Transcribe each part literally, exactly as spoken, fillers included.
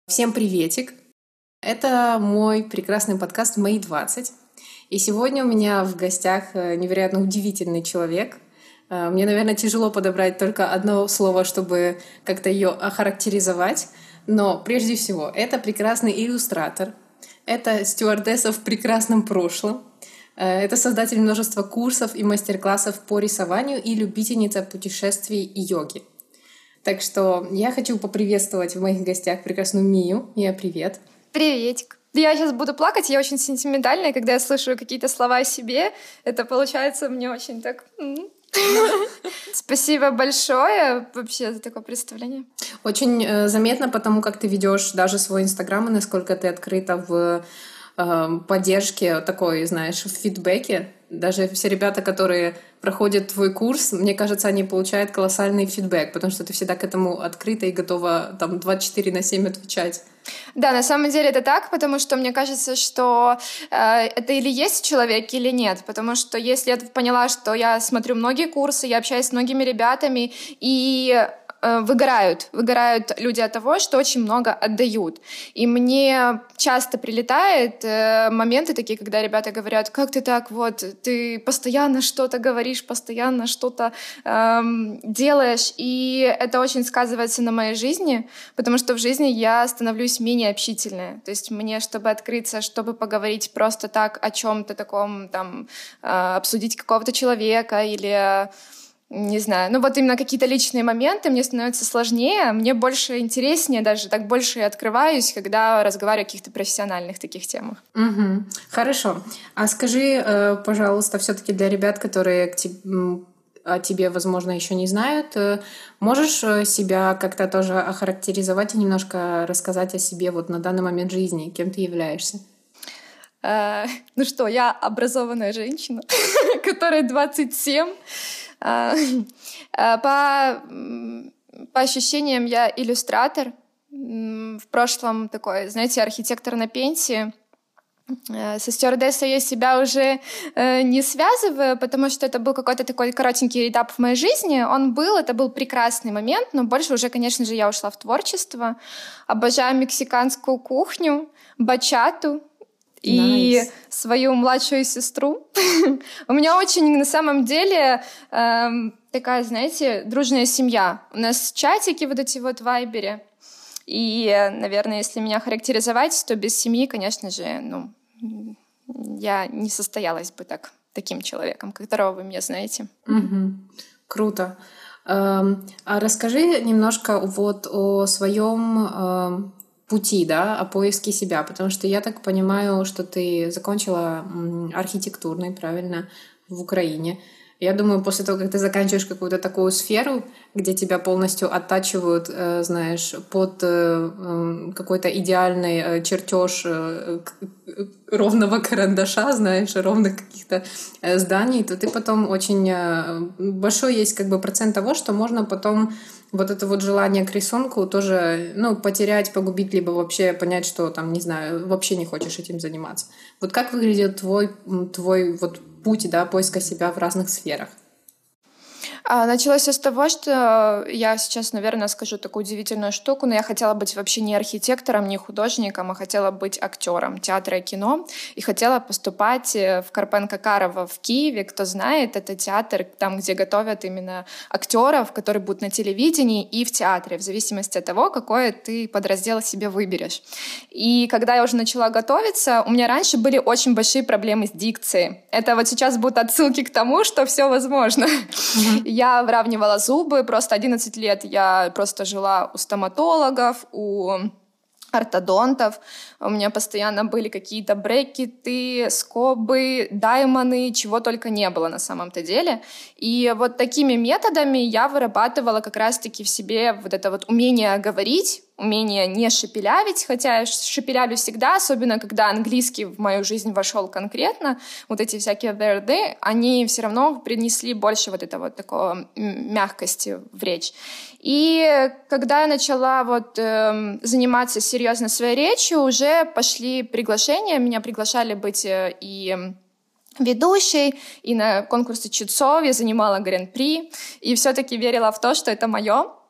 Всем приветик! Это мой прекрасный подкаст «Мои двадцать». И сегодня у меня в гостях невероятно удивительный человек. Мне, наверное, тяжело подобрать только одно слово, чтобы как-то ее охарактеризовать. Но прежде всего, это прекрасный иллюстратор. Это стюардесса в прекрасном прошлом. Это создатель множества курсов и мастер-классов по рисованию и любительница путешествий и йоги. Так что я хочу поприветствовать в моих гостях прекрасную Мию. Мия, привет. Приветик. Я сейчас буду плакать, я очень сентиментальная, когда я слышу какие-то слова о себе. Это получается мне очень так... Спасибо большое вообще за такое представление. Очень э, заметно, потому как ты ведешь даже свой Инстаграм, и насколько ты открыта в э, поддержке такой, знаешь, в фидбэке. Даже все ребята, которые проходят твой курс, мне кажется, они получают колоссальный фидбэк, потому что ты всегда к этому открыта и готова там двадцать четыре на семь отвечать. Да, на самом деле это так, потому что мне кажется, что э, это или есть человек, или нет. Потому что если я поняла, что я смотрю многие курсы, я общаюсь с многими ребятами, и выгорают. Выгорают люди от того, что очень много отдают. И мне часто прилетают э, моменты такие, когда ребята говорят: как ты так вот, ты постоянно что-то говоришь, постоянно что-то эм, делаешь. И это очень сказывается на моей жизни, потому что в жизни я становлюсь менее общительной. То есть мне, чтобы открыться, чтобы поговорить просто так о чем-то таком, там, э, обсудить какого-то человека или... Не знаю, ну вот именно какие-то личные моменты мне становятся сложнее, мне больше интереснее, даже так больше открываюсь, когда разговариваю о каких-то профессиональных таких темах. Угу. Хорошо. А скажи, пожалуйста, все-таки для ребят, которые к тебе, о тебе, возможно, еще не знают, можешь себя как-то тоже охарактеризовать и немножко рассказать о себе вот на данный момент жизни, кем ты являешься? Uh, ну что, я образованная женщина, которой двадцать семь. Uh, uh, по, по ощущениям, я иллюстратор. В прошлом такой, знаете, архитектор на пенсии. Uh, со стюардессой я себя уже uh, не связываю, потому что это был какой-то такой коротенький этап в моей жизни. Он был, это был прекрасный момент, но больше уже, конечно же, я ушла в творчество. Обожаю мексиканскую кухню, бачату. И nice. Свою младшую сестру. У меня очень, на самом деле, э, такая, знаете, дружная семья. У нас чатики вот эти вот в Вайбере. И, наверное, если меня характеризовать, то без семьи, конечно же, ну, я не состоялась бы так, таким человеком, которого вы меня знаете. Угу. Круто. А расскажи немножко вот о своем... пути, да, о поиске себя, потому что я так понимаю, что ты закончила архитектурный, правильно, в Украине. Я думаю, после того, как ты заканчиваешь какую-то такую сферу, где тебя полностью оттачивают, знаешь, под какой-то идеальный чертеж ровного карандаша, знаешь, ровных каких-то зданий, то ты потом очень большой есть как бы процент того, что можно потом вот это вот желание к рисунку тоже, ну, потерять, погубить, либо вообще понять, что там, не знаю, вообще не хочешь этим заниматься. Вот как выглядит твой, твой вот путь, да, поиска себя в разных сферах? Началось с того, что я сейчас, наверное, скажу такую удивительную штуку, но я хотела быть вообще не архитектором, не художником, а хотела быть актером театра и кино. И хотела поступать в Карпенко-Карово в Киеве. Кто знает, это театр, там, где готовят именно актеров, которые будут на телевидении и в театре, в зависимости от того, какой ты подраздел себе выберешь. И когда я уже начала готовиться, у меня раньше были очень большие проблемы с дикцией. Это вот сейчас будут отсылки к тому, что все возможно. Mm-hmm. Я выравнивала зубы, просто одиннадцать лет я просто жила у стоматологов, у ортодонтов. У меня постоянно были какие-то брекеты, скобы, даймоны, чего только не было на самом-то деле. И вот такими методами я вырабатывала как раз-таки в себе вот это вот умение говорить, умение не шепелявить, хотя я шепелявлю всегда, особенно когда английский в мою жизнь вошел конкретно, вот эти всякие ВРД, они все равно принесли больше вот этого такого мягкости в речь. И когда я начала вот э, заниматься серьезно своей речью, уже пошли приглашения, меня приглашали быть и ведущей, и на конкурсе чтецов я занимала гран-при, и все-таки верила в то, что это мое.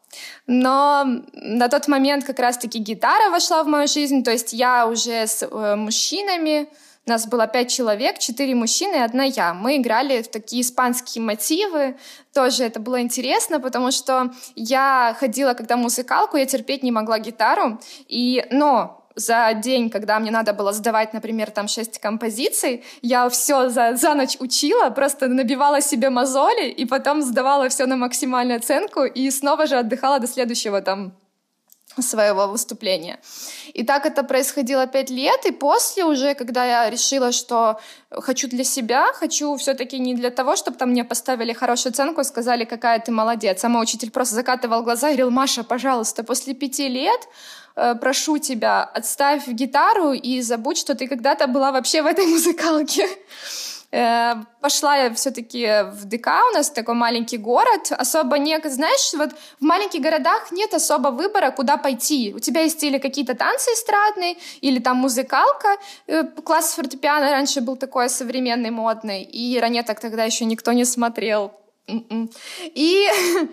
Но на тот момент как раз-таки гитара вошла в мою жизнь, то есть я уже с э, мужчинами, нас было пять человек, четыре мужчины и одна я. Мы играли в такие испанские мотивы, тоже это было интересно, потому что я ходила когда в музыкалку, я терпеть не могла гитару, и... но... За день, когда мне надо было сдавать, например, там шесть композиций, я все за, за ночь учила, просто набивала себе мозоли и потом сдавала все на максимальную оценку и снова же отдыхала до следующего там своего выступления. И так это происходило пять лет, и после уже, когда я решила, что хочу для себя, хочу все-таки не для того, чтобы там мне поставили хорошую оценку и сказали, какая ты молодец. А мой учитель просто закатывал глаза и говорил: Маша, пожалуйста, после пяти лет прошу тебя, отставь гитару и забудь, что ты когда-то была вообще в этой музыкалке. Пошла я все-таки в ДК, у нас такой маленький город, особо не, знаешь, вот в маленьких городах нет особо выбора, куда пойти. У тебя есть или какие-то танцы эстрадные, или там музыкалка. Класс фортепиано раньше был такой современный, модный, и ранеток тогда еще никто не смотрел. И,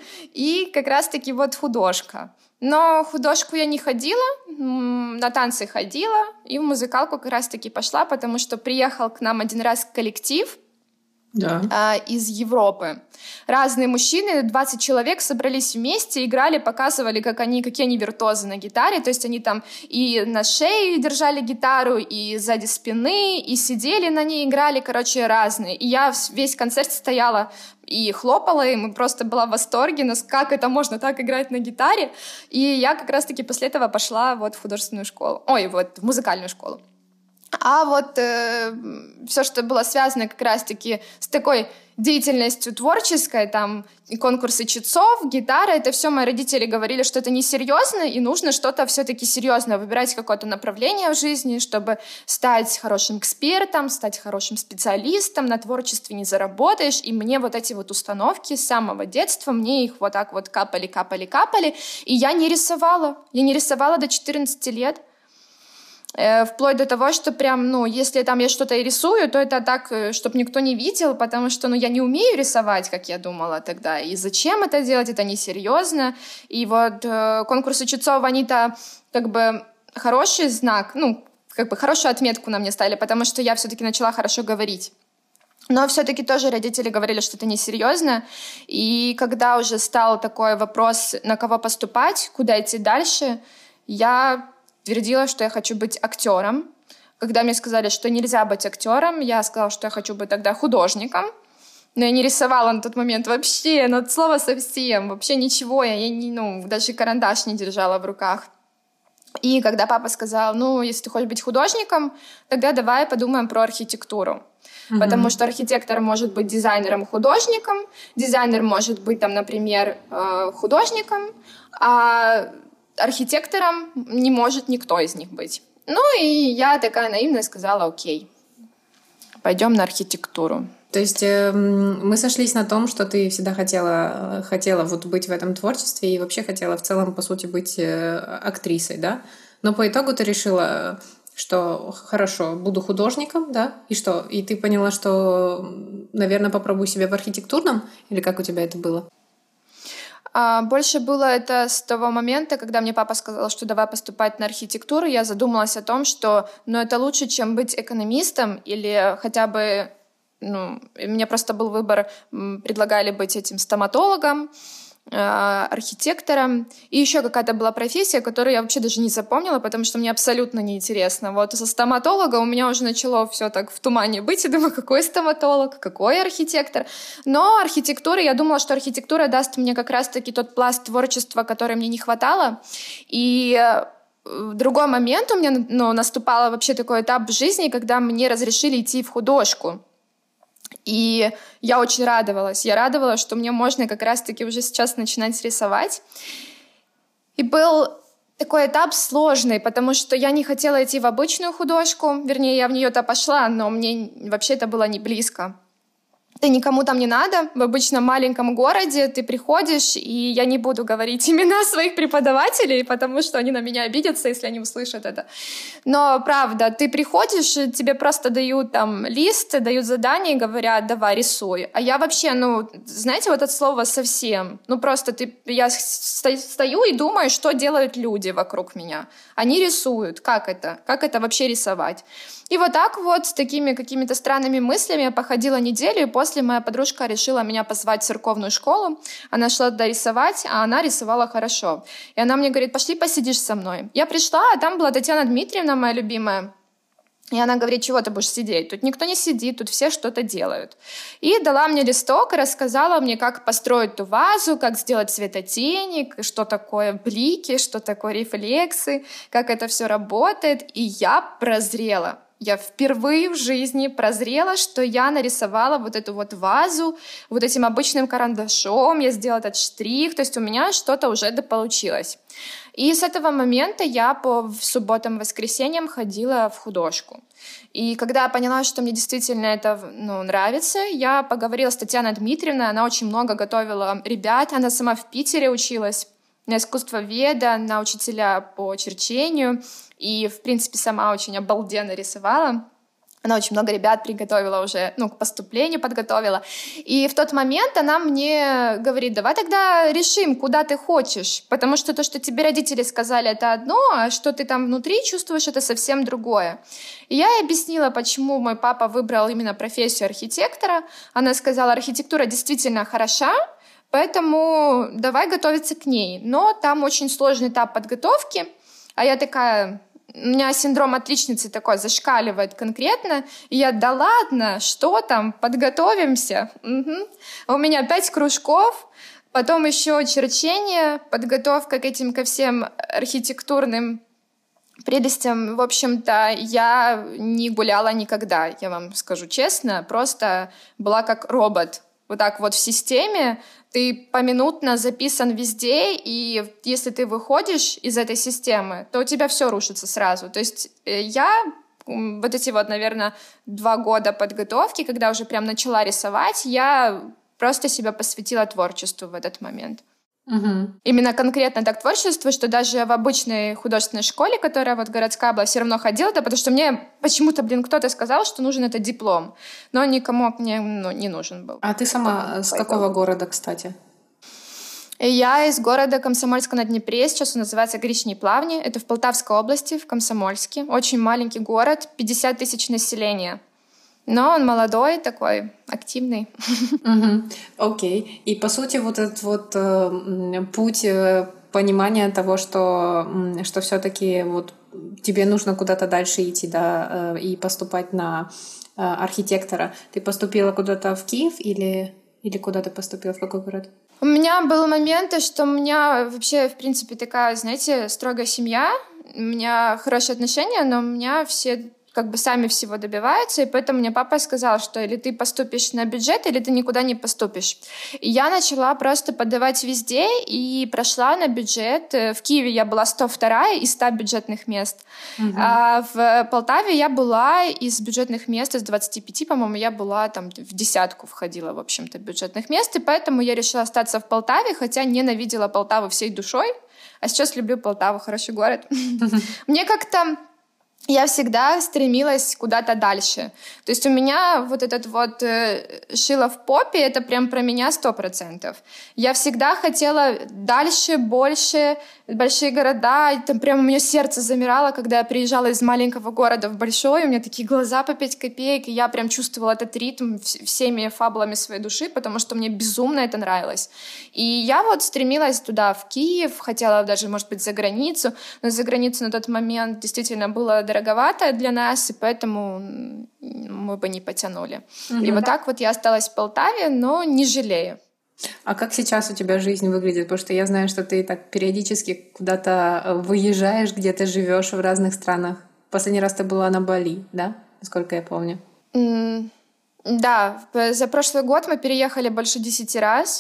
и как раз-таки вот художка. Но в художку я не ходила, на танцы ходила, и в музыкалку как раз-таки пошла, потому что приехал к нам один раз коллектив да. а, из Европы. Разные мужчины, двадцать человек собрались вместе, играли, показывали, как они, какие они виртуозы на гитаре. То есть они там и на шее держали гитару, и сзади спины, и сидели на ней, играли, короче, разные. И я весь концерт стояла и хлопала им, и просто была в восторге, но как это можно так играть на гитаре. И я как раз-таки после этого пошла вот в художественную школу, ой, вот в музыкальную школу. А вот э, все, что было связано как раз-таки с такой деятельностью творческой, там конкурсы чтцов, гитара, это все мои родители говорили, что это несерьезно, и нужно что-то все-таки серьезное, выбирать какое-то направление в жизни, чтобы стать хорошим экспертом, стать хорошим специалистом, на творчестве не заработаешь. И мне вот эти вот установки с самого детства, мне их вот так вот капали, капали, капали, и я не рисовала. Я не рисовала до четырнадцати лет. Вплоть до того, что прям, ну, если там я что-то и рисую, то это так, чтобы никто не видел, потому что, ну, я не умею рисовать, как я думала тогда. И зачем это делать? Это несерьезно. И вот э, конкурсы чтцов, они-то как бы хороший знак, ну, как бы хорошую отметку на мне ставили, потому что я все-таки начала хорошо говорить. Но все-таки тоже родители говорили, что это несерьезно. И когда уже стал такой вопрос, на кого поступать, куда идти дальше, я твердила, что я хочу быть актером. Когда мне сказали, что нельзя быть актером, я сказала, что я хочу быть тогда художником. Но я не рисовала на тот момент вообще, ну, от слова совсем, вообще ничего. Я, я не, ну, даже карандаш не держала в руках. И когда папа сказал, ну, если ты хочешь быть художником, тогда давай подумаем про архитектуру. Mm-hmm. Потому что архитектор может быть дизайнером-художником, дизайнер может быть, там, например, художником, а архитектором не может никто из них быть. Ну, и я такая наивная сказала, окей, пойдем на архитектуру. То есть э, мы сошлись на том, что ты всегда хотела, хотела вот быть в этом творчестве и вообще хотела в целом, по сути, быть э, актрисой, да? Но по итогу ты решила, что хорошо, буду художником, да? И что? И ты поняла, что, наверное, попробую себя в архитектурном? Или как у тебя это было? Больше было это с того момента, когда мне папа сказал, что давай поступать на архитектуру. Я задумалась о том, что ну, это лучше, чем быть экономистом или хотя бы... Ну, у меня просто был выбор, предлагали быть этим стоматологом, архитектором. И еще какая-то была профессия, которую я вообще даже не запомнила, потому что мне абсолютно неинтересно. Вот со стоматолога у меня уже начало все так в тумане быть. Я думаю, какой стоматолог, какой архитектор. Но архитектура, я думала, что архитектура даст мне как раз-таки тот пласт творчества, который мне не хватало. И в другой момент у меня ну, наступал вообще такой этап в жизни, когда мне разрешили идти в художку. И я очень радовалась. Я радовалась, что мне можно как раз-таки уже сейчас начинать рисовать. И был такой этап сложный, потому что я не хотела идти в обычную художку. Вернее, я в нее-то пошла, но мне вообще это было не близко. ты никому там не надо. В обычном маленьком городе ты приходишь, и я не буду говорить имена своих преподавателей, потому что они на меня обидятся, если они услышат это. Но правда, ты приходишь, тебе просто дают там лист, дают задание и говорят, давай, рисуй. А я вообще, ну, знаете, вот это слово совсем. Ну, просто ты, я стою и думаю, что делают люди вокруг меня. Они рисуют. Как это? Как это вообще рисовать? И вот так вот, с такими какими-то странными мыслями я походила неделю, и после моя подружка решила меня позвать в церковную школу. Она шла туда рисовать, а она рисовала хорошо. И она мне говорит, пошли посидишь со мной. Я пришла, а там была Татьяна Дмитриевна, моя любимая. И она говорит, чего ты будешь сидеть? Тут никто не сидит, тут все что-то делают. И дала мне листок и рассказала мне, как построить ту вазу, как сделать цветотени, что такое блики, что такое рефлексы, как это все работает. И я прозрела. Я впервые в жизни прозрела, что я нарисовала вот эту вот вазу вот этим обычным карандашом, я сделала этот штрих, то есть у меня что-то уже дополучилось. И с этого момента я по субботам и воскресеньям ходила в художку. И когда я поняла, что мне действительно это, ну, нравится, я поговорила с Татьяной Дмитриевной, она очень много готовила ребят, она сама в Питере училась на искусствоведа, на учителя по черчению, и, в принципе, сама очень обалденно рисовала. Она очень много ребят приготовила уже, ну, к поступлению подготовила. И в тот момент она мне говорит, давай тогда решим, куда ты хочешь, потому что то, что тебе родители сказали, это одно, а что ты там внутри чувствуешь, это совсем другое. И я ей объяснила, почему мой папа выбрал именно профессию архитектора. Она сказала, архитектура действительно хороша, поэтому давай готовиться к ней. Но там очень сложный этап подготовки, а я такая... У меня синдром отличницы такой зашкаливает конкретно. И я, да ладно, что там, подготовимся. Угу. А у меня пять кружков, потом еще черчение, подготовка к этим, ко всем архитектурным прелестям. В общем-то, я не гуляла никогда, я вам скажу честно. Просто была как робот. Вот так вот в системе, ты поминутно записан везде, и если ты выходишь из этой системы, то у тебя все рушится сразу. То есть я вот эти вот, наверное, два года подготовки, когда уже прям начала рисовать, я просто себя посвятила творчеству в этот момент. Угу. Именно конкретно так творчество, что даже в обычной художественной школе, которая вот городская была, все равно ходила, да, потому что мне почему-то, блин, кто-то сказал, что нужен этот диплом, но никому мне, ну, не нужен был. А ты сама с какого города, кстати? Я из города Комсомольска на Днепре, сейчас он называется Гречние Плавни, это в Полтавской области, в Комсомольске, очень маленький город, пятьдесят тысяч населения. Но он молодой, такой активный. Окей. И, по сути, вот этот вот э, путь э, понимания того, что, э, что все-таки вот тебе нужно куда-то дальше идти, да, э, и поступать на э, архитектора. Ты поступила куда-то в Киев или, или куда ты поступила, в какой город? У меня был момент, что у меня вообще, в принципе, такая, знаете, строгая семья. У меня хорошие отношения, но у меня все... как бы сами всего добиваются, и поэтому мне папа сказал, что или ты поступишь на бюджет, или ты никуда не поступишь. И я начала просто подавать везде, и прошла на бюджет. В Киеве я была сто вторая из ста бюджетных мест. Угу. А в Полтаве я была из бюджетных мест, из двадцати пяти, по-моему, я была там в десятку входила, в общем-то, бюджетных мест, и поэтому я решила остаться в Полтаве, хотя ненавидела Полтаву всей душой, а сейчас люблю Полтаву, хороший город. Мне как-то я всегда стремилась куда-то дальше. То есть у меня вот этот вот э, шило в попе, это прям про меня сто процентов. Я всегда хотела дальше, больше, большие города. И там прям у меня сердце замирало, когда я приезжала из маленького города в большой. У меня такие глаза по пять копеек, и я прям чувствовала этот ритм всеми фабулами своей души, потому что мне безумно это нравилось. И я вот стремилась туда, в Киев, хотела даже, может быть, за границу, но за границу на тот момент действительно было дороговато для нас, и поэтому мы бы не потянули. Угу. И вот так вот я осталась в Полтаве, но не жалею. А как сейчас у тебя жизнь выглядит? Потому что я знаю, что ты так периодически куда-то выезжаешь, где-то живешь в разных странах. Последний раз ты была на Бали, да? Насколько я помню. Mm. Да, за прошлый год мы переехали больше десяти раз,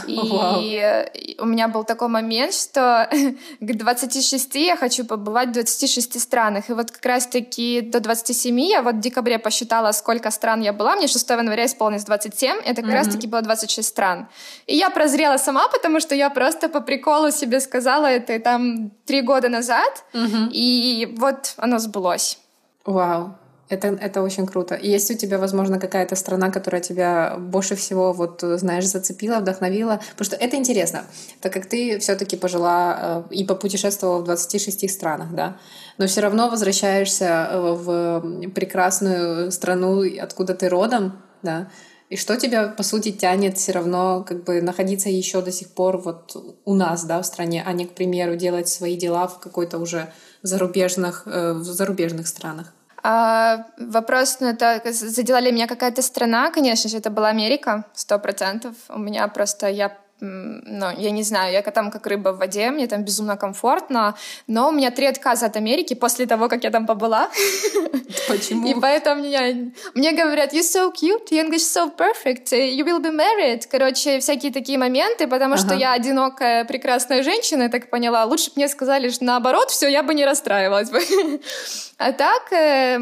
и у меня был такой момент, что к двадцати шести я хочу побывать в двадцати шести странах, и вот как раз-таки до двадцати семи я вот в декабре посчитала, сколько стран я была, мне шестого января исполнилось двадцать семь, это как mm-hmm. раз-таки было двадцать шесть стран. И я прозрела сама, потому что я просто по приколу себе сказала это там три года назад, mm-hmm. и вот оно сбылось. Вау. Это, это очень круто. И есть у тебя, возможно, какая-то страна, которая тебя больше всего, вот, знаешь, зацепила, вдохновила? Потому что это интересно, так как ты все-таки пожила и попутешествовала в двадцати шести странах, да? Но все равно возвращаешься в прекрасную страну, откуда ты родом, да? И что тебя, по сути, тянет все равно как бы находиться еще до сих пор вот у нас, да, в стране, а не, к примеру, делать свои дела в какой-то уже зарубежных, в зарубежных странах? А, вопрос, ну, это задела ли меня какая-то страна? Конечно же, это была Америка, сто процентов. У меня просто, я, ну, я не знаю, я там как рыба в воде, мне там безумно комфортно, но у меня три отказа от Америки после того, как я там побыла. Почему? И поэтому меня, мне говорят, you're so cute, your English so perfect, you will be married. Короче, всякие такие моменты, потому ага. что я одинокая, прекрасная женщина, я так поняла. Лучше бы мне сказали, что наоборот, все, я бы не расстраивалась бы. А так... Э,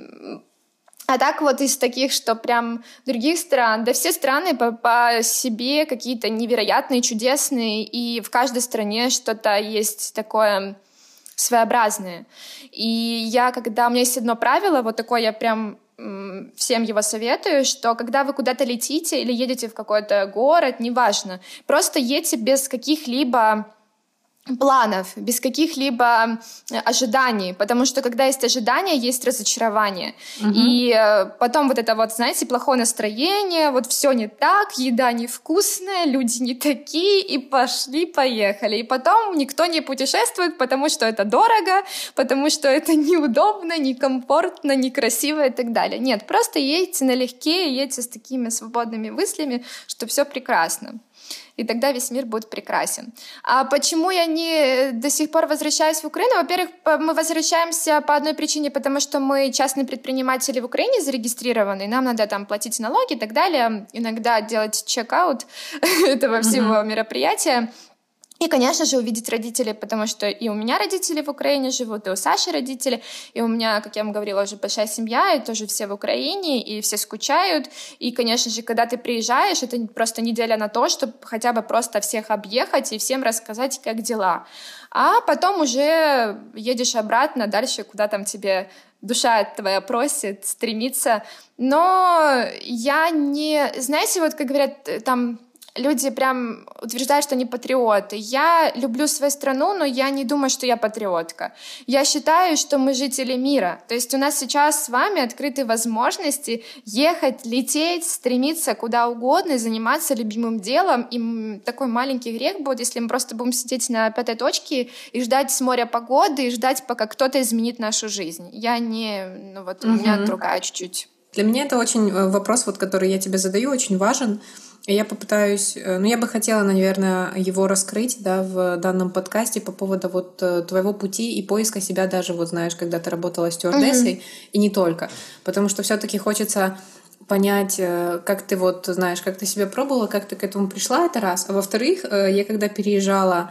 а так вот из таких, что прям других стран, да все страны по, по себе какие-то невероятные, чудесные, и в каждой стране что-то есть такое своеобразное. И я, когда... У меня есть одно правило, вот такое я прям м, всем его советую, что когда вы куда-то летите или едете в какой-то город, неважно, просто едьте без каких-либо планов, без каких-либо ожиданий, потому что когда есть ожидания, есть разочарование. Uh-huh. И потом вот это вот, знаете, плохое настроение, вот все не так, еда невкусная, люди не такие, и пошли-поехали. И потом никто не путешествует, потому что это дорого, потому что это неудобно, некомфортно, некрасиво и так далее. Нет, просто едьте налегке, едьте с такими свободными мыслями, что все прекрасно. И тогда весь мир будет прекрасен. А почему я не до сих пор возвращаюсь в Украину? Во-первых, мы возвращаемся по одной причине, потому что мы частные предприниматели в Украине зарегистрированы, нам надо там платить налоги и так далее, иногда делать чек-аут этого всего uh-huh. мероприятия. И, конечно же, увидеть родителей, потому что и у меня родители в Украине живут, и у Саши родители, и у меня, как я вам говорила, уже большая семья, и тоже все в Украине, и все скучают. И, конечно же, когда ты приезжаешь, это просто неделя на то, чтобы хотя бы просто всех объехать и всем рассказать, как дела. А потом уже едешь обратно, дальше, куда там тебе душа твоя просит, стремится. Но я не... Знаете, вот как говорят, там... Люди прям утверждают, что они патриоты. Я люблю свою страну, но я не думаю, что я патриотка. Я считаю, что мы жители мира. То есть у нас сейчас с вами открыты возможности ехать, лететь, стремиться куда угодно и заниматься любимым делом. И такой маленький грех будет, если мы просто будем сидеть на пятой точке и ждать с моря погоды, и ждать, пока кто-то изменит нашу жизнь. Я не... Ну вот у меня другая чуть-чуть. Для меня это очень вопрос, вот, который я тебе задаю, очень важен. И я попытаюсь, ну, я бы хотела, наверное, его раскрыть, да, в данном подкасте по поводу вот твоего пути и поиска себя даже, вот знаешь, когда ты работала стюардессой, mm-hmm. и не только. Потому что все-таки хочется понять, как ты вот, знаешь, как ты себя пробовала, как ты к этому пришла, это раз. А во-вторых, я когда переезжала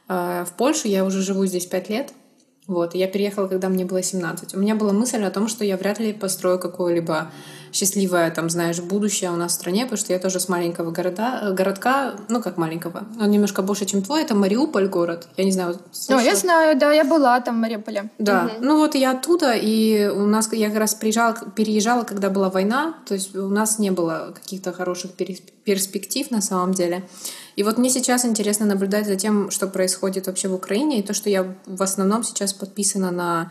в Польшу, я уже живу здесь пять лет, вот, и я переехала, когда мне было семнадцать. У меня была мысль о том, что я вряд ли построю какое-либо счастливое, там, знаешь, будущее у нас в стране, потому что я тоже с маленького города, городка, ну, как маленького, он немножко больше, чем твой, это Мариуполь город. Я не знаю. Ну, я знаю, да, я была там в Мариуполе. Да, угу. Ну вот я оттуда, и у нас, я как раз приезжала, переезжала, когда была война, то есть у нас не было каких-то хороших перспектив на самом деле. И вот мне сейчас интересно наблюдать за тем, что происходит вообще в Украине, и то, что я в основном сейчас подписана на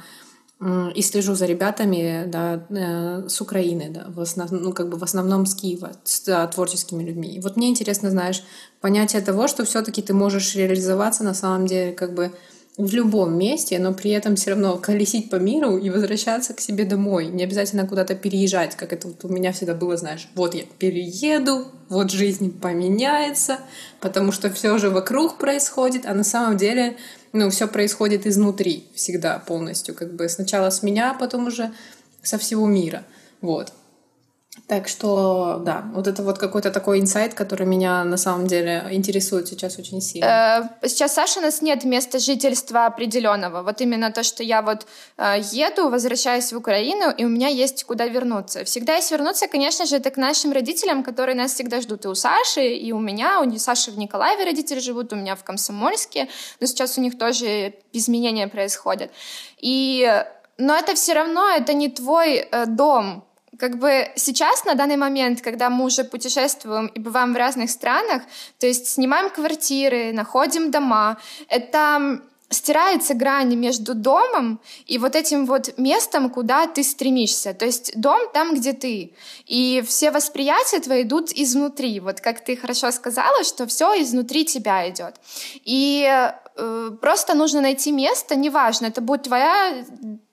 и слежу за ребятами, да, с Украины, да, в основном, ну, как бы в основном с Киева, с да, творческими людьми. И вот мне интересно, знаешь, понятие того, что все-таки ты можешь реализоваться на самом деле как бы в любом месте, но при этом все равно колесить по миру и возвращаться к себе домой. Не обязательно куда-то переезжать, как это вот у меня всегда было, знаешь, вот я перееду, вот жизнь поменяется, потому что все уже вокруг происходит, а на самом деле, ну, все происходит изнутри всегда полностью, как бы сначала с меня, а потом уже со всего мира, вот. Так что, да, вот это вот какой-то такой инсайт, который меня на самом деле интересует сейчас очень сильно. Сейчас, Саша, у нас нет места жительства определенного. Вот именно то, что я вот э, еду, возвращаюсь в Украину, и у меня есть куда вернуться. Всегда есть вернуться, конечно же, это к нашим родителям, которые нас всегда ждут. И у Саши, и у меня. У Саши в Николаеве родители живут, у меня в Комсомольске. Но сейчас у них тоже изменения происходят. И... Но это все равно, это не твой э, дом. Как бы сейчас, на данный момент, когда мы уже путешествуем и бываем в разных странах, то есть снимаем квартиры, находим дома, это стирается грань между домом и вот этим вот местом, куда ты стремишься. То есть дом там, где ты. И все восприятия твои идут изнутри. Вот как ты хорошо сказала, что все изнутри тебя идет. И э, просто нужно найти место, неважно, это будет твоя...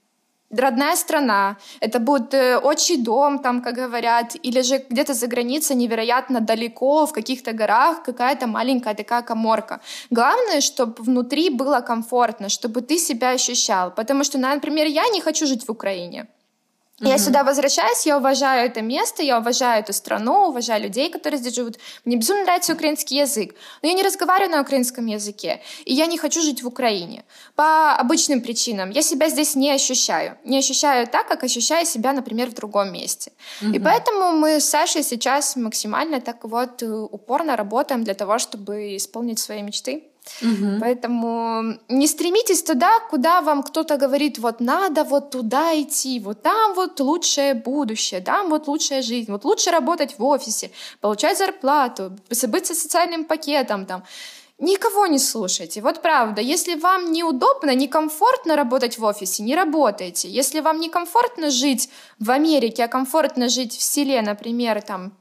родная страна, это будет э, отчий дом, там, как говорят, или же где-то за границей невероятно далеко, в каких-то горах, какая-то маленькая такая каморка. Главное, чтобы внутри было комфортно, чтобы ты себя ощущал. Потому что, например, я не хочу жить в Украине. Mm-hmm. Я сюда возвращаюсь, я уважаю это место, я уважаю эту страну, уважаю людей, которые здесь живут. Мне безумно нравится украинский язык, но я не разговариваю на украинском языке, и я не хочу жить в Украине. По обычным причинам. Я себя здесь не ощущаю. Не ощущаю так, как ощущаю себя, например, в другом месте. Mm-hmm. И поэтому мы с Сашей сейчас максимально так вот упорно работаем для того, чтобы исполнить свои мечты. Угу. Поэтому не стремитесь туда, куда вам кто-то говорит, вот надо вот туда идти, вот там вот лучшее будущее, там вот лучшая жизнь, вот лучше работать в офисе, получать зарплату, быть социальным пакетом там. Никого не слушайте. Вот правда, если вам неудобно, некомфортно работать в офисе, не работайте. Если вам некомфортно жить в Америке, а комфортно жить в селе, например, там,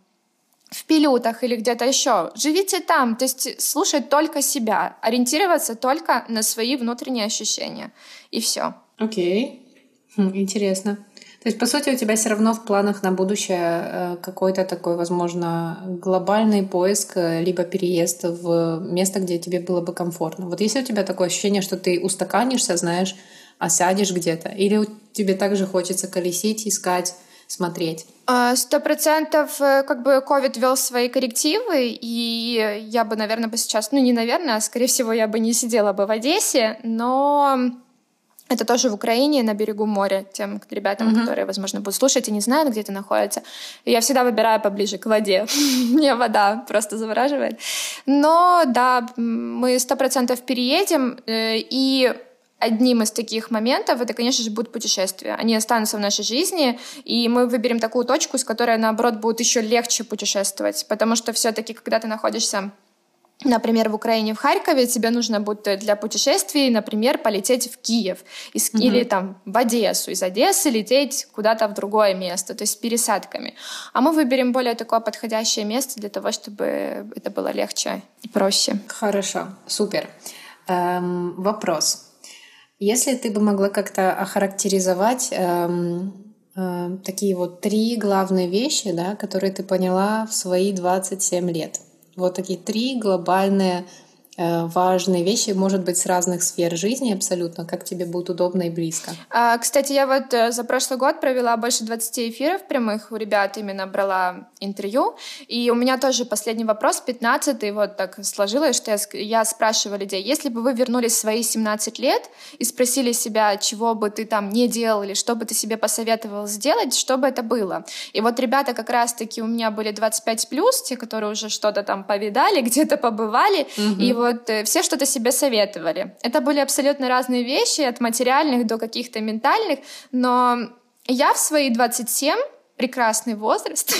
в Пилютах или где-то еще. Живите там, то есть слушать только себя, ориентироваться только на свои внутренние ощущения. И все. Окей. Хм, интересно. То есть, по сути, у тебя все равно в планах на будущее какой-то такой, возможно, глобальный поиск, либо переезд в место, где тебе было бы комфортно. Вот есть ли у тебя такое ощущение, что ты устаканишься, знаешь, осядешь где-то? Или тебе также хочется колесить, искать, смотреть? Сто процентов как бы ковид ввел свои коррективы, и я бы, наверное, бы сейчас, ну не наверное, а скорее всего я бы не сидела бы в Одессе, но это тоже в Украине, на берегу моря, тем ребятам, mm-hmm. которые, возможно, будут слушать и не знают, где это находится. Я всегда выбираю поближе к воде. Мне вода просто завораживает. Но да, мы сто процентов переедем, и одним из таких моментов это, конечно же, будут путешествия. Они останутся в нашей жизни, и мы выберем такую точку, с которой, наоборот, будет еще легче путешествовать. Потому что все-таки, когда ты находишься, например, в Украине, в Харькове, тебе нужно будет для путешествий, например, полететь в Киев из, угу. или там в Одессу, из Одессы лететь куда-то в другое место, то есть с пересадками. А мы выберем более такое подходящее место для того, чтобы это было легче и проще. Хорошо, супер. Эм, вопрос. Если ты бы могла как-то охарактеризовать эм, э, такие вот три главные вещи, да, которые ты поняла в свои двадцать семь лет. Вот такие три глобальные э, важные вещи, может быть, с разных сфер жизни абсолютно, как тебе будет удобно и близко. А, кстати, я вот за прошлый год провела больше двадцати эфиров прямых, у ребят именно брала интервью, и у меня тоже последний вопрос, пятнадцатый, вот так сложилось, что я, я спрашивала людей, если бы вы вернулись в свои семнадцать лет и спросили себя, чего бы ты там не делал, или что бы ты себе посоветовал сделать, что бы это было? И вот ребята как раз-таки у меня были двадцать пять плюс, те, которые уже что-то там повидали, где-то побывали, угу. и вот все что-то себе советовали. Это были абсолютно разные вещи, от материальных до каких-то ментальных, но я в свои двадцать семь, прекрасный возраст,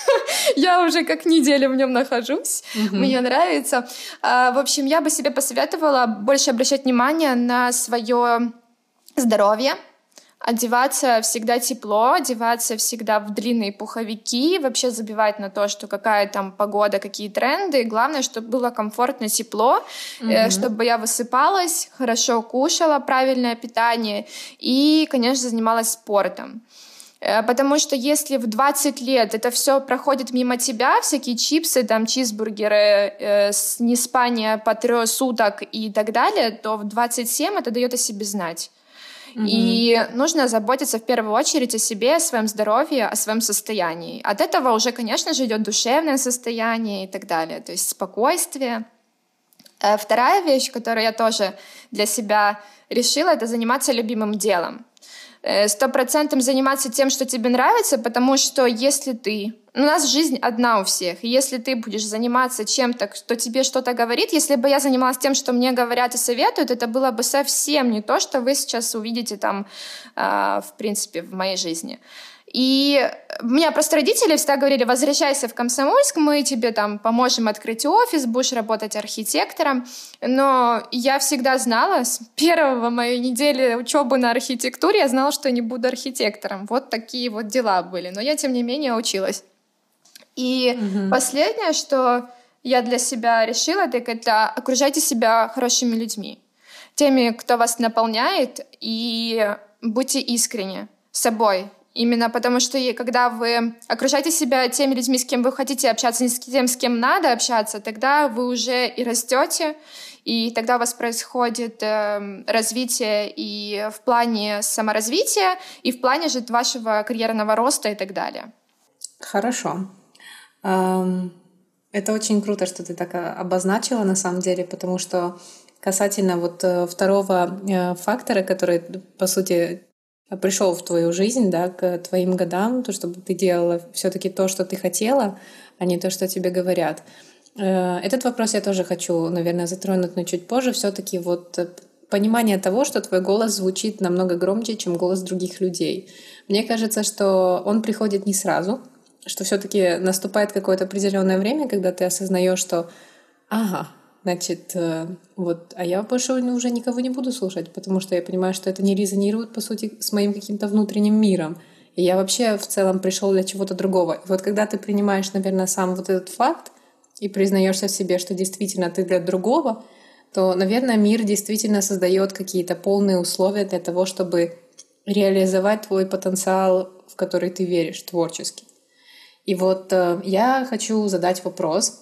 я уже как неделю в нем нахожусь, mm-hmm. мне нравится. А, в общем, я бы себе посоветовала больше обращать внимание на свое здоровье, одеваться всегда тепло, одеваться всегда в длинные пуховики, вообще забивать на то, что какая там погода, какие тренды. Главное, чтобы было комфортно, тепло, mm-hmm. чтобы я высыпалась, хорошо кушала, правильное питание и, конечно, занималась спортом. Потому что если в двадцать лет это все проходит мимо тебя, всякие чипсы, там, чизбургеры, э, неспание по трое суток и так далее, то в двадцать семь это дает о себе знать. Угу. И нужно заботиться в первую очередь о себе, о своем здоровье, о своем состоянии. От этого уже, конечно же, идет душевное состояние и так далее, то есть спокойствие. Вторая вещь, которую я тоже для себя решила, это заниматься любимым делом. Сто процентов заниматься тем, что тебе нравится, потому что если ты... У нас жизнь одна у всех, и если ты будешь заниматься чем-то, что тебе что-то говорит, если бы я занималась тем, что мне говорят и советуют, это было бы совсем не то, что вы сейчас увидите там, в принципе, в моей жизни. И у меня просто родители всегда говорили: возвращайся в Комсомольск, мы тебе там поможем открыть офис, будешь работать архитектором. Но я всегда знала, с первого моей недели учебы на архитектуре, я знала, что я не буду архитектором. Вот такие вот дела были. Но я, тем не менее, училась. И угу. последнее, что я для себя решила, так это окружайте себя хорошими людьми. Теми, кто вас наполняет, и будьте искренни с собой. Именно потому, что когда вы окружаете себя теми людьми, с кем вы хотите общаться, не с тем, с кем надо общаться, тогда вы уже и растете, и тогда у вас происходит э, развитие и в плане саморазвития, и в плане же вашего карьерного роста и так далее. Хорошо. Это очень круто, что ты так обозначила на самом деле, потому что касательно вот второго фактора, который, по сути, пришел в твою жизнь, да, к твоим годам, то, чтобы ты делала все-таки то, что ты хотела, а не то, что тебе говорят. Этот вопрос я тоже хочу, наверное, затронуть, но чуть позже. Все-таки вот понимание того, что твой голос звучит намного громче, чем голос других людей. Мне кажется, что он приходит не сразу, что все-таки наступает какое-то определенное время, когда ты осознаешь, что ага, значит, вот, а я больше уже никого не буду слушать, потому что я понимаю, что это не резонирует, по сути, с моим каким-то внутренним миром. И я вообще в целом пришел для чего-то другого. И вот когда ты принимаешь, наверное, сам вот этот факт и признаешься в себе, что действительно ты для другого, то, наверное, мир действительно создает какие-то полные условия для того, чтобы реализовать твой потенциал, в который ты веришь, творческий. И вот э, я хочу задать вопрос: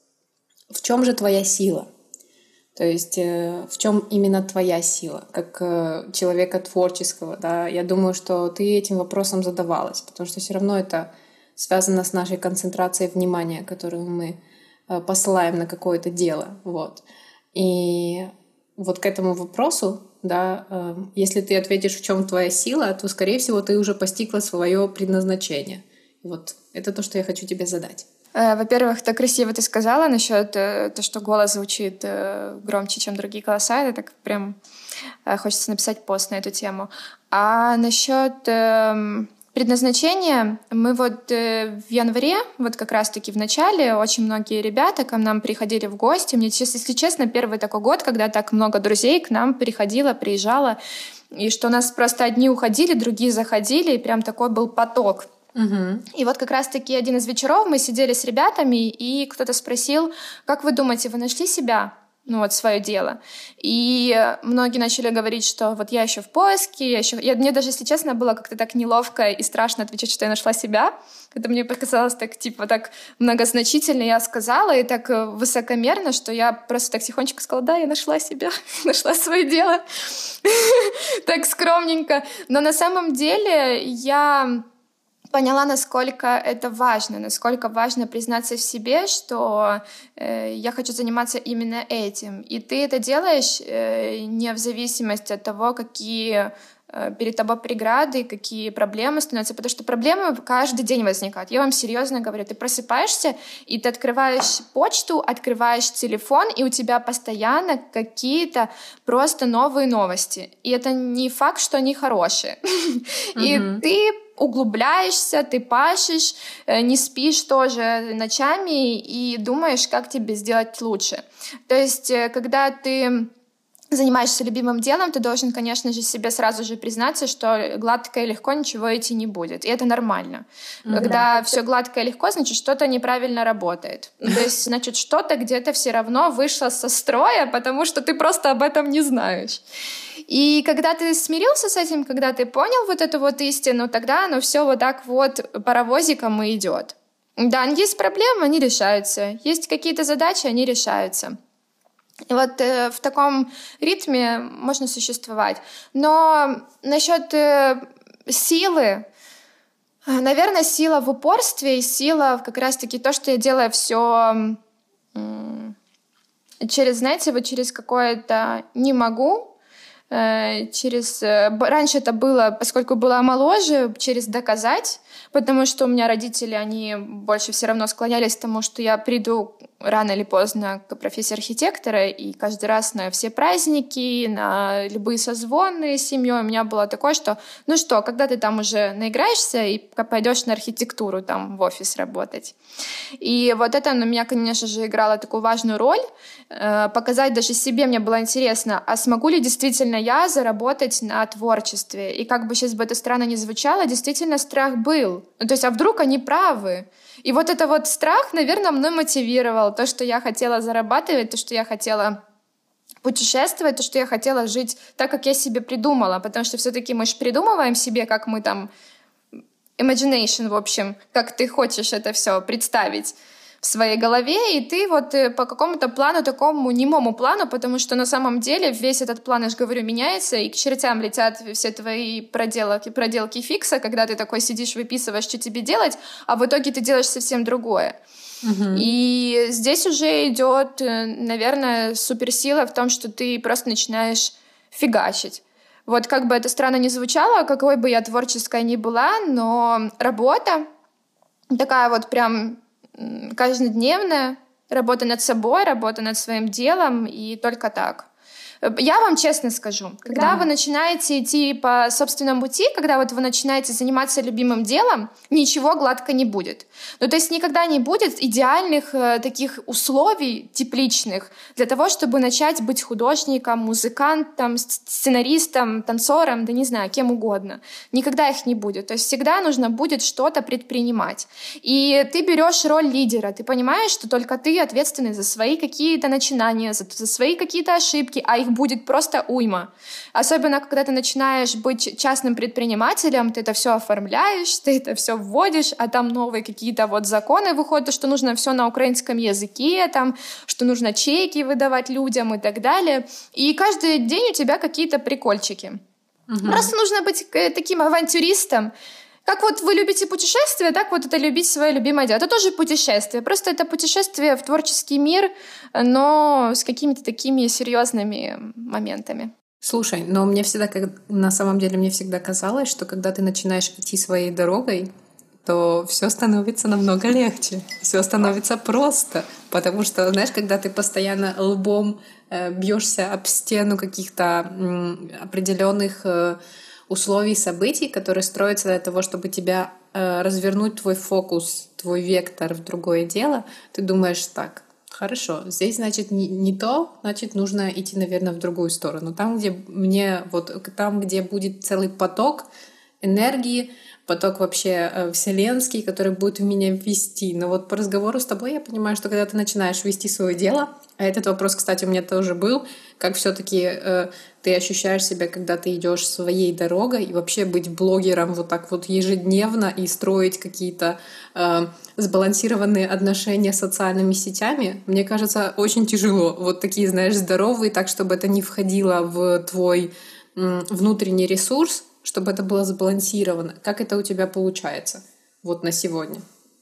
в чем же твоя сила? То есть э, в чем именно твоя сила, как э, человека творческого? Да? Я думаю, что ты этим вопросом задавалась, потому что все равно это связано с нашей концентрацией внимания, которую мы э, посылаем на какое-то дело. Вот. И вот к этому вопросу, да, э, если ты ответишь, в чем твоя сила, то, скорее всего, ты уже постигла свое предназначение. Вот это то, что я хочу тебе задать. Во-первых, так красиво ты сказала насчет того, что голос звучит громче, чем другие голоса. Это так прям хочется написать пост на эту тему. А насчет предназначения, мы вот в январе, вот как раз-таки в начале, очень многие ребята к нам приходили в гости. Мне, если честно, первый такой год, когда так много друзей к нам приходило, приезжало, и что у нас просто одни уходили, другие заходили, и прям такой был поток. Угу. И вот как раз-таки один из вечеров мы сидели с ребятами, и кто-то спросил: как вы думаете, вы нашли себя? Ну вот, свое дело. И многие начали говорить, что вот я еще в поиске, я еще... Я, мне даже, если честно, было как-то так неловко и страшно отвечать, что я нашла себя. Это мне показалось так, типа, так многозначительно я сказала, и так высокомерно, что я просто так тихонечко сказала: да, я нашла себя, нашла свое дело. Так скромненько. Но на самом деле я... поняла, насколько это важно, насколько важно признаться в себе, что э, я хочу заниматься именно этим. И ты это делаешь э, не в зависимости от того, какие э, перед тобой преграды, какие проблемы становятся, потому что проблемы каждый день возникают. Я вам серьезно говорю, ты просыпаешься, и ты открываешь почту, открываешь телефон, и у тебя постоянно какие-то просто новые новости. И это не факт, что они хорошие. И ты углубляешься, ты пашешь, не спишь тоже ночами и думаешь, как тебе сделать лучше. То есть, когда ты занимаешься любимым делом, ты должен, конечно же, себе сразу же признаться, что гладко и легко ничего идти не будет. И это нормально. Mm-hmm. Когда все гладко и легко, значит, что-то неправильно работает. То есть, значит, что-то где-то все равно вышло со строя, потому что ты просто об этом не знаешь. И когда ты смирился с этим, когда ты понял вот эту вот истину, тогда оно все вот так вот паровозиком и идет. Да, есть проблемы, они решаются. Есть какие-то задачи, они решаются. И вот э, в таком ритме можно существовать. Но насчет э, силы, наверное, сила в упорстве и сила как раз-таки то, что я делаю все э, через, знаете, вот через какое-то «не могу», э, через... Э, раньше это было, поскольку была моложе, через «доказать», потому что у меня родители, они больше все равно склонялись к тому, что я приду рано или поздно к профессии архитектора, и каждый раз на все праздники, на любые созвоны с семьей у меня было такое, что ну что, когда ты там уже наиграешься и пойдешь на архитектуру там в офис работать. И вот это на меня, конечно же, играло такую важную роль. Показать даже себе мне было интересно, а смогу ли действительно я заработать на творчестве? И как бы сейчас бы это странно ни звучало, действительно страх был. Ну, то есть, а вдруг они правы? И вот это вот страх, наверное, мной мотивировал. То, что я хотела зарабатывать, то, что я хотела путешествовать, то, что я хотела жить так, как я себе придумала. Потому что все-таки мы же придумываем себе, как мы там... Imagination, в общем, как ты хочешь это все представить в своей голове, и ты вот по какому-то плану, такому немому плану, потому что на самом деле весь этот план, я же говорю, меняется, и к чертям летят все твои проделки, проделки фикса, когда ты такой сидишь, выписываешь, что тебе делать, а в итоге ты делаешь совсем другое. Uh-huh. И здесь уже идет, наверное, суперсила в том, что ты просто начинаешь фигачить. Вот как бы это странно ни звучало, какой бы я творческая ни была, но работа такая вот прям каждодневная, работа над собой, работа над своим делом, и только так. Я вам честно скажу, когда да. вы начинаете идти по собственному пути, когда вот вы начинаете заниматься любимым делом, ничего гладко не будет. Ну, то есть никогда не будет идеальных э, таких условий тепличных для того, чтобы начать быть художником, музыкантом, сценаристом, танцором, да не знаю, кем угодно. Никогда их не будет. То есть всегда нужно будет что-то предпринимать. И ты берешь роль лидера, ты понимаешь, что только ты ответственный за свои какие-то начинания, за, за свои какие-то ошибки, а их будет просто уйма. Особенно, когда ты начинаешь быть частным предпринимателем, ты это все оформляешь, ты это все вводишь, а там новые какие-то вот законы выходят, что нужно все на украинском языке, там, что нужно чеки выдавать людям и так далее. И каждый день у тебя какие-то прикольчики. Угу. Просто нужно быть таким авантюристом. Как вот вы любите путешествия, так вот это любить свое любимое дело. Это тоже путешествие. Просто это путешествие в творческий мир, но с какими-то такими серьезными моментами. Слушай, но мне всегда, на самом деле, мне всегда казалось, что когда ты начинаешь идти своей дорогой, то все становится намного легче, все становится просто, потому что, знаешь, когда ты постоянно лбом э, бьешься об стену каких-то м, определенных э, условий, событий, которые строятся для того, чтобы тебя э, развернуть твой фокус, твой вектор в другое дело, ты думаешь так: хорошо, здесь, значит, не, не то, значит, нужно идти, наверное, в другую сторону. Там, где мне, вот там, где будет целый поток энергии, поток вообще э, вселенский, который будет в меня вести. Но вот по разговору с тобой я понимаю, что когда ты начинаешь вести свое дело, а этот вопрос, кстати, у меня тоже был, как все-таки э, ты ощущаешь себя, когда ты идешь своей дорогой, и вообще быть блогером вот так вот ежедневно и строить какие-то э, сбалансированные отношения с социальными сетями, мне кажется, очень тяжело. Вот такие, знаешь, здоровые, так, чтобы это не входило в твой м, внутренний ресурс, чтобы это было сбалансировано. Как это у тебя получается вот на сегодня?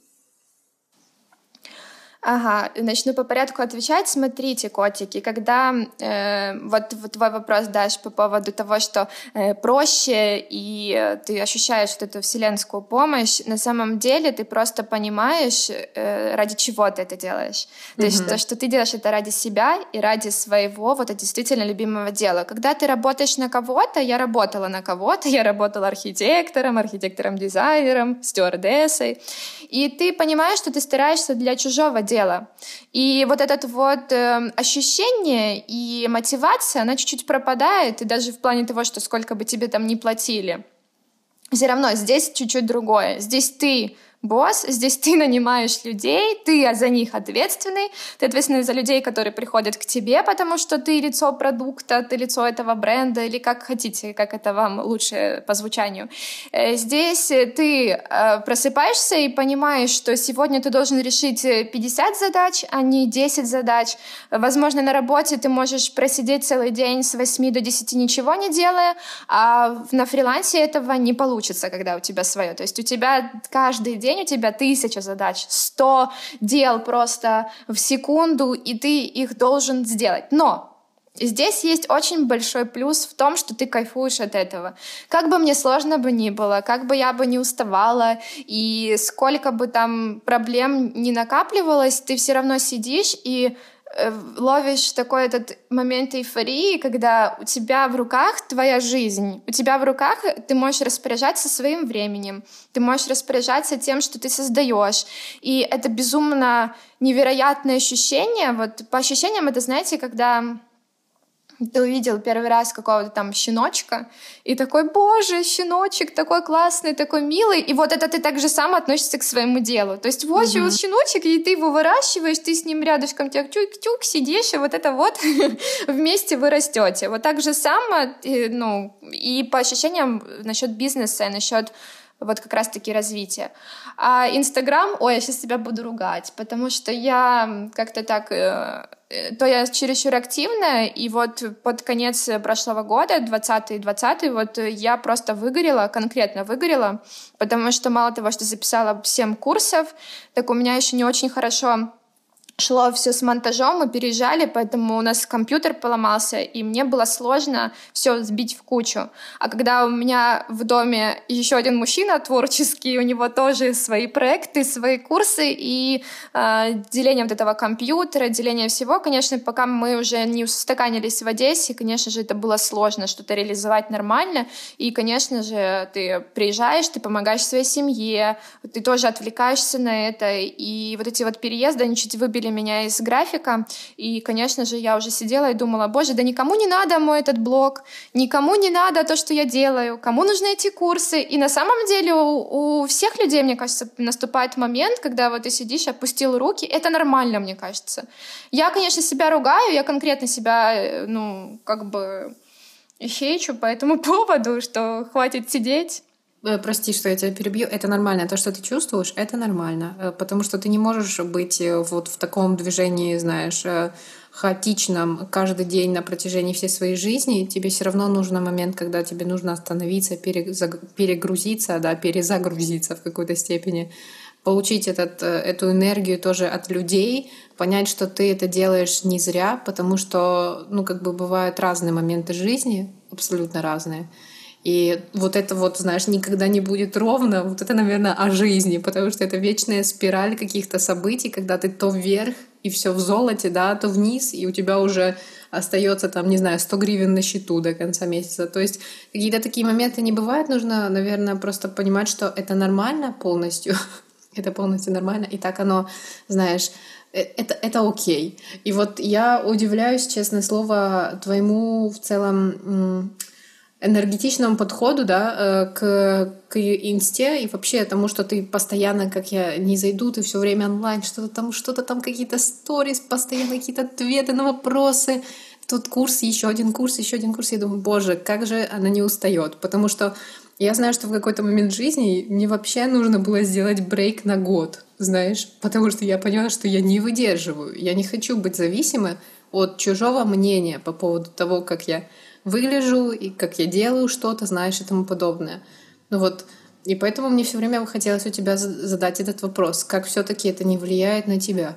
Ага, начну по порядку отвечать. Смотрите, котики, когда э, вот, вот твой вопрос, Даш, по поводу того, что э, проще, и э, ты ощущаешь вот эту вселенскую помощь, на самом деле ты просто понимаешь, э, ради чего ты это делаешь. То mm-hmm. есть то, что ты делаешь это ради себя и ради своего вот действительно любимого дела. Когда ты работаешь на кого-то, я работала на кого-то, я работала архитектором, архитектором-дизайнером, стюардессой, и ты понимаешь, что ты стараешься для чужого дела. Дело. И вот это вот э, ощущение и мотивация, она чуть-чуть пропадает, и даже в плане того, что сколько бы тебе там ни платили. Все равно здесь чуть-чуть другое. Здесь ты босс, здесь ты нанимаешь людей, ты за них ответственный, ты ответственный за людей, которые приходят к тебе, потому что ты лицо продукта, ты лицо этого бренда, или как хотите, как это вам лучше по звучанию. Здесь ты просыпаешься и понимаешь, что сегодня ты должен решить пятьдесят задач, а не десять задач. Возможно, на работе ты можешь просидеть целый день с восьми до десяти ничего не делая, а на фрилансе этого не получится, когда у тебя свое. То есть у тебя каждый день у тебя тысяча задач, сто дел просто в секунду, и ты их должен сделать. Но здесь есть очень большой плюс в том, что ты кайфуешь от этого. Как бы мне сложно бы ни было, как бы я бы не уставала, и сколько бы там проблем не накапливалось, ты все равно сидишь и ловишь такой этот момент эйфории, когда у тебя в руках твоя жизнь, у тебя в руках ты можешь распоряжаться своим временем, ты можешь распоряжаться тем, что ты создаешь, и это безумно невероятное ощущение. Вот по ощущениям это, знаете, когда ты увидел первый раз какого-то там щеночка, и такой, боже, щеночек такой классный, такой милый, и вот это ты так же сам относишься к своему делу. То есть вот mm-hmm. щеночек, и ты его выращиваешь, ты с ним рядышком тюк-тюк сидишь, и вот это вот вместе вы растете. Вот так же само, ну, и по ощущениям насчет бизнеса, насчет вот как раз-таки развития. А Инстаграм, ой, я сейчас себя буду ругать, потому что я как-то так, э, то я чересчур активная, и вот под конец прошлого года, двадцатый двадцатый, вот я просто выгорела, конкретно выгорела, потому что мало того, что записала семь курсов, так у меня еще не очень хорошо шло все с монтажом, мы переезжали, поэтому у нас компьютер поломался, и мне было сложно все сбить в кучу. А когда у меня в доме еще один мужчина творческий, у него тоже свои проекты, свои курсы, и э, деление вот этого компьютера, деление всего, конечно, пока мы уже не устаканились в Одессе, конечно же, это было сложно что-то реализовать нормально, и, конечно же, ты приезжаешь, ты помогаешь своей семье, ты тоже отвлекаешься на это, и вот эти вот переезды, они чуть выбили меня из графика, и, конечно же, я уже сидела и думала, боже, да никому не надо мой этот блог, никому не надо то, что я делаю, кому нужны эти курсы, и на самом деле у, у всех людей, мне кажется, наступает момент, когда вот ты сидишь, опустил руки, это нормально, мне кажется. Я, конечно, себя ругаю, я конкретно себя, ну, как бы хейчу по этому поводу, что хватит сидеть. Прости, что я тебя перебью. Это нормально. То, что ты чувствуешь, это нормально. Потому что ты не можешь быть вот в таком движении, знаешь, хаотичном каждый день на протяжении всей своей жизни. Тебе все равно нужен момент, когда тебе нужно остановиться, перегрузиться, да, перезагрузиться в какой-то степени, получить этот, эту энергию тоже от людей, понять, что ты это делаешь не зря, потому что, ну, как бы бывают разные моменты жизни, абсолютно разные. И вот это вот, знаешь, никогда не будет ровно. Вот это, наверное, о жизни, потому что это вечная спираль каких-то событий, когда ты то вверх, и все в золоте, да, то вниз, и у тебя уже остается там, не знаю, сто гривен на счету до конца месяца. То есть какие-то такие моменты не бывают. Нужно, наверное, просто понимать, что это нормально полностью. Это полностью нормально. И так оно, знаешь, это, это окей. И вот я удивляюсь, честное слово, твоему в целом энергетичному подходу, да, к, к инсте и вообще тому, что ты постоянно, как я не зайду, ты все время онлайн, что-то там, что-то там, какие-то сторис, постоянно какие-то ответы на вопросы, тут курс, еще один курс, еще один курс. Я думаю, боже, как же она не устает, потому что я знаю, что в какой-то момент жизни мне вообще нужно было сделать брейк на год, знаешь, потому что я поняла, что я не выдерживаю, я не хочу быть зависимой от чужого мнения по поводу того, как я выгляжу и как я делаю что-то, знаешь, и тому подобное. Ну вот, и поэтому мне все время хотелось у тебя задать этот вопрос. Как все-таки это не влияет на тебя?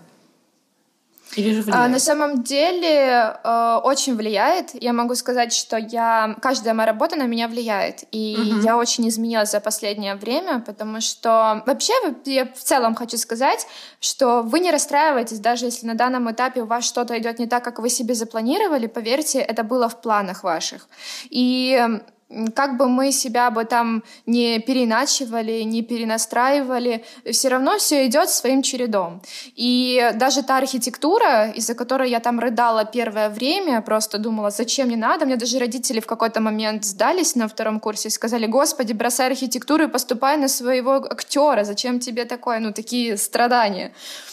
Или же влияет? А, на самом деле э, очень влияет. Я могу сказать, что я каждая моя работа на меня влияет. И угу. я очень изменилась за последнее время, потому что вообще я в целом хочу сказать, что вы не расстраивайтесь, даже если на данном этапе у вас что-то идет не так, как вы себе запланировали. Поверьте, это было в планах ваших. И как бы мы себя бы там не переначивали, не перенастраивали, все равно все идет своим чередом. И даже та архитектура, из-за которой я там рыдала первое время, просто думала, зачем мне надо, мне даже родители в какой-то момент сдались на втором курсе и сказали: «Господи, бросай архитектуру и поступай на своего актера, зачем тебе такое, ну, такие страдания».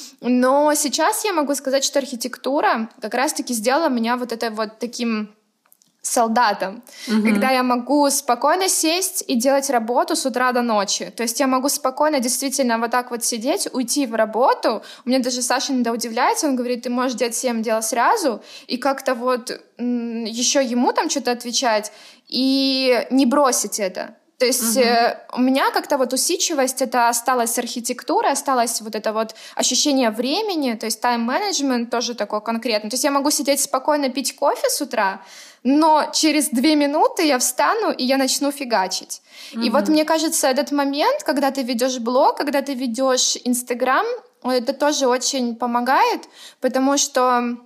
Но сейчас я могу сказать, что архитектура как раз-таки сделала меня вот это вот таким солдатом, угу. когда я могу спокойно сесть и делать работу с утра до ночи. То есть я могу спокойно действительно вот так вот сидеть, уйти в работу. У меня даже Саша иногда удивляется, он говорит: ты можешь делать семь дел сразу, и как-то вот м- еще ему там что-то отвечать, и не бросить это. То есть uh-huh. э, у меня как-то вот усидчивость, это осталась архитектура, осталось вот это вот ощущение времени, то есть тайм-менеджмент тоже такой конкретный. То есть я могу сидеть спокойно, пить кофе с утра, но через две минуты я встану, и я начну фигачить. Uh-huh. И вот мне кажется, этот момент, когда ты ведешь блог, когда ты ведешь Инстаграм, это тоже очень помогает, потому что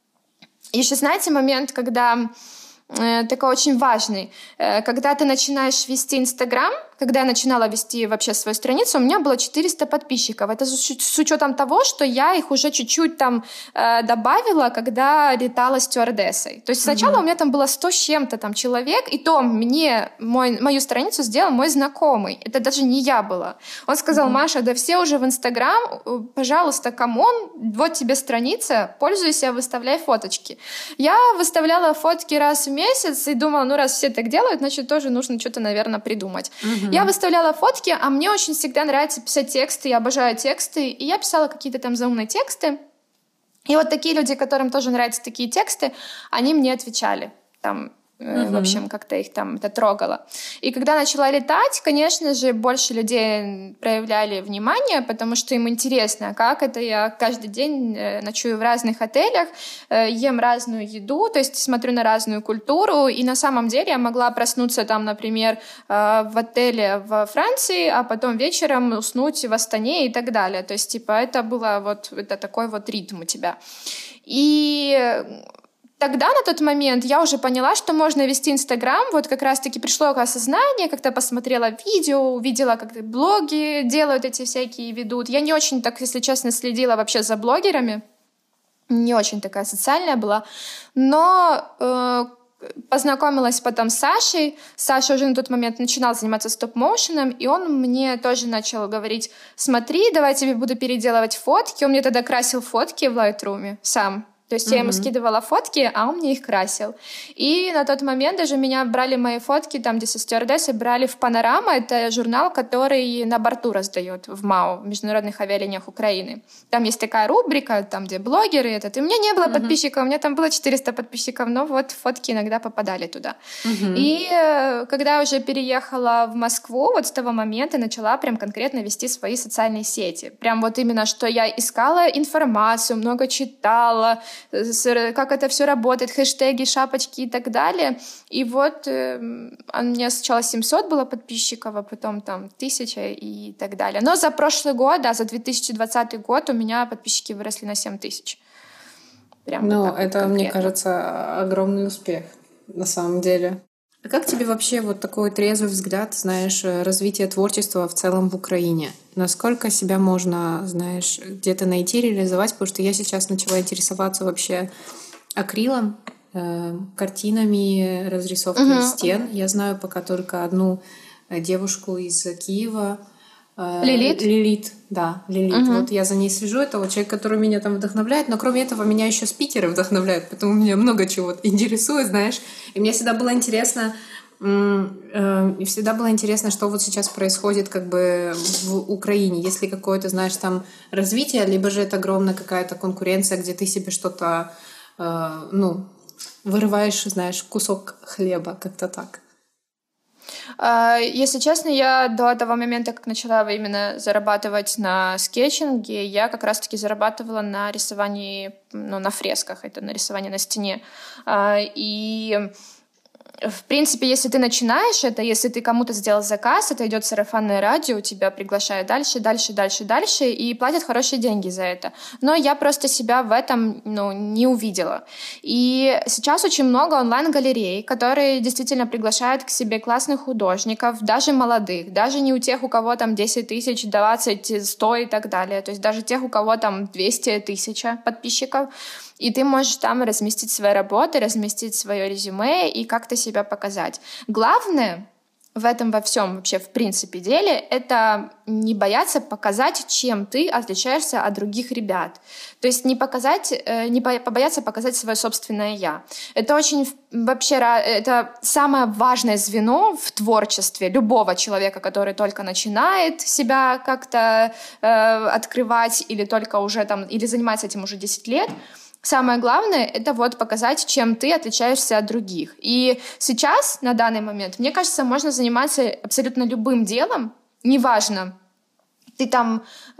еще, знаете, момент, когда... такой очень важный. Когда ты начинаешь вести Инстаграм, когда я начинала вести вообще свою страницу, у меня было четыреста подписчиков. Это с учетом того, что я их уже чуть-чуть там э, добавила, когда летала стюардессой. То есть сначала mm-hmm. у меня там было сто с чем-то там человек, и то мне мой, мою страницу сделал мой знакомый. Это даже не я была. Он сказал: mm-hmm. Маша, да все уже в Инстаграм, пожалуйста, камон, вот тебе страница, пользуйся, выставляй фоточки. Я выставляла фотки раз в месяц и думала, ну раз все так делают, значит тоже нужно что-то, наверное, придумать. Mm-hmm. Я выставляла фотки, а мне очень всегда нравится писать тексты, я обожаю тексты, и я писала какие-то там заумные тексты. И вот такие люди, которым тоже нравятся такие тексты, они мне отвечали. Там, uh-huh. в общем, как-то их там это трогало. И когда начала летать, конечно же, больше людей проявляли внимание, потому что им интересно, как это. Я каждый день ночую в разных отелях, ем разную еду, то есть смотрю на разную культуру, и на самом деле я могла проснуться там, например, в отеле во Франции, а потом вечером уснуть в Астане и так далее. То есть, типа, это было вот это такой вот ритм у тебя. И тогда, на тот момент, я уже поняла, что можно вести Инстаграм. Вот как раз-таки пришло к осознанию, как-то посмотрела видео, увидела, как блоги делают эти всякие, ведут. Я не очень так, если честно, следила вообще за блогерами. Не очень такая социальная была. Но э, познакомилась потом с Сашей. Саша уже на тот момент начинал заниматься стоп-моушеном, и он мне тоже начал говорить: смотри, давай я тебе буду переделывать фотки. Он мне тогда красил фотки в Lightroom сам. То есть mm-hmm. я ему скидывала фотки, а он мне их красил. И на тот момент даже меня брали мои фотки, там, где со стюардессой, брали в «Панорама». Это журнал, который на борту раздает в МАУ, в Международных авиалиниях Украины. Там есть такая рубрика, там, где блогеры. Этот. И у меня не было mm-hmm. подписчиков, у меня там было четыреста подписчиков, но вот фотки иногда попадали туда. Mm-hmm. И э, когда я уже переехала в Москву, вот с того момента начала прям конкретно вести свои социальные сети. Прям вот именно, что я искала информацию, много читала, как это все работает, хэштеги, шапочки и так далее. И вот э, у меня сначала семьсот было подписчиков, а потом там тысяча и так далее. Но за прошлый год, да, за две тысячи двадцатый год у меня подписчики выросли на семь тысяч. Прям ну, вот это, вот мне кажется, огромный успех на самом деле. А как тебе вообще вот такой трезвый взгляд, знаешь, развитие творчества в целом в Украине? Насколько себя можно, знаешь, где-то найти, реализовать? Потому что я сейчас начала интересоваться вообще акрилом, э, картинами, разрисовкой uh-huh. стен. Я знаю пока только одну девушку из Киева. Э, Лилит? Лилит, да, Лилит. Uh-huh. Вот я за ней слежу. Это вот человек, который меня там вдохновляет. Но кроме этого, меня еще спикеры вдохновляют. Поэтому меня много чего интересует, знаешь. И мне всегда было интересно... И всегда было интересно, что вот сейчас происходит как бы в Украине. Есть ли какое-то, знаешь, там развитие, либо же это огромная какая-то конкуренция, где ты себе что-то, ну, вырываешь, знаешь, кусок хлеба, как-то так. Если честно, я до того момента, как начала именно зарабатывать на скетчинге, я как раз-таки зарабатывала на рисовании, ну, на фресках, это на рисовании на стене. И в принципе, если ты начинаешь это, если ты кому-то сделал заказ, это идет сарафанное радио, тебя приглашают дальше, дальше, дальше, дальше, и платят хорошие деньги за это. Но я просто себя в этом, ну, не увидела. И сейчас очень много онлайн-галерей, которые действительно приглашают к себе классных художников, даже молодых, даже не у тех, у кого там десять тысяч, двадцать, сто и так далее, то есть даже тех, у кого там двести тысяч подписчиков. И ты можешь там разместить свои работы, разместить свое резюме и как-то себя показать. Главное в этом во всем вообще в принципе деле — это не бояться показать, чем ты отличаешься от других ребят. То есть не показать, не побояться показать свое собственное «я». Это очень вообще это самое важное звено в творчестве любого человека, который только начинает себя как-то э, открывать или только уже там, или занимается этим уже десять лет. Самое главное — это вот показать, чем ты отличаешься от других. И сейчас, на данный момент, мне кажется, можно заниматься абсолютно любым делом, неважно, ты там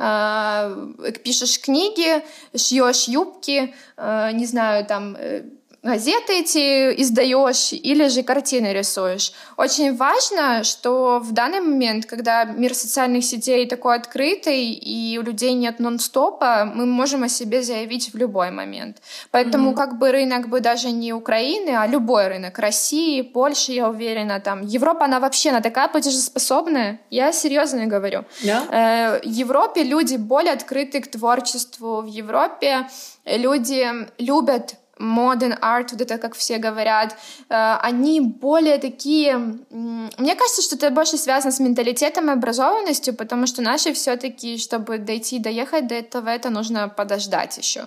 э, пишешь книги, шьешь юбки, э, не знаю, там... Э, газеты эти издаешь или же картины рисуешь. Очень важно, что в данный момент, когда мир социальных сетей такой открытый и у людей нет нон-стопа, мы можем о себе заявить в любой момент. Поэтому mm-hmm. как бы рынок бы даже не Украины, а любой рынок России, Польши, я уверена, там Европа, она вообще она такая платежеспособная. Я серьезно говорю. Yeah. В Европе люди более открыты к творчеству. В Европе люди любят modern art, вот это, как все говорят, они более такие... Мне кажется, что это больше связано с менталитетом и образованностью, потому что наши все-таки, чтобы дойти, доехать до этого, это нужно подождать еще.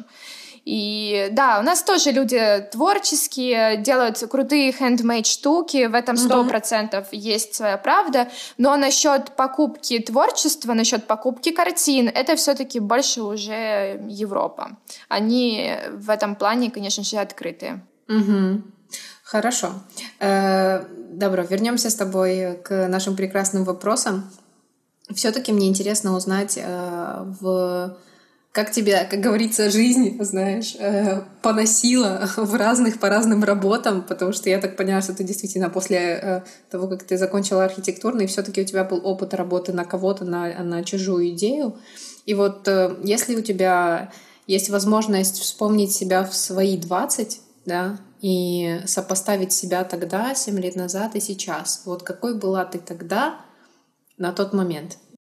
И да, у нас тоже люди творческие, делают крутые handmade штуки, в этом сто процентов mm-hmm. есть своя правда, но насчет покупки творчества, насчет покупки картин, это все-таки больше уже Европа. Они в этом плане, конечно же, открытые. Mm-hmm. Хорошо. Э, добро, вернемся с тобой к нашим прекрасным вопросам. Все-таки мне интересно узнать э, в... Как тебя, как говорится, жизнь, знаешь, э, поносила в разных, по разным работам, потому что я так поняла, что ты действительно после э, того, как ты закончила архитектурный, все-таки у тебя был опыт работы на кого-то, на, на чужую идею. И вот э, если у тебя есть возможность вспомнить себя в свои двадцать, да, и сопоставить себя тогда, семь лет назад и сейчас, вот какой была ты тогда на тот момент?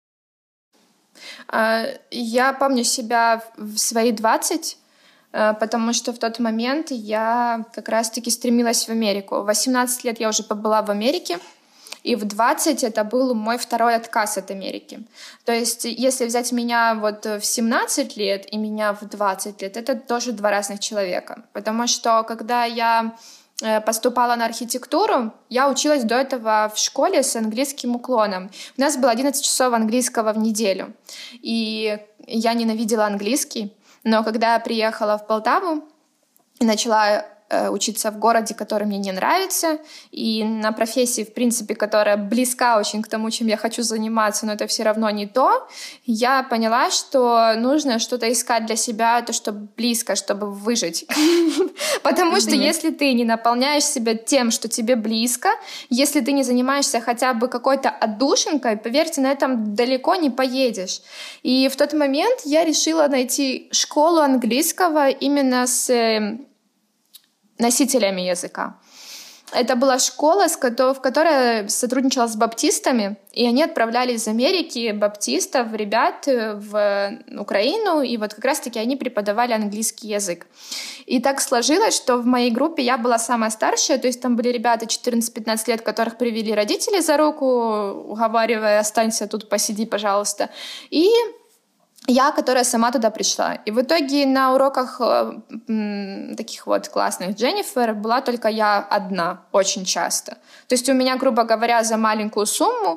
Я помню себя в свои двадцать, потому что в тот момент я как раз-таки стремилась в Америку. В восемнадцать лет я уже побыла в Америке, и в двадцать это был мой второй отказ от Америки. То есть если взять меня вот в семнадцать лет и меня в двадцать лет, это тоже два разных человека. Потому что когда я поступала на архитектуру, я училась до этого в школе с английским уклоном. У нас было одиннадцать часов английского в неделю. И я ненавидела английский. Но когда я приехала в Полтаву и начала учиться в городе, который мне не нравится, и на профессии, в принципе, которая близка очень к тому, чем я хочу заниматься, но это все равно не то, я поняла, что нужно что-то искать для себя, то, что близко, чтобы выжить. Потому что если ты не наполняешь себя тем, что тебе близко, если ты не занимаешься хотя бы какой-то отдушинкой, поверьте, на этом далеко не поедешь. И в тот момент я решила найти школу английского именно с носителями языка. Это была школа, в которой сотрудничала с баптистами, и они отправляли из Америки баптистов, ребят в Украину, и вот как раз-таки они преподавали английский язык. И так сложилось, что в моей группе я была самая старшая, то есть там были ребята четырнадцать-пятнадцать лет, которых привели родители за руку, уговаривая: останься тут, посиди, пожалуйста. И я, которая сама туда пришла. И в итоге на уроках э, м, таких вот классных Дженнифер была только я одна очень часто. То есть у меня, грубо говоря, за маленькую сумму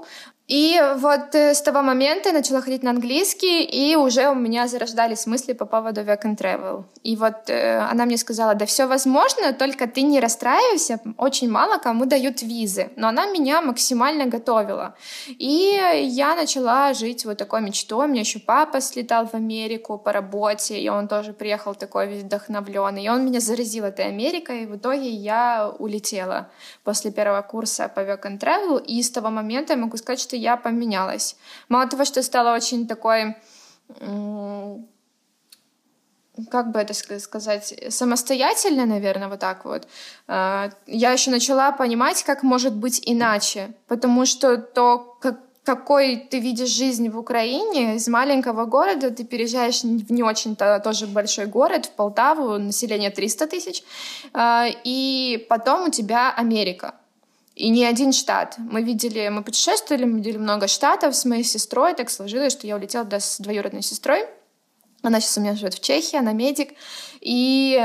И вот с того момента я начала ходить на английский, и уже у меня зарождались мысли по поводу work and travel. И вот э, она мне сказала, да все возможно, только ты не расстраивайся, очень мало кому дают визы. Но она меня максимально готовила. И я начала жить вот такой мечтой. У меня еще папа слетал в Америку по работе, и он тоже приехал такой весь вдохновленный. И он меня заразил этой Америкой, и в итоге я улетела после первого курса по work and travel. И с того момента я могу сказать, что я поменялась. Мало того, что стала очень такой, как бы это сказать, самостоятельной, наверное, вот так вот, я еще начала понимать, как может быть иначе. Потому что то, как какой ты видишь жизнь в Украине, из маленького города ты переезжаешь в не очень-то тоже большой город, в Полтаву, население триста тысяч, и потом у тебя Америка. И не один штат. Мы видели, мы путешествовали, мы видели много штатов с моей сестрой. Так сложилось, что я улетела туда с двоюродной сестрой. Она сейчас у меня живет в Чехии, она медик. И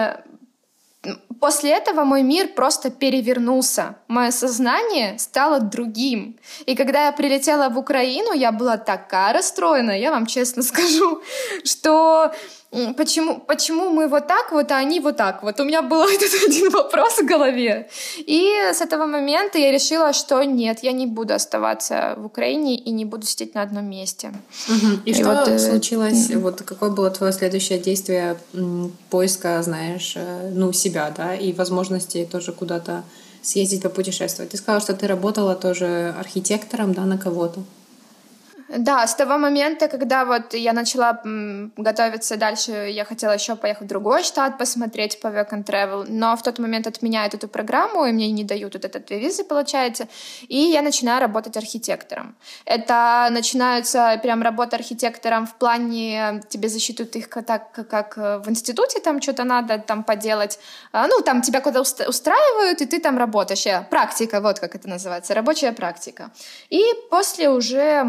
после этого мой мир просто перевернулся. Мое сознание стало другим. И когда я прилетела в Украину, я была такая расстроена, я вам честно скажу, что почему, почему мы вот так вот, а они вот так вот. У меня был этот один вопрос в голове. И с этого момента я решила, что нет, я не буду оставаться в Украине и не буду сидеть на одном месте. Угу. И, и что вот, случилось? Mm-hmm. Вот какое было твое следующее действие поиска, знаешь, ну, себя, да, и возможности тоже куда-то съездить, попутешествовать? Ты сказала, что ты работала тоже архитектором, да, на кого-то. Да, с того момента, когда вот я начала м, готовиться дальше, я хотела еще поехать в другой штат посмотреть по work and travel, но в тот момент отменяют эту программу, и мне не дают вот это две визы, получается, и я начинаю работать архитектором. Это начинается прям работа архитектором в плане, тебе засчитывают их так, как в институте, там что-то надо там поделать, ну, там тебя куда устраивают, и ты там работаешь. Практика, вот как это называется, рабочая практика. И после уже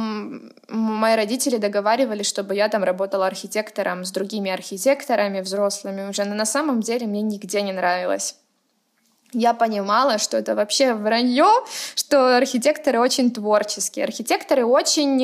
мои родители договаривались, чтобы я там работала архитектором с другими архитекторами, взрослыми уже, но на самом деле мне нигде не нравилось. Я понимала, что это вообще вранье, что архитекторы очень творческие, архитекторы очень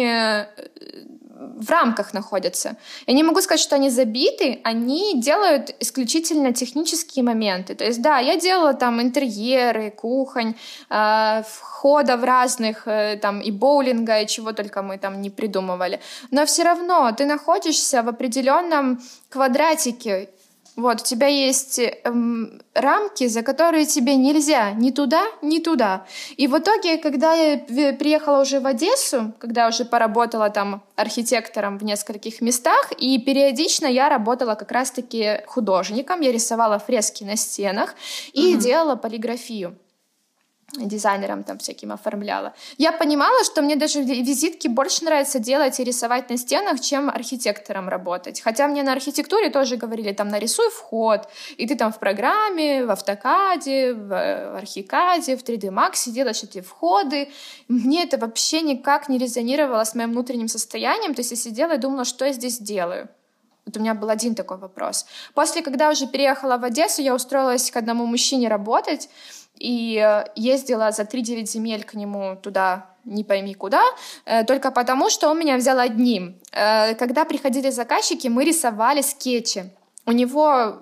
в рамках находятся. Я не могу сказать, что они забиты, они делают исключительно технические моменты. То есть, да, я делала там интерьеры, кухонь, э, входов разных, э, там и боулинга, и чего только мы там не придумывали. Но все равно ты находишься в определенном квадратике. Вот, у тебя есть эм, рамки, за которые тебе нельзя ни туда, ни туда. И в итоге, когда я приехала уже в Одессу, когда я уже поработала там архитектором в нескольких местах, и периодично я работала как раз-таки художником, я рисовала фрески на стенах и угу. делала полиграфию. Дизайнером там всяким оформляла. Я понимала, что мне даже визитки больше нравится делать и рисовать на стенах, чем архитектором работать. Хотя мне на архитектуре тоже говорили, там, нарисуй вход, и ты там в программе, в автокаде, в архикаде, в три дэ Max делаешь эти входы. Мне это вообще никак не резонировало с моим внутренним состоянием, то есть я сидела и думала, что я здесь делаю. Вот у меня был один такой вопрос. После, когда уже переехала в Одессу, я устроилась к одному мужчине работать, и ездила за три-девять земель к нему туда, не пойми куда, только потому, что он меня взял одним. Когда приходили заказчики, мы рисовали скетчи. У него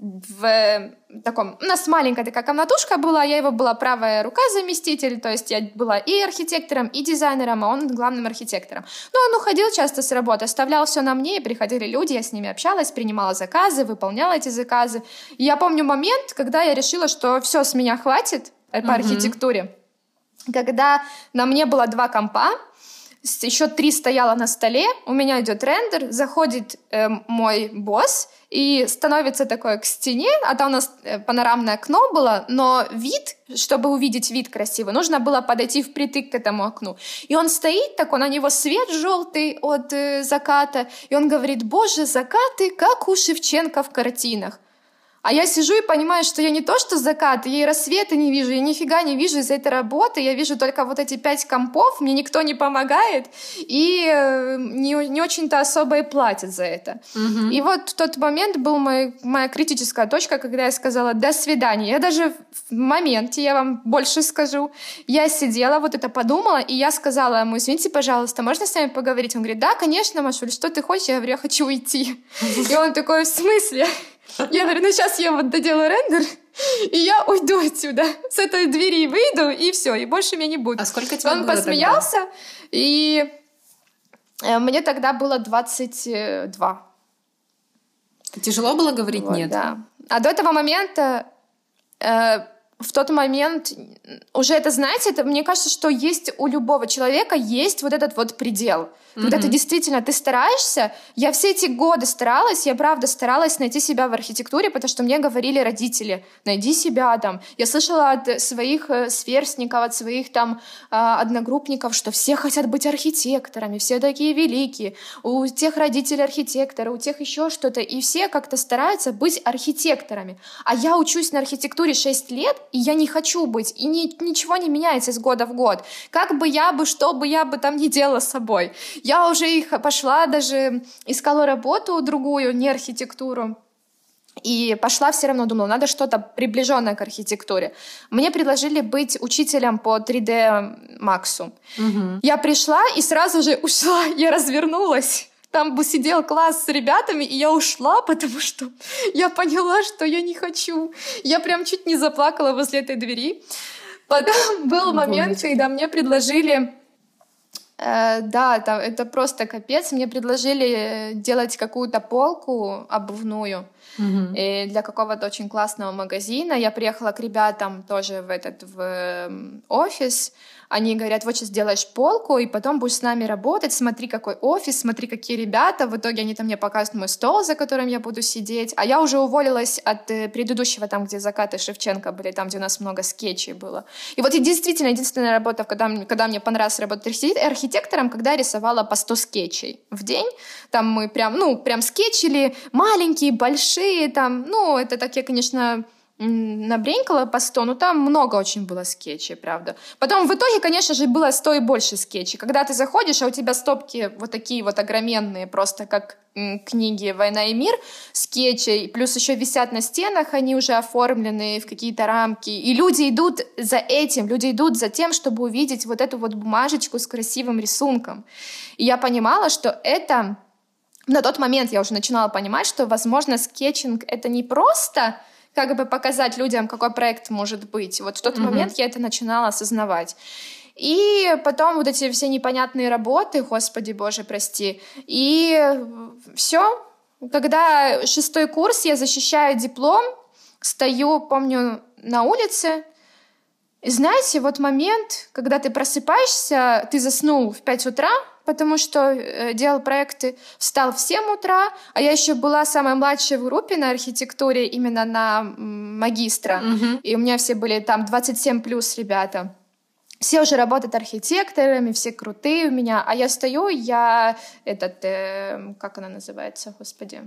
в таком... У нас маленькая такая комнатушка была, я его была правая рука заместитель, то есть я была и архитектором, и дизайнером, а он главным архитектором. Но он уходил часто с работы, оставлял все на мне, и приходили люди, я с ними общалась, принимала заказы, выполняла эти заказы. И я помню момент, когда я решила, что все, с меня хватит по mm-hmm. архитектуре, когда на мне было два компа, еще три стояло на столе, у меня идет рендер, заходит э, мой босс и становится такой к стене, а там у нас панорамное окно было, но вид, чтобы увидеть вид красиво, нужно было подойти впритык к этому окну. И он стоит такой, на него свет желтый от э, заката, и он говорит: «Боже, закаты, как у Шевченко в картинах». А я сижу и понимаю, что я не то что закат, я и рассвета не вижу, я нифига не вижу из этой работы, я вижу только вот эти пять компов, мне никто не помогает, и не, не очень-то особо и платят за это. Угу. И вот в тот момент был мой, моя критическая точка, когда я сказала «до свидания». Я даже в моменте, я вам больше скажу, я сидела, вот это подумала, и я сказала ему: извините, пожалуйста, можно с вами поговорить? Он говорит: да, конечно, Машуль, что ты хочешь? Я говорю: я хочу уйти. И он такой: в смысле? Я говорю: ну сейчас я вот доделаю рендер, и я уйду отсюда, с этой двери выйду, и все, и больше меня не будет. А сколько тебе он было посмеялся, тогда? И мне тогда было двадцать два. Тяжело было говорить вот, нет? Да. А до этого момента... Э, в тот момент уже это, знаете, это, мне кажется, что есть у любого человека есть вот этот вот предел. Mm-hmm. Когда ты действительно, ты стараешься. Я все эти годы старалась, я правда старалась найти себя в архитектуре, потому что мне говорили родители: найди себя там. Я слышала от своих сверстников, от своих там одногруппников, что все хотят быть архитекторами, все такие великие. У тех родителей архитекторы, у тех еще что-то. И все как-то стараются быть архитекторами. А я учусь на архитектуре шесть лет, и я не хочу быть, и ни, ничего не меняется с года в год. Как бы я бы, что бы я бы там ни делала с собой. Я уже их пошла, даже искала работу другую, не архитектуру. И пошла все равно, думала, надо что-то приближенное к архитектуре. Мне предложили быть учителем по три дэ Максу. Угу. Я пришла и сразу же ушла, я развернулась. Там бы сидел класс с ребятами, и я ушла, потому что я поняла, что я не хочу. Я прям чуть не заплакала возле этой двери. Потом был момент, когда мне предложили... Э, да, это, это просто капец. Мне предложили делать какую-то полку обувную угу. и для какого-то очень классного магазина. Я приехала к ребятам тоже в этот в офис. Они говорят: вот сейчас делаешь полку, и потом будешь с нами работать, смотри, какой офис, смотри, какие ребята. В итоге они там мне показывают мой стол, за которым я буду сидеть. А я уже уволилась от предыдущего, там, где Закат и Шевченко были, там, где у нас много скетчей было. И вот и действительно, единственная работа, когда, когда мне понравилось работать архитектором, когда я рисовала по сто скетчей в день. Там мы прям, ну, прям скетчили, маленькие, большие, там, ну, это такие, конечно... набренькала по сто, но там много очень было скетчей, правда. Потом в итоге, конечно же, было сто и больше скетчей. Когда ты заходишь, а у тебя стопки вот такие вот огроменные, просто как м, книги «Война и мир», скетчей, плюс еще висят на стенах, они уже оформлены в какие-то рамки. И люди идут за этим, люди идут за тем, чтобы увидеть вот эту вот бумажечку с красивым рисунком. И я понимала, что это... На тот момент я уже начинала понимать, что, возможно, скетчинг — это не просто... как бы показать людям, какой проект может быть. Вот в тот mm-hmm. момент я это начинала осознавать. И потом вот эти все непонятные работы, Господи Боже, прости. И все. Когда шестой курс, я защищаю диплом, стою, помню, на улице. И знаете, вот момент, когда ты просыпаешься, ты заснул в пять утра, потому что э, делал проекты, встал в семь утра, а я еще была самой младшей в группе на архитектуре, именно на м, магистра. Mm-hmm. И у меня все были там двадцать семь плюс ребята. Все уже работают архитекторами, все крутые у меня. А я стою, я этот, э, как она называется, господи...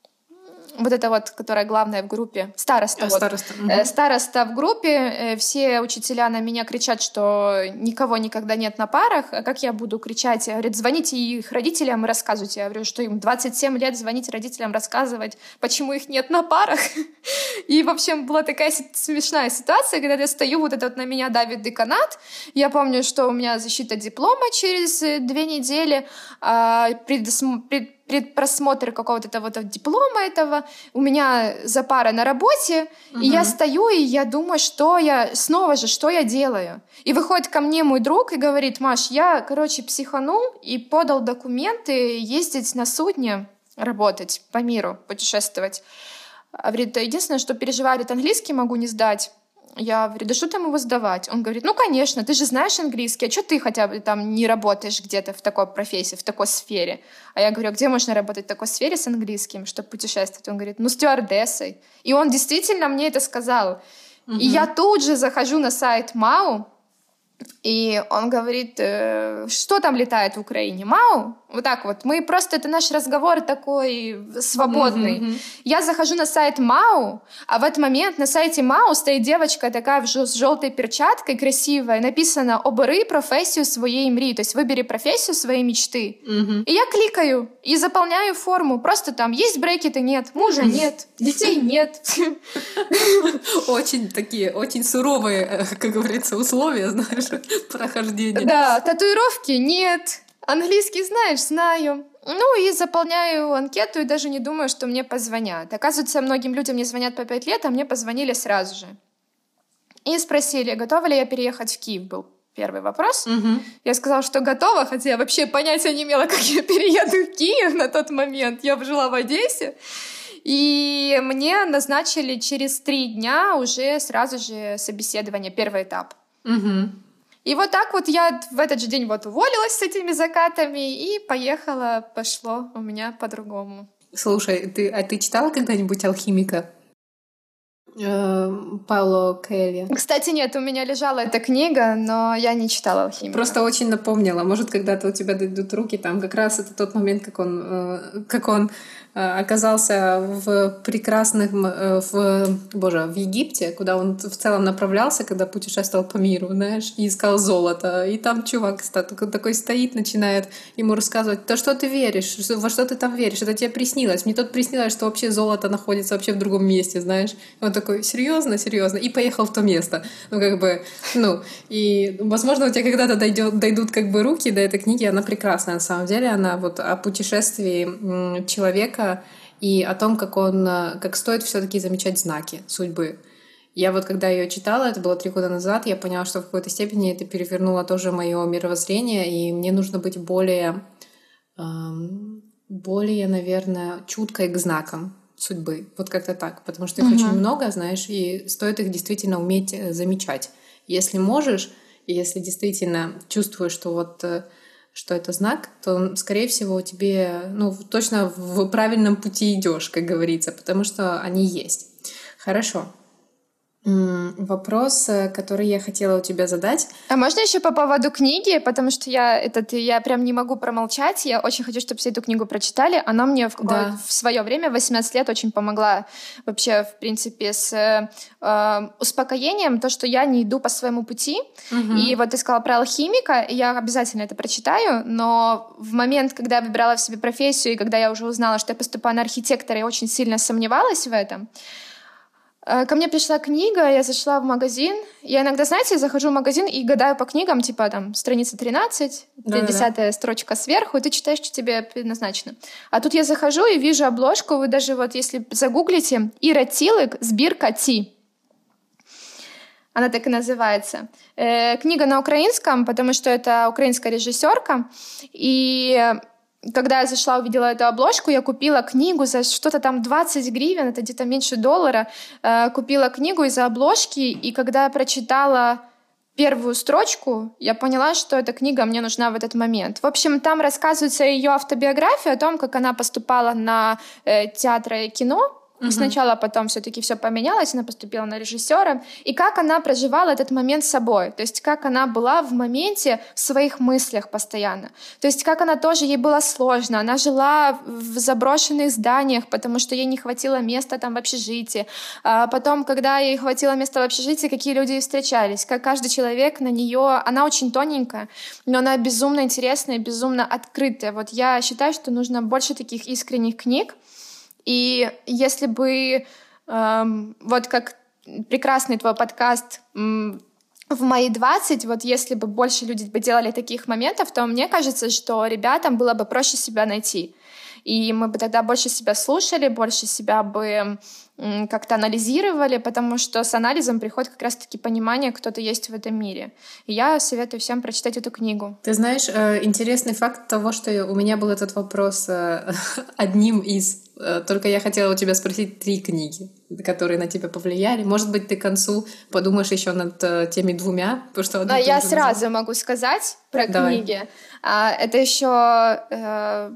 Вот это вот, которая главная в группе, староста. Вот. Староста. Угу. Староста в группе, все учителя на меня кричат, что никого никогда нет на парах. А как я буду кричать? Говорят, звоните их родителям и рассказывайте. Я говорю, что им двадцать семь лет звонить родителям, рассказывать, почему их нет на парах. И, в общем, была такая смешная ситуация, когда я стою, вот это вот на меня давит деканат. Я помню, что у меня защита диплома через две недели, предусмотрено предпросмотр какого-то этого диплома этого, у меня за пара на работе, угу. и я стою, и я думаю, что я, снова же, что я делаю? И выходит ко мне мой друг и говорит: Маш, я, короче, психанул и подал документы ездить на судне, работать по миру, путешествовать. А говорит, единственное, что переживаю, говорит, английский могу не сдать. Я говорю, да что там его сдавать? Он говорит, ну, конечно, ты же знаешь английский, а что ты хотя бы там не работаешь где-то в такой профессии, в такой сфере? А я говорю, а где можно работать в такой сфере с английским, чтобы путешествовать? Он говорит, ну, стюардессой. И он действительно мне это сказал. Угу. И я тут же захожу на сайт МАУ, И он говорит, э, что там летает в Украине? Мау? Вот так вот. Мы просто, это наш разговор такой свободный. Mm-hmm. Я захожу на сайт МАУ, а в этот момент на сайте МАУ стоит девочка такая с желтой перчаткой, красивая, написано «Обери профессию своей мрии», то есть выбери профессию своей мечты. Mm-hmm. И я кликаю и заполняю форму. Просто там есть брекеты? Нет. Мужа нет. Детей нет. Очень такие, очень суровые, как говорится, условия, знаешь, прохождения. Да, татуировки нет. Английский знаешь? Знаю. Ну и заполняю анкету и даже не думаю, что мне позвонят. Оказывается, многим людям не звонят по пять лет, а мне позвонили сразу же. И спросили, готова ли я переехать в Киев, был первый вопрос. Угу. Я сказала, что готова, хотя я вообще понятия не имела, как я перееду в Киев на тот момент. Я жила в Одессе. И мне назначили через три дня уже сразу же собеседование, первый этап. Угу. И вот так вот я в этот же день вот уволилась с этими закатами и поехала, пошло у меня по-другому. Слушай, ты, а ты читала когда-нибудь «Алхимика»? Пауло Коэльо. Кстати, нет, у меня лежала эта книга, но я не читала «Алхимика». Просто очень напомнила. Может, когда-то у тебя дойдут руки, там как раз это тот момент, как он, как он оказался в прекрасных, в, боже, в Египте, куда он в целом направлялся, когда путешествовал по миру, знаешь, и искал золото. И там чувак такой стоит, начинает ему рассказывать: да что ты веришь, во что ты там веришь, это тебе приснилось. Мне тут приснилось, что вообще золото находится вообще в другом месте, знаешь. И он такой: серьезно, серьезно, и поехал в то место. Ну, как бы, ну, и, возможно, у тебя когда-то дойдет, дойдут как бы руки до этой книги, она прекрасная, на самом деле, она вот о путешествии человека и о том, как он, как стоит все-таки замечать знаки судьбы. Я вот когда ее читала, это было три года назад, я поняла, что в какой-то степени это перевернуло тоже мое мировоззрение, и мне нужно быть более, эм, более, наверное, чуткой к знакам судьбы. Вот как-то так. Потому что их uh-huh. очень много, знаешь, и стоит их действительно уметь замечать. Если можешь, и если действительно чувствуешь, что вот что это знак, то, скорее всего, тебе, ну, точно в правильном пути идешь, как говорится, потому что они есть. Хорошо. Вопрос, который я хотела у тебя задать. А можно еще по поводу книги? Потому что я, этот, я прям не могу промолчать. Я очень хочу, чтобы все эту книгу прочитали. Она мне в, да. в свое время, в восемнадцать лет, очень помогла вообще, в принципе, с э, успокоением, то, что я не иду по своему пути. Угу. И вот ты сказала про алхимика, и я обязательно это прочитаю, но в момент, когда я выбирала в себе профессию, и когда я уже узнала, что я поступаю на архитектора, я очень сильно сомневалась в этом. Ко мне пришла книга, я зашла в магазин. Я иногда, знаете, захожу в магазин и гадаю по книгам, типа там страница тринадцать, десятая строчка сверху, и ты читаешь, что тебе предназначено. А тут я захожу и вижу обложку, вы даже вот если загуглите «Іра Тілик. Збірка Ті». Она так и называется. Э, книга на украинском, потому что это украинская режиссерка. И когда я зашла, увидела эту обложку, я купила книгу за что-то там двадцать гривен, это где-то меньше доллара. Э, купила книгу из-за обложки, и когда я прочитала первую строчку, я поняла, что эта книга мне нужна в этот момент. В общем, там рассказывается ее автобиография о том, как она поступала на э, театр и кино. Uh-huh. Сначала, потом все-таки все поменялось, она поступила на режиссера, и как она проживала этот момент с собой, то есть как она была в моменте в своих мыслях постоянно, то есть как она тоже, ей было сложно, она жила в заброшенных зданиях, потому что ей не хватило места там в общежитии, а потом, когда ей хватило места в общежитии, какие люди ей встречались, как каждый человек на нее, она очень тоненькая, но она безумно интересная, безумно открытая. Вот я считаю, что нужно больше таких искренних книг. И если бы, эм, вот как прекрасный твой подкаст эм, в мои двадцать, вот если бы больше людей бы делали таких моментов, то мне кажется, что ребятам было бы проще себя найти. И мы бы тогда больше себя слушали, больше себя бы м, как-то анализировали, потому что с анализом приходит как раз-таки понимание, кто ты есть в этом мире. И я советую всем прочитать эту книгу. Ты знаешь, интересный факт того, что у меня был этот вопрос одним из... Только я хотела у тебя спросить три книги, которые на тебя повлияли. Может быть, ты к концу подумаешь еще над теми двумя? Потому что да, я сразу назвала. Могу сказать про Давай. Книги. А, это еще э,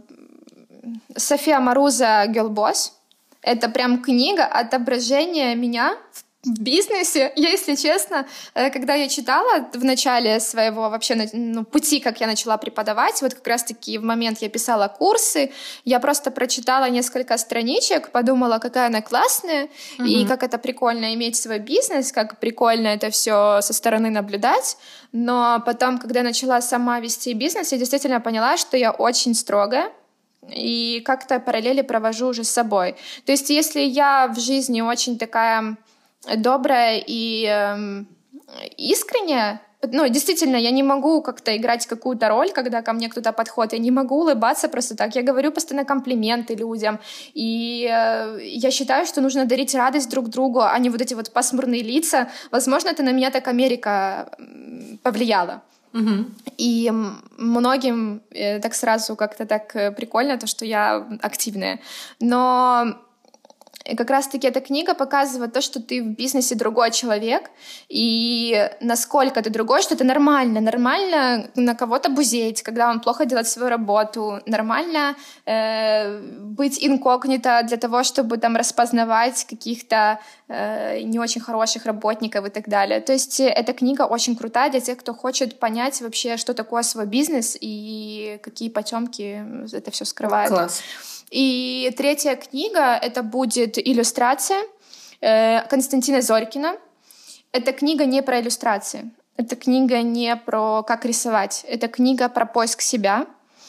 София Маруза «Girl Boss». Это прям книга отображения меня в бизнесе, я, если честно, когда я читала в начале своего вообще ну, пути, как я начала преподавать, вот как раз-таки в момент я писала курсы, я просто прочитала несколько страничек, подумала, какая она классная, uh-huh. и как это прикольно иметь свой бизнес, как прикольно это все со стороны наблюдать, но потом, когда я начала сама вести бизнес, я действительно поняла, что я очень строгая, и как-то параллели провожу уже с собой. То есть если я в жизни очень такая добрая и э, искренняя, ну, действительно, я не могу как-то играть какую-то роль, когда ко мне кто-то подходит, я не могу улыбаться просто так, я говорю постоянно комплименты людям, и э, я считаю, что нужно дарить радость друг другу, а не вот эти вот пасмурные лица. Возможно, это на меня так Америка повлияла. Угу. И многим э, так сразу как-то так э, прикольно, то, что я активная. Но как раз-таки эта книга показывает то, что ты в бизнесе другой человек, и насколько ты другой, что это нормально. Нормально на кого-то бузеть, когда он плохо делает свою работу. Нормально э, быть инкогнито для того, чтобы там распознавать каких-то э, не очень хороших работников и так далее. То есть эта книга очень крутая для тех, кто хочет понять вообще, что такое свой бизнес и какие потемки это все скрывает. Класс. И третья книга — это будет «Иллюстрация» Константина Зорькина. Эта книга не про иллюстрации, эта книга не про как рисовать, это книга про поиск себя,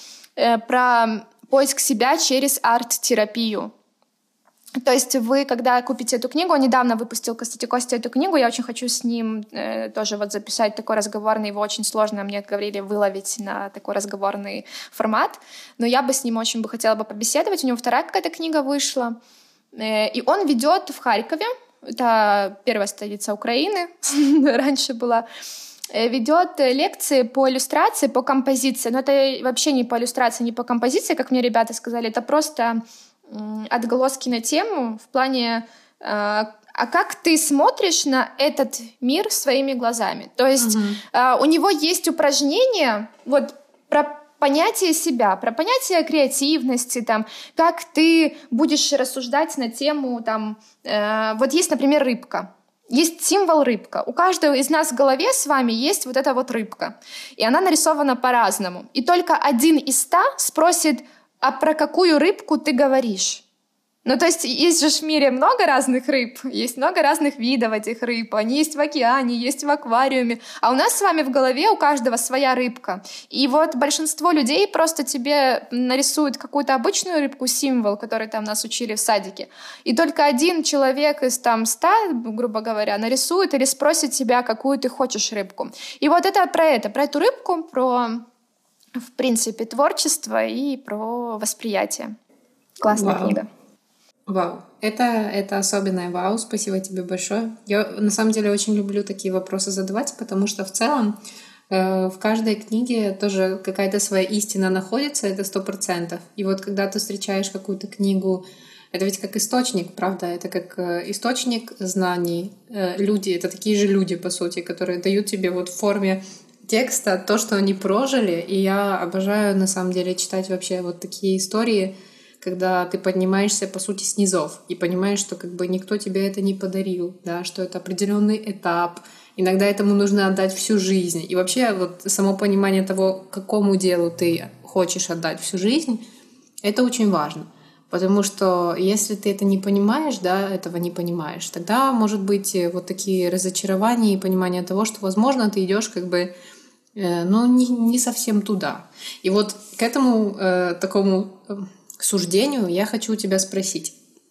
про поиск себя через арт-терапию. То есть вы, когда купите эту книгу, он недавно выпустил, кстати, Костя, эту книгу, я очень хочу с ним э, тоже вот записать такой разговорный, его очень сложно, мне говорили, выловить на такой разговорный формат, но я бы с ним очень бы хотела бы побеседовать, у него вторая какая-то книга вышла, э, и он ведет в Харькове, это первая столица Украины, раньше была, ведет лекции по иллюстрации, по композиции, но это вообще не по иллюстрации, не по композиции, как мне ребята сказали, это просто отголоски на тему в плане, э, а как ты смотришь на этот мир своими глазами. То есть uh-huh. э, у него есть упражнения вот, про понятие себя, про понятие креативности, там, как ты будешь рассуждать на тему, там, э, вот есть, например, рыбка. Есть символ рыбка. У каждого из нас в голове с вами есть вот эта вот рыбка. И она нарисована по-разному. И только один из ста спросит, а про какую рыбку ты говоришь? Ну, то есть есть же в мире много разных рыб, есть много разных видов этих рыб, они есть в океане, есть в аквариуме, а у нас с вами в голове у каждого своя рыбка. И вот большинство людей просто тебе нарисуют какую-то обычную рыбку, символ, который там нас учили в садике, и только один человек из там ста, грубо говоря, нарисует или спросит тебя, какую ты хочешь рыбку. И вот это про это, про эту рыбку, про... в принципе, творчество и про восприятие. Классная Вау. книга. Вау. Это, это особенное вау. Спасибо тебе большое. Я на самом деле очень люблю такие вопросы задавать, потому что в целом э, в каждой книге тоже какая-то своя истина находится, это сто процентов. И вот когда ты встречаешь какую-то книгу, это ведь как источник, правда? Это как э, источник знаний. Э, люди — это такие же люди, по сути, которые дают тебе вот в форме текста то, что они прожили, и я обожаю, на самом деле, читать вообще вот такие истории, когда ты поднимаешься, по сути, с низов и понимаешь, что как бы никто тебе это не подарил, да, что это определенный этап, иногда этому нужно отдать всю жизнь. И вообще вот само понимание того, какому делу ты хочешь отдать всю жизнь, это очень важно. Потому что если ты это не понимаешь, да, этого не понимаешь, тогда, может быть, вот такие разочарования и понимание того, что, возможно, ты идешь как бы но не, не совсем туда. И вот к этому э, такому э, суждению я хочу у тебя спросить.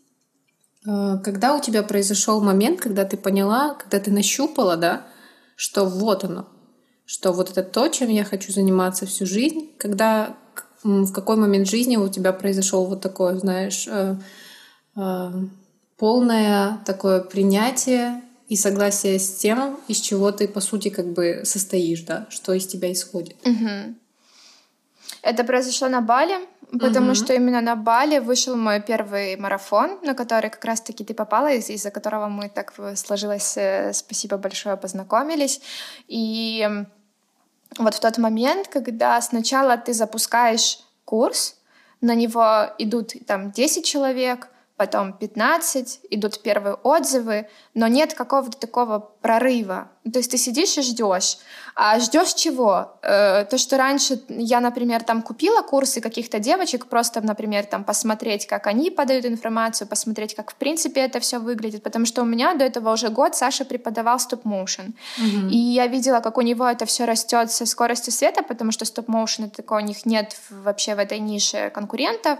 Э, когда у тебя произошел момент, когда ты поняла, когда ты нащупала, да, что вот оно, что вот это то, чем я хочу заниматься всю жизнь, когда в какой момент жизни у тебя произошел вот такое, знаешь, э, э, полное такое принятие и согласие с тем, из чего ты, по сути, как бы состоишь, да, что из тебя исходит. Угу. Это произошло на Бали, потому угу. что именно на Бали вышел мой первый марафон, на который как раз-таки ты попала, из- из-за которого мы так сложилось, спасибо большое, познакомились. И вот в тот момент, когда сначала ты запускаешь курс, на него идут там десять человек, потом пятнадцать, идут первые отзывы, но нет какого-то такого прорыва. То есть ты сидишь и ждешь. А ждешь чего? Э, то, что раньше я, например, там купила курсы каких-то девочек, просто, например, там посмотреть, как они подают информацию, посмотреть, как в принципе это все выглядит, потому что у меня до этого уже год Саша преподавал стоп-моушен. Mm-hmm. И я видела, как у него это все растет со скоростью света, потому что стоп-моушен — это такое, у них нет вообще в этой нише конкурентов.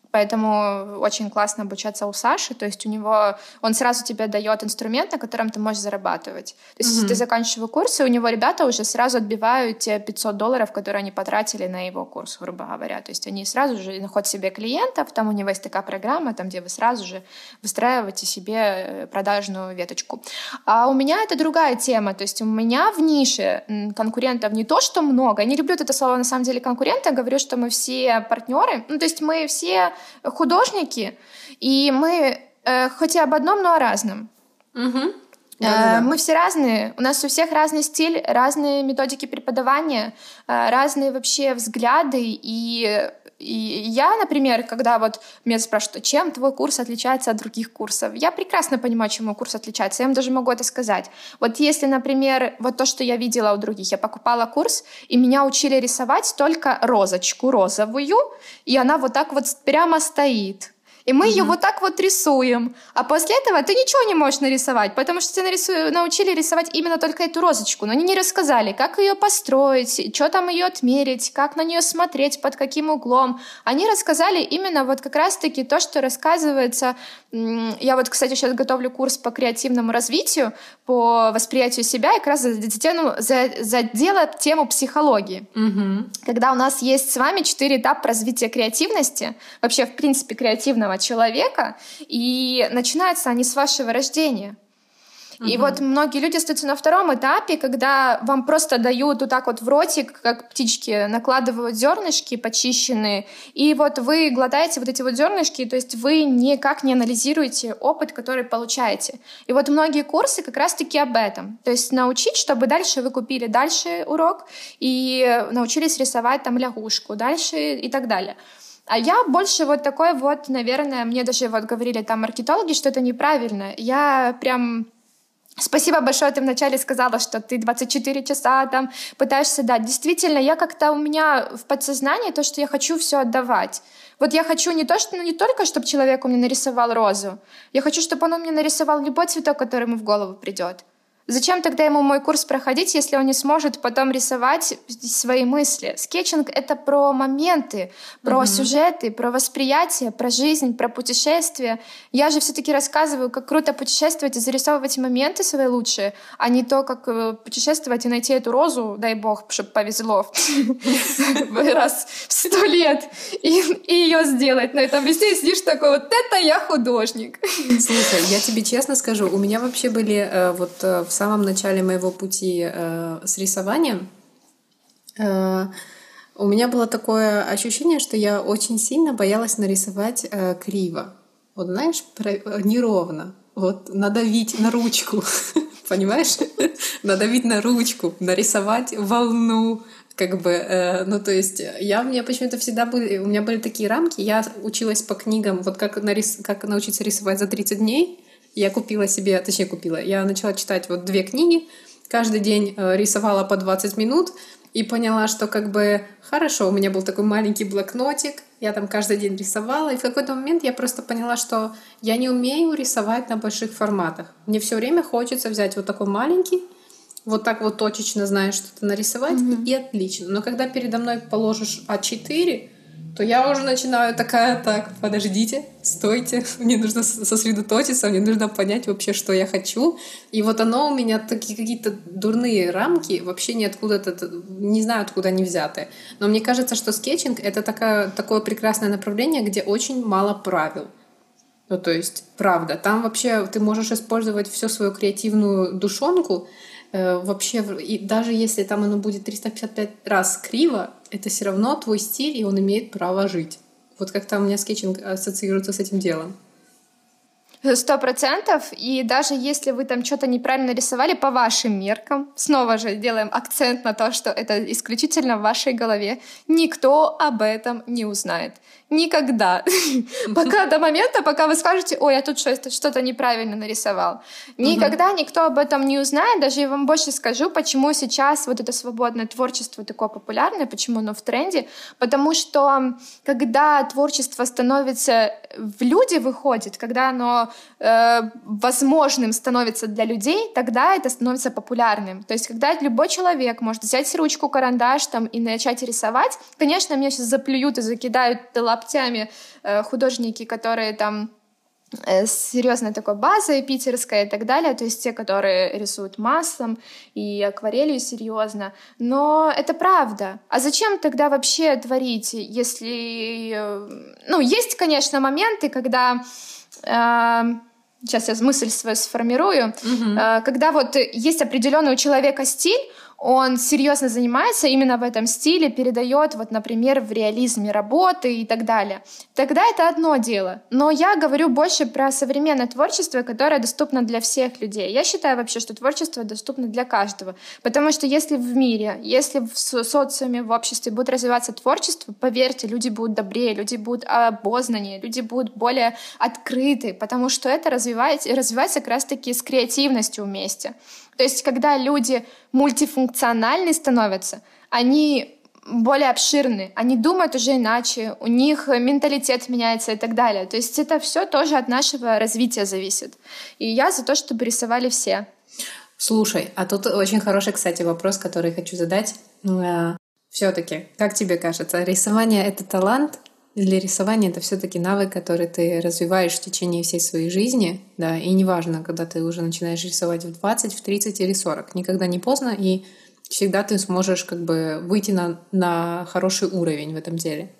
Поэтому очень классно обучаться у Саши. То есть у него он сразу тебе дает инструмент, на котором ты можешь зарабатывать. То есть mm-hmm. если ты заканчиваешь курсы, у него ребята уже сразу отбивают те пятьсот долларов, которые они потратили на его курс, грубо говоря. То есть они сразу же находят себе клиентов, там у него есть такая программа, там, где вы сразу же выстраиваете себе продажную веточку. А у меня это другая тема. То есть у меня в нише конкурентов не то, что много. Я не люблю это слово, на самом деле, конкуренты. Я говорю, что мы все партнеры. Ну, то есть мы все художники, и мы э, хоть и об одном, но о разном. Угу. Э, Да-да-да. мы все разные, у нас у всех разный стиль, разные методики преподавания, э, разные вообще взгляды, и, и я, например, когда вот меня спрашивают, чем твой курс отличается от других курсов, я прекрасно понимаю, чем мой курс отличается, я им даже могу это сказать. Вот если, например, вот то, что я видела у других, я покупала курс, и меня учили рисовать только розочку розовую, и она вот так вот прямо стоит. И мы mm-hmm. ее вот так вот рисуем. А после этого ты ничего не можешь нарисовать, потому что тебя нарису... научили рисовать именно только эту розочку. Но они не рассказали, как ее построить, что там ее отмерить, как на нее смотреть, под каким углом. Они рассказали именно вот как раз-таки то, что рассказывается. Я вот, кстати, сейчас готовлю курс по креативному развитию, по восприятию себя, и как раз задела, задела тему психологии. Mm-hmm. Когда у нас есть с вами четыре этапа развития креативности, вообще, в принципе, креативного человека, и начинаются они с вашего рождения. Uh-huh. И вот многие люди остаются на втором этапе, когда вам просто дают вот так вот в ротик, как птички, накладывают зернышки почищенные, и вот вы глотаете вот эти вот зернышки, то есть вы никак не анализируете опыт, который получаете. И вот многие курсы как раз-таки об этом. То есть научить, чтобы дальше вы купили дальше урок и научились рисовать там лягушку дальше и так далее. А я больше вот такой вот, наверное, мне даже вот говорили там маркетологи, что это неправильно. Я прям... Спасибо большое, ты вначале сказала, что ты двадцать четыре часа там пытаешься дать. Действительно, я как-то у меня в подсознании то, что я хочу все отдавать. Вот я хочу не то, что, ну, не только, чтобы человек у меня нарисовал розу. Я хочу, чтобы он у меня нарисовал любой цветок, который ему в голову придет. Зачем тогда ему мой курс проходить, если он не сможет потом рисовать свои мысли? Скетчинг — это про моменты, про uh-huh. сюжеты, про восприятие, про жизнь, про путешествия. Я же все-таки рассказываю, как круто путешествовать и зарисовывать моменты свои лучшие, а не то, как путешествовать и найти эту розу, дай бог, чтобы повезло, раз в сто лет, и ее сделать на этом месте, и сидишь такой, вот это я художник. Слушай, я тебе честно скажу, у меня вообще были вот в В самом начале моего пути э, с рисованием э, у меня было такое ощущение, что я очень сильно боялась нарисовать э, криво. Вот знаешь, про- неровно. Вот надавить на ручку, понимаешь? Надавить на ручку, нарисовать волну. Как бы, э, ну, то есть, я, у меня почему-то всегда были, у меня были такие рамки, я училась по книгам, вот как, нарис, как научиться рисовать за тридцать дней. Я купила себе, точнее купила, я начала читать вот две книги, каждый день э, рисовала по двадцать минут и поняла, что как бы хорошо, у меня был такой маленький блокнотик, я там каждый день рисовала, и в какой-то момент я просто поняла, что я не умею рисовать на больших форматах. Мне все время хочется взять вот такой маленький, вот так вот точечно знаешь, что-то нарисовать, mm-hmm. и отлично. Но когда передо мной положишь а четыре, то я уже начинаю такая, так, подождите, стойте, мне нужно сосредоточиться, мне нужно понять вообще, что я хочу. И вот оно у меня такие какие-то дурные рамки, вообще ниоткуда-то, не знаю, откуда они взяты. Но мне кажется, что скетчинг — это такое, такое прекрасное направление, где очень мало правил. Ну, то есть, правда, там вообще ты можешь использовать всю свою креативную душонку, вообще, и даже если там оно будет триста пятьдесят пять раз криво, это все равно твой стиль, и он имеет право жить. Вот как-то у меня скетчинг ассоциируется с этим делом. Сто процентов. И даже если вы там что-то неправильно рисовали по вашим меркам, снова же делаем акцент на то, что это исключительно в вашей голове, никто об этом не узнает. Никогда. Пока до момента, пока вы скажете: ой, я тут что-то неправильно нарисовал. Никогда никто об этом не узнает. Даже я вам больше скажу, почему сейчас вот это свободное творчество такое популярное, почему оно в тренде. Потому что когда творчество становится в люди выходит, когда оно э, возможным становится для людей, тогда это становится популярным. То есть когда любой человек может взять ручку, карандаш там, и начать рисовать, конечно, меня сейчас заплюют и закидают лаптями э, художники, которые там э, с серьезной такой базой питерской и так далее, то есть те, которые рисуют маслом и акварелью серьезно. Но это правда. А зачем тогда вообще творить, если... э, ну, есть, конечно, моменты, когда... Э, сейчас я мысль свою сформирую. Mm-hmm. Э, когда вот есть определенный у человека стиль, он серьезно занимается именно в этом стиле, передает, вот, например, в реализме работы и так далее. Тогда это одно дело. Но я говорю больше про современное творчество, которое доступно для всех людей. Я считаю вообще, что творчество доступно для каждого. Потому что если в мире, если в социуме, в обществе будет развиваться творчество, поверьте, люди будут добрее, люди будут обознаннее, люди будут более открыты, потому что это развивается, развивается как раз-таки с креативностью вместе. То есть, когда люди мультифункциональны становятся, они более обширны, они думают уже иначе, у них менталитет меняется и так далее. То есть, это все тоже от нашего развития зависит. И я за то, чтобы рисовали все. Слушай, а тут очень хороший, кстати, вопрос, который хочу задать. Все-таки, как тебе кажется, рисование — это талант? Или рисование — это все-таки навык, который ты развиваешь в течение всей своей жизни, да, и неважно, когда ты уже начинаешь рисовать в двадцать, в тридцать или сорок, никогда не поздно, и всегда ты сможешь как бы выйти на, на хороший уровень в этом деле.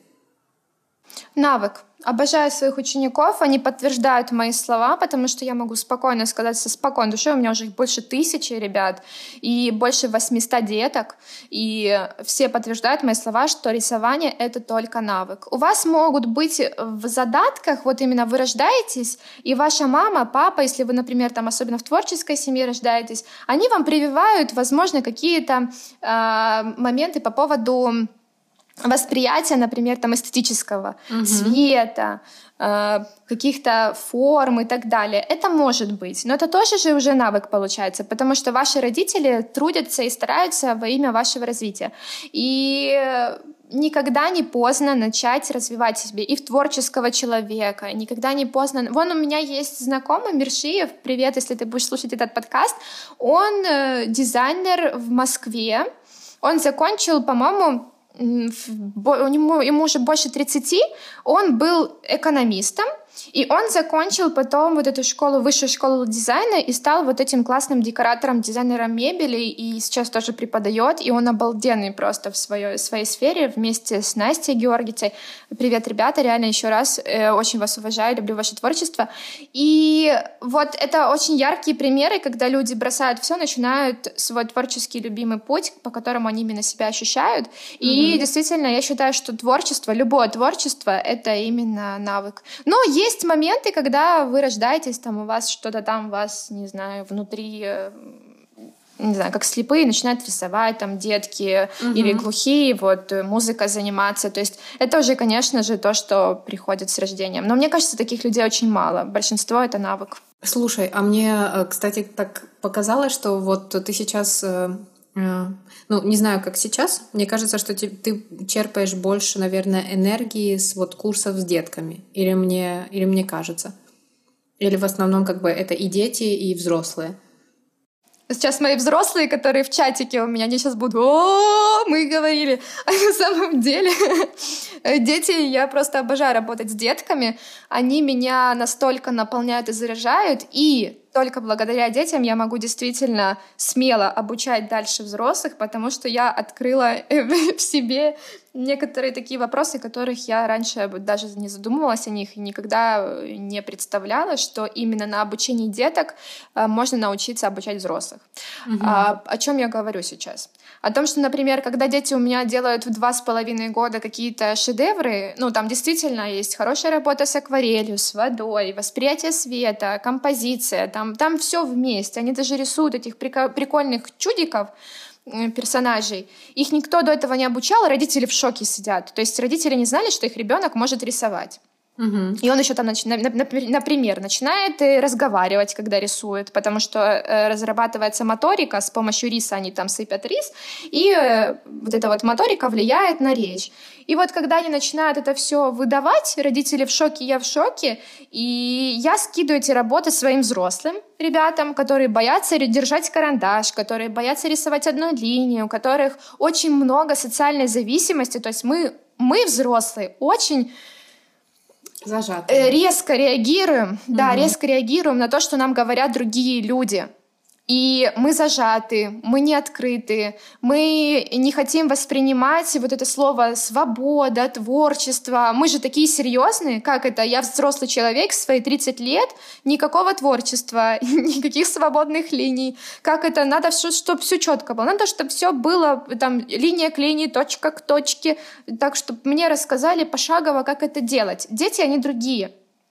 Навык. Обожаю своих учеников, они подтверждают мои слова, потому что я могу спокойно сказать со спокойной душой, у меня уже их больше тысячи ребят и больше восьмисот деток, и все подтверждают мои слова, что рисование — это только навык. У вас могут быть в задатках, вот именно вы рождаетесь, и ваша мама, папа, если вы, например, там особенно в творческой семье рождаетесь, они вам прививают, возможно, какие-то э, моменты по поводу восприятия, например, там, эстетического, угу. цвета, э, каких-то форм и так далее. Это может быть, но это тоже же уже навык получается, потому что ваши родители трудятся и стараются во имя вашего развития. И никогда не поздно начать развивать себя и в творческого человека, никогда не поздно. Вон у меня есть знакомый Миршиев, привет, если ты будешь слушать этот подкаст, он э, дизайнер в Москве, он закончил, по-моему, Ему, ему уже больше тридцати, он был экономистом, и он закончил потом вот эту школу, высшую школу дизайна и стал вот этим классным декоратором, дизайнером мебели, и сейчас тоже преподает, и он обалденный просто в своей, своей сфере вместе с Настей Георгицей. Привет, ребята, реально еще раз, э, очень вас уважаю, люблю ваше творчество. И вот это очень яркие примеры, когда люди бросают все, начинают свой творческий любимый путь, по которому они именно себя ощущают. Mm-hmm. И действительно, я считаю, что творчество, любое творчество — это именно навык. Но есть Есть моменты, когда вы рождаетесь, там у вас что-то там, у вас, не знаю, внутри, не знаю, как слепые начинают рисовать, там, детки угу. или глухие, вот, музыкой заниматься. То есть это уже, конечно же, то, что приходит с рождением. Но мне кажется, таких людей очень мало. Большинство — это навык. Слушай, а мне, кстати, так показалось, что вот ты сейчас... Ну, не знаю, как сейчас. Мне кажется, что ты, ты черпаешь больше, наверное, энергии с вот курсов с детками. Или мне, или мне кажется. Или в основном как бы это и дети, и взрослые. Сейчас мои взрослые, которые в чатике у меня, они сейчас будут: о, мы говорили. А на самом деле дети, я просто обожаю работать с детками. Они меня настолько наполняют и заряжают. И только благодаря детям я могу действительно смело обучать дальше взрослых, потому что я открыла в себе некоторые такие вопросы, которых я раньше даже не задумывалась о них и никогда не представляла, что именно на обучении деток можно научиться обучать взрослых. Угу. А, о чем я говорю сейчас? О том, что, например, когда дети у меня делают в два с половиной года какие-то шедевры, ну, там действительно есть хорошая работа с акварелью, с водой, восприятие света, композиция, там, там все вместе. Они даже рисуют этих прика- прикольных чудиков, э, персонажей. Их никто до этого не обучал, родители в шоке сидят. То есть родители не знали, что их ребенок может рисовать. Мгм. И он еще там, нач- на- на- напр- например, начинает э, разговаривать, когда рисует, потому что э, разрабатывается моторика, с помощью риса они там сыпят рис, и э, вот эта вот моторика влияет на речь. И вот когда они начинают это все выдавать, родители в шоке, я в шоке, и я скидываю эти работы своим взрослым ребятам, которые боятся ре- держать карандаш, которые боятся рисовать одну линию, у которых очень много социальной зависимости, то есть мы, мы взрослые, очень э, Зажатые. резко реагируем, да, Мгм. резко реагируем на то, что нам говорят другие люди. И мы зажаты, мы не открыты, мы не хотим воспринимать вот это слово «свобода», «творчество». Мы же такие серьезные, как это? Я взрослый человек, в свои тридцать лет, никакого творчества, никаких свободных линий. Как это? Надо, чтобы все четко было. Надо, чтобы все было, там, линия к линии, точка к точке, так, чтобы мне рассказали пошагово, как это делать. Дети, они другие.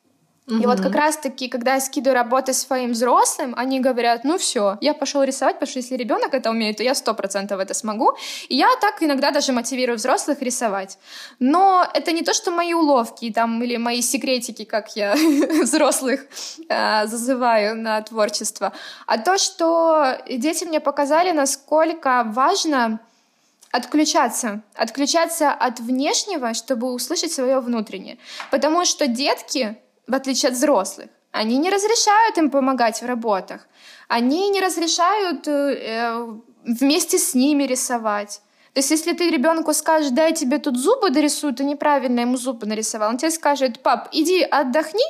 И вот как Мгм. раз-таки, когда я скидываю работы своим взрослым, они говорят, ну все, я пошел рисовать, потому что если ребенок это умеет, то я сто процентов это смогу. И я так иногда даже мотивирую взрослых рисовать. Но это не то, что мои уловки там, или мои секретики, как я взрослых э, зазываю на творчество, а то, что дети мне показали, насколько важно отключаться, отключаться от внешнего, чтобы услышать свое внутреннее. Потому что детки, в отличие от взрослых, они не разрешают им помогать в работах. Они не разрешают э, вместе с ними рисовать. То есть, если ты ребенку скажешь, дай я тебе тут зубы дорисую, ты неправильно ему зубы нарисовал, он тебе скажет, пап, иди отдохни,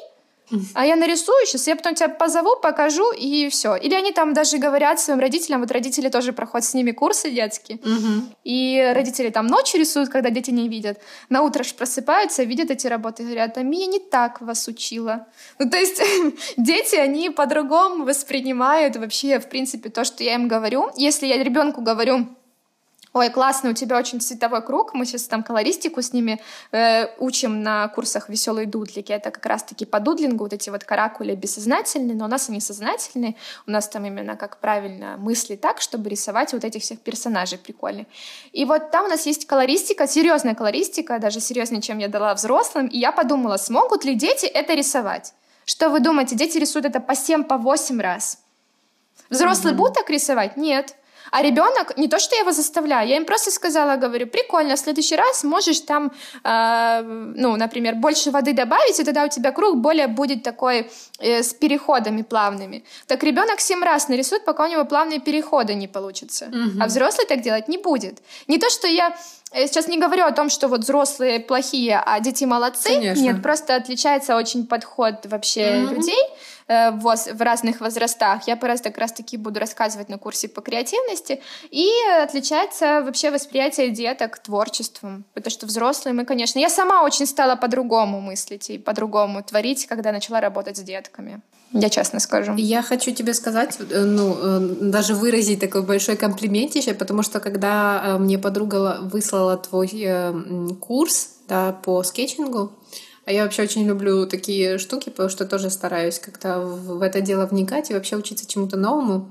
а я нарисую сейчас, я потом тебя позову, покажу, и все. Или они там даже говорят своим родителям, вот родители тоже проходят с ними курсы детские, Мгм. и родители там ночью рисуют, когда дети не видят, на утро ж просыпаются, видят эти работы и говорят, а Мия не так вас учила. Ну, то есть дети, они по-другому воспринимают вообще, в принципе, то, что я им говорю. Если я ребенку говорю, ой, классно, у тебя очень цветовой круг. Мы сейчас там колористику с ними э, учим на курсах «Веселые дудлики». Это как раз-таки по дудлингу, вот эти вот каракули бессознательные, но у нас они сознательные. У нас там именно как правильно мысли так, чтобы рисовать вот этих всех персонажей прикольных. И вот там у нас есть колористика, серьезная колористика, даже серьезнее, чем я дала взрослым. И я подумала, смогут ли дети это рисовать? Что вы думаете, дети рисуют это по семь, по восемь раз? Взрослые будут так рисовать? Нет. А ребенок, не то, что я его заставляю, я им просто сказала, говорю, прикольно, в следующий раз можешь там, э, ну, например, больше воды добавить, и тогда у тебя круг более будет такой э, с переходами плавными. Так ребенок семь раз нарисует, пока у него плавные переходы не получатся. Мгм. А взрослый так делать не будет. Не то, что я э, сейчас не говорю о том, что вот взрослые плохие, а дети молодцы. Конечно. Нет, просто отличается очень подход вообще Мгм. людей э, в воз- в разных возрастах. Я просто как раз-таки буду рассказывать на курсе по креативности. И отличается вообще восприятие деток творчеством. Потому что взрослые мы, конечно... Я сама очень стала по-другому мыслить и по-другому творить, когда начала работать с детками. Я честно скажу. Я хочу тебе сказать, э, ну, э, даже выразить такой большой комплиментище, потому что когда э, мне подруга выслала твой э, м, курс, да, по скетчингу, а я вообще очень люблю такие штуки, потому что тоже стараюсь как-то в в это дело вникать и вообще учиться чему-то новому.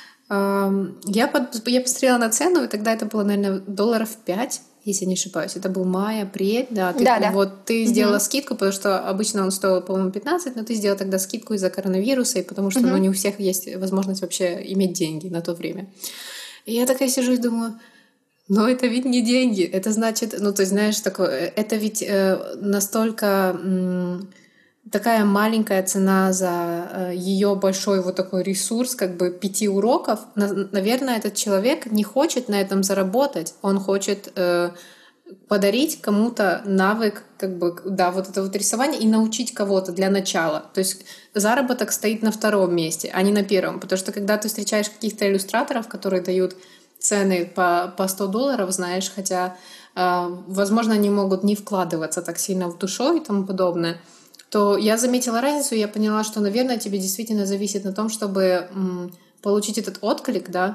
Эм, Я, под- я посмотрела на цену, и тогда это было, наверное, долларов пять, если не ошибаюсь. Это был май, апрель, да. Ты, Да, да. Вот ты Мгм. сделала скидку, потому что обычно он стоил, по-моему, пятнадцать, но ты сделала тогда скидку из-за коронавируса, и потому что ну, Мгм. не у всех есть возможность вообще иметь деньги на то время. И я такая сижу и думаю, но это ведь не деньги. Это значит, ну, то есть, знаешь, такое, э, это ведь э, настолько м, такая маленькая цена за ее большой вот такой ресурс, как бы пяти уроков. На- Наверное, этот человек не хочет на этом заработать. Он хочет э, подарить кому-то навык, как бы, да, вот это вот рисование и научить кого-то для начала. То есть заработок стоит на втором месте, а не на первом. Потому что когда ты встречаешь каких-то иллюстраторов, которые дают цены по, по сто долларов, знаешь, хотя, э, возможно, они могут не вкладываться так сильно в душу и тому подобное, то я заметила разницу, и я поняла, что, наверное, тебе действительно зависит на том, чтобы м, получить этот отклик, да,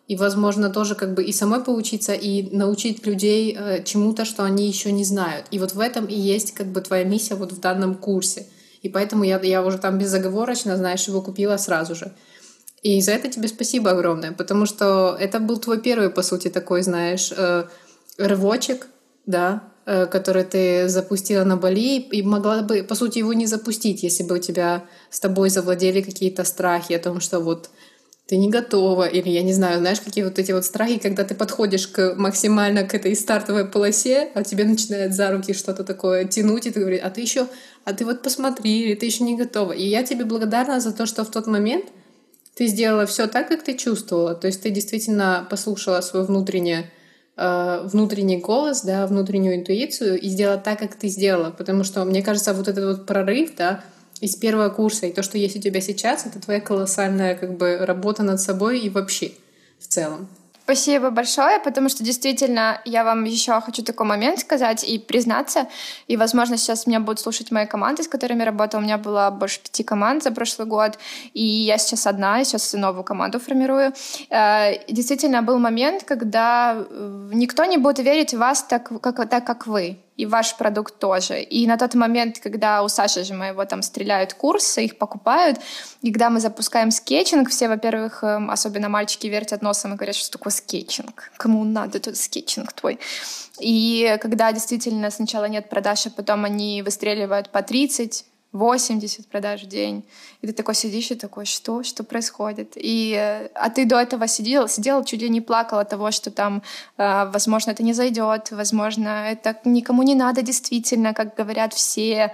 и, возможно, тоже как бы и самой поучиться, и научить людей э, чему-то, что они еще не знают. И вот в этом и есть как бы твоя миссия вот в данном курсе. И поэтому я, я уже там безоговорочно, знаешь, его купила сразу же. И за это тебе спасибо огромное, потому что это был твой первый, по сути, такой, знаешь, э, рывочек, да, э, который ты запустила на Бали, и могла бы, по сути, его не запустить, если бы у тебя с тобой завладели какие-то страхи о том, что вот ты не готова, или, я не знаю, знаешь, какие вот эти вот страхи, когда ты подходишь к максимально к этой стартовой полосе, а тебе начинает за руки что-то такое тянуть, и ты говоришь, а ты еще, а ты вот посмотри, или ты еще не готова. И я тебе благодарна за то, что в тот момент ты сделала все так, как ты чувствовала. То есть ты действительно послушала свой внутренний, э, внутренний голос, да, внутреннюю интуицию и сделала так, как ты сделала. Потому что, мне кажется, вот этот вот прорыв, да, из первого курса и то, что есть у тебя сейчас, это твоя колоссальная как бы работа над собой и вообще в целом. Спасибо большое, потому что действительно я вам еще хочу такой момент сказать и признаться, и, возможно, сейчас меня будут слушать мои команды, с которыми работала. У меня было больше пяти команд за прошлый год, и я сейчас одна, я сейчас новую команду формирую. Действительно, был момент, когда никто не будет верить в вас так, как, так, как вы. И ваш продукт тоже. И на тот момент, когда у Саши же моего там стреляют курсы, их покупают, и когда мы запускаем скетчинг, все, во-первых, особенно мальчики вертят носом и говорят, что такое скетчинг? Кому надо этот скетчинг твой? И когда действительно сначала нет продаж, а потом они выстреливают по тридцать, восемьдесят продаж в день. И ты такой сидишь и такой, что? Что происходит? И, а ты до этого сидел, сидел, чуть ли не плакал от того, что там, возможно, это не зайдет, возможно, это никому не надо действительно, как говорят все.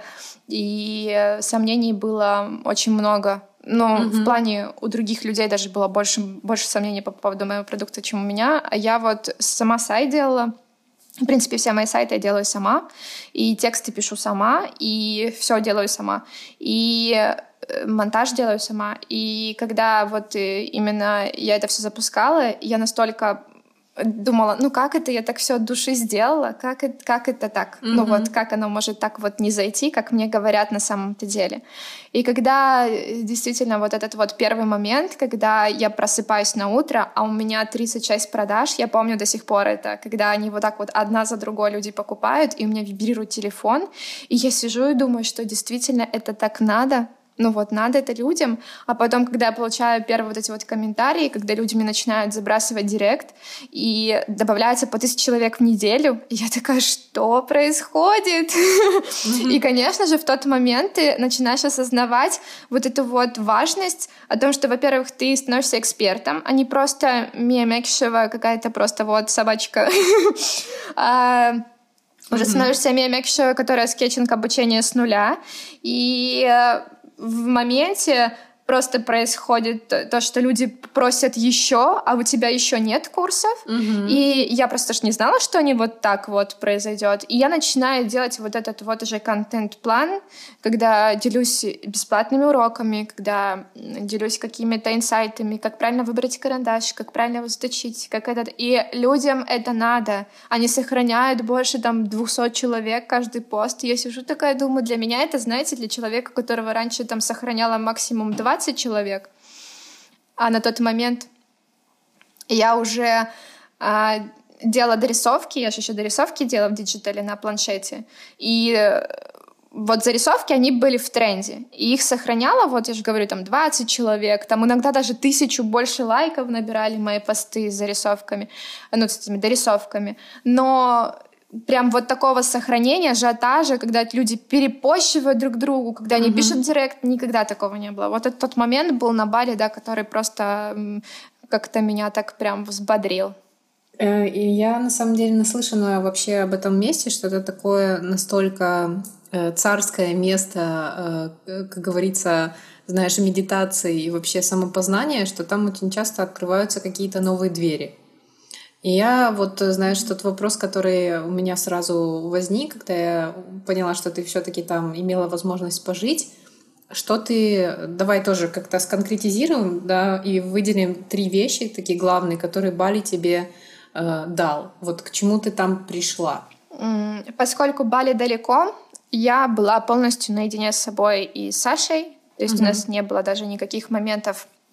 И сомнений было очень много. Но mm-hmm. в плане у других людей даже было больше, больше сомнений по поводу моего продукта, чем у меня. А я вот сама сайт делала. В принципе, все мои сайты я делаю сама, и тексты пишу сама, и все делаю сама, и монтаж делаю сама. И когда вот именно я это все запускала, я настолько думала, ну как это я так все от души сделала, как это, как это так, mm-hmm. ну вот как оно может так вот не зайти, как мне говорят на самом-то деле. И когда действительно вот этот вот первый момент, когда я просыпаюсь на утро, а у меня тридцать шесть продаж, я помню до сих пор это, когда они вот так вот одна за другой люди покупают, и у меня вибрирует телефон, и я сижу и думаю, что действительно это так надо, ну вот, надо это людям. А потом, когда я получаю первые вот эти вот комментарии, когда люди мне начинают забрасывать директ, и добавляется по тысяче человек в неделю, и я такая, что происходит? Mm-hmm. И, конечно же, в тот момент ты начинаешь осознавать вот эту вот важность о том, что, во-первых, ты становишься экспертом, а не просто Мия Мекишева, какая-то просто вот собачка. Уже становишься Мия Мекишева, которая скетчинг обучение с нуля, и в моменте просто происходит то, что люди просят еще, а у тебя еще нет курсов. Mm-hmm. И я просто ж не знала, что они вот так вот произойдет. И я начинаю делать вот этот вот уже контент-план, когда делюсь бесплатными уроками, когда делюсь какими-то инсайтами, как правильно выбрать карандаш, как правильно его заточить, как этот. И людям это надо. Они сохраняют больше там двухсот человек каждый пост. И я сижу такая, думаю, для меня это, знаете, для человека, которого раньше там сохраняла максимум двадцать человек, а на тот момент я уже а, делала дорисовки, я же еще дорисовки делала в диджитале на планшете, и вот зарисовки, они были в тренде, и их сохраняло, вот я же говорю, там двадцать человек, там иногда даже тысячу больше лайков набирали мои посты с зарисовками, ну, с этими дорисовками, но прям вот такого сохранения, ажиотажа, когда люди перепощивают друг другу, когда они mm-hmm. пишут директ, никогда такого не было. Вот этот тот момент был на Бали, да, который просто как-то меня так прям взбодрил. И я на самом деле наслышана вообще об этом месте, что это такое настолько царское место, как говорится, знаешь, медитации и вообще самопознания, что там очень часто открываются какие-то новые двери. И я вот, знаешь, тот вопрос, который у меня сразу возник, когда я поняла, что ты все-таки там имела возможность пожить, что ты, давай тоже как-то сконкретизируем, да, и выделим три вещи такие главные, которые Бали тебе э, дал. Вот к чему ты там пришла? Поскольку Бали далеко, я была полностью наедине с собой и с Сашей, то есть mm-hmm. у нас не было даже никаких моментов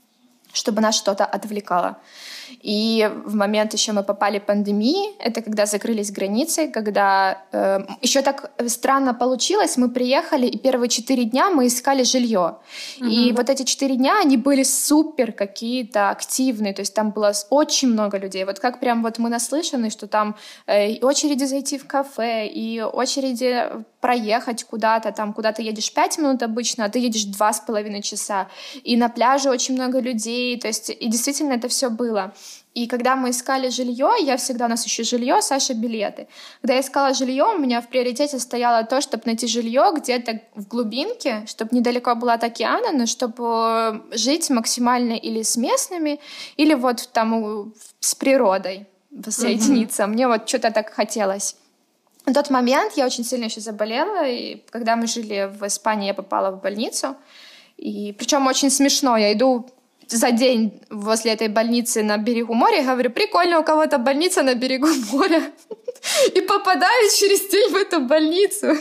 чтобы нас что-то отвлекало. И в момент еще мы попали в пандемию, это когда закрылись границы, когда э, еще так странно получилось, мы приехали, и первые четыре дня мы искали жилье. Mm-hmm. И вот эти четыре дня, они были супер какие-то активные, то есть там было очень много людей. Вот как прям вот мы наслышаны, что там э, очереди зайти в кафе, и очереди проехать куда-то, там куда ты едешь пять минут обычно, а ты едешь два с половиной часа. И на пляже очень много людей, то есть и действительно это все было. И когда мы искали жилье, я всегда, у нас еще жилье, Саша билеты. Когда я искала жилье, у меня в приоритете стояло то, чтобы найти жилье где-то в глубинке, чтобы недалеко было от океана, но чтобы жить максимально или с местными, или вот там с природой соединиться. Mm-hmm. Мне вот что-то так хотелось. В тот момент я очень сильно еще заболела, и когда мы жили в Испании, я попала в больницу. И причем очень смешно, я иду за день возле этой больницы на берегу моря, я говорю, прикольно, у кого-то больница на берегу моря. И попадаю через день в эту больницу.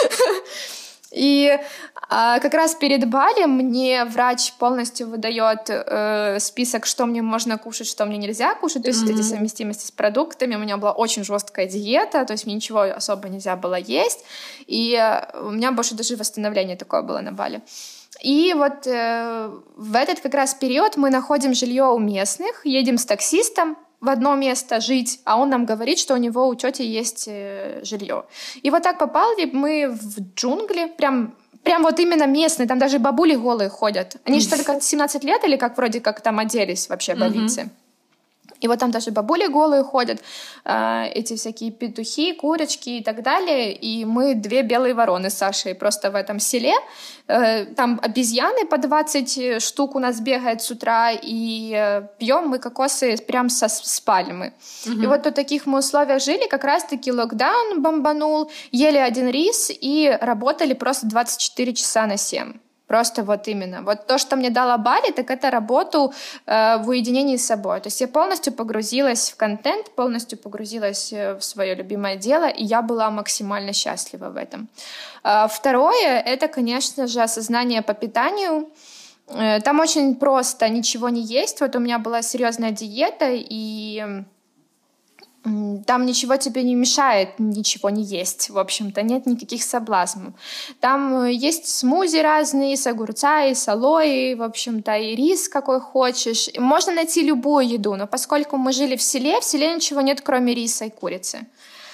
И а, как раз перед Бали мне врач полностью выдает э, список, что мне можно кушать, что мне нельзя кушать, то есть mm-hmm. эти совместимости с продуктами. У меня была очень жесткая диета, то есть мне ничего особо нельзя было есть, и у меня больше даже восстановление такое было на Бали. И вот э, в этот как раз период мы находим жилье у местных, едем с таксистом в одно место жить, а он нам говорит, что у него у тети есть э, жилье. И вот так попали мы в джунгли, прям, прям вот именно местные, там даже бабули голые ходят. Они же только семнадцать лет или как вроде как там оделись вообще бабицы. Mm-hmm. И вот там даже бабули голые ходят, э, эти всякие петухи, курочки и так далее. И мы две белые вороны с Сашей просто в этом селе. Э, там обезьяны по двадцать штук у нас бегает с утра, и э, пьем мы кокосы прям со, с пальмы. Mm-hmm. И вот в таких мы условиях жили, как раз-таки локдаун бомбанул, ели один рис и работали просто двадцать четыре часа на семь. Просто вот именно. Вот то, что мне дало Бали, так это работу э, в уединении с собой. То есть я полностью погрузилась в контент, полностью погрузилась в свое любимое дело, и я была максимально счастлива в этом. Э, второе, это, конечно же, осознание по питанию. Э, там очень просто ничего не есть. Вот у меня была серьезная диета, и там ничего тебе не мешает, ничего не есть, в общем-то, нет никаких соблазнов. Там есть смузи разные, с огурца, и с алоэ, в общем-то, и рис какой хочешь. Можно найти любую еду, но поскольку мы жили в селе, в селе ничего нет, кроме риса и курицы.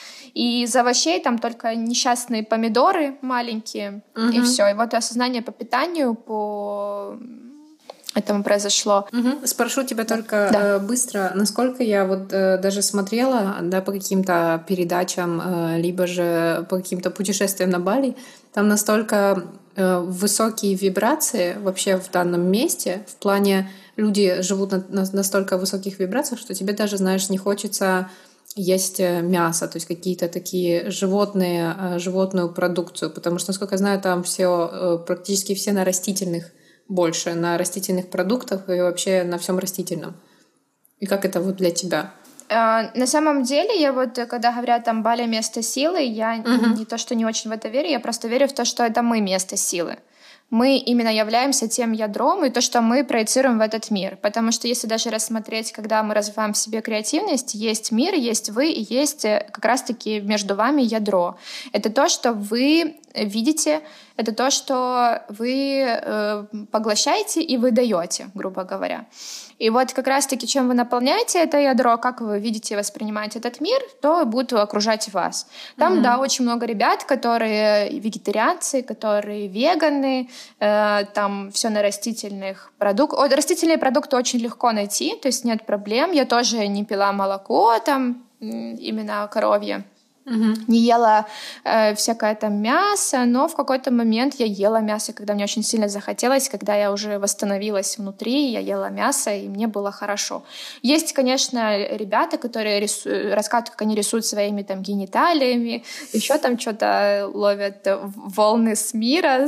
И из овощей там только несчастные помидоры маленькие, угу. и все. И вот осознание по питанию, по этому произошло. Угу. Спрошу тебя только да. э, быстро, насколько я вот э, даже смотрела, да, по каким-то передачам, э, либо же по каким-то путешествиям на Бали, там настолько э, высокие вибрации вообще в данном месте, в плане люди живут на, на настолько высоких вибрациях, что тебе даже, знаешь, не хочется есть мясо, то есть какие-то такие животные, животную продукцию, потому что, насколько я знаю, там все практически все на растительных, больше на растительных продуктах и вообще на всем растительном. И как это вот для тебя? На самом деле, я вот, когда говорят там Бали место силы, я uh-huh. не то, что не очень в это верю, я просто верю в то, что это мы место силы. Мы именно являемся тем ядром и то, что мы проецируем в этот мир. Потому что если даже рассмотреть, когда мы развиваем в себе креативность, есть мир, есть вы, и есть как раз-таки между вами ядро. Это то, что вы видите, это то, что вы э, поглощаете и выдаете, грубо говоря. И вот как раз-таки, чем вы наполняете это ядро, как вы видите и воспринимаете этот мир, то будет окружать вас. Там, mm-hmm. да, очень много ребят, которые вегетарианцы, которые веганы, э, там все на растительных продуктах. Растительные продукты очень легко найти, то есть нет проблем. Я тоже не пила молоко, там именно коровье. Uh-huh. Не ела э, всякое там мясо, но в какой-то момент я ела мясо, когда мне очень сильно захотелось, когда я уже восстановилась внутри, я ела мясо, и мне было хорошо. Есть, конечно, ребята, которые рису... рассказывают, как они рисуют своими там гениталиями, еще там что-то ловят волны с мира.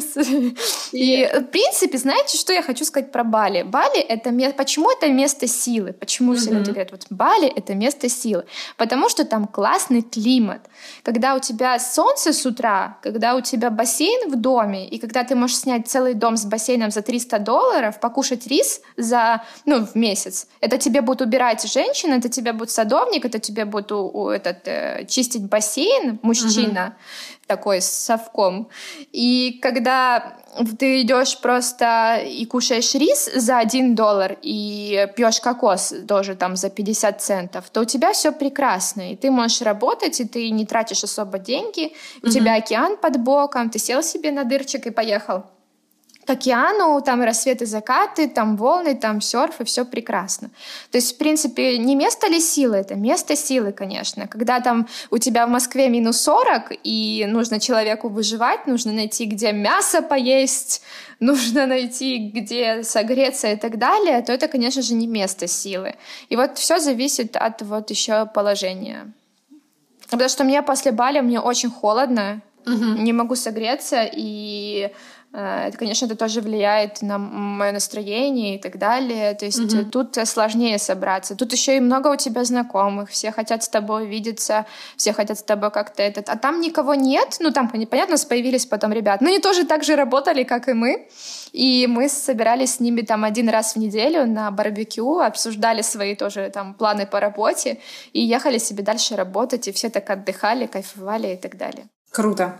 И, в принципе, знаете, что я хочу сказать про Бали? Бали — это место... Почему это место силы? Почему uh-huh. все люди говорят, вот Бали — это место силы? Потому что там классный климат. климат. Когда у тебя солнце с утра, когда у тебя бассейн в доме, и когда ты можешь снять целый дом с бассейном за триста долларов, покушать рис за, ну, в месяц, это тебе будет убирать женщина, это тебе будет садовник, это тебе будет у, у, этот, э, чистить бассейн мужчина, uh-huh. такой с совком. И когда ты идешь просто и кушаешь рис за один доллар и пьешь кокос тоже там за пятьдесят центов, то у тебя все прекрасно. И ты можешь работать, и ты не тратишь особо деньги. У mm-hmm. тебя океан под боком, ты сел себе на дырчик и поехал к океану, там и рассветы, закаты, там волны, там серф, и все прекрасно. То есть, в принципе, не место ли силы, это место силы, конечно. Когда там у тебя в Москве минус сорок, и нужно человеку выживать, нужно найти, где мясо поесть, нужно найти, где согреться и так далее, то это, конечно же, не место силы. И вот все зависит от вот еще положения. Потому что мне после Бали, мне очень холодно, угу. не могу согреться, и это, конечно, это тоже влияет на мое настроение и так далее. То есть mm-hmm. тут сложнее собраться. Тут еще и много у тебя знакомых. Все хотят с тобой видеться, все хотят с тобой как-то этот... А там никого нет. Ну, там, понятно, появились потом ребята. Но они тоже так же работали, как и мы. И мы собирались с ними там один раз в неделю на барбекю, обсуждали свои тоже там планы по работе и ехали себе дальше работать. И все так отдыхали, кайфовали и так далее. Круто.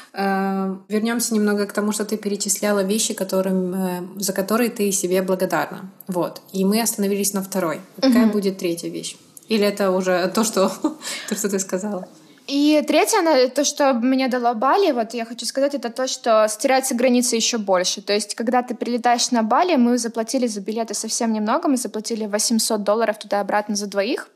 Вернемся немного к тому, что ты перечисляла вещи, которым, за которые ты себе благодарна. Вот. И мы остановились на второй. Какая угу. будет третья вещь? Или это уже то, что, то, что ты сказала? И третье, то, что мне дало Бали, вот я хочу сказать, это то, что стираются границы еще больше. То есть, когда ты прилетаешь на Бали, мы заплатили за билеты совсем немного, мы заплатили восемьсот долларов туда-обратно за двоих.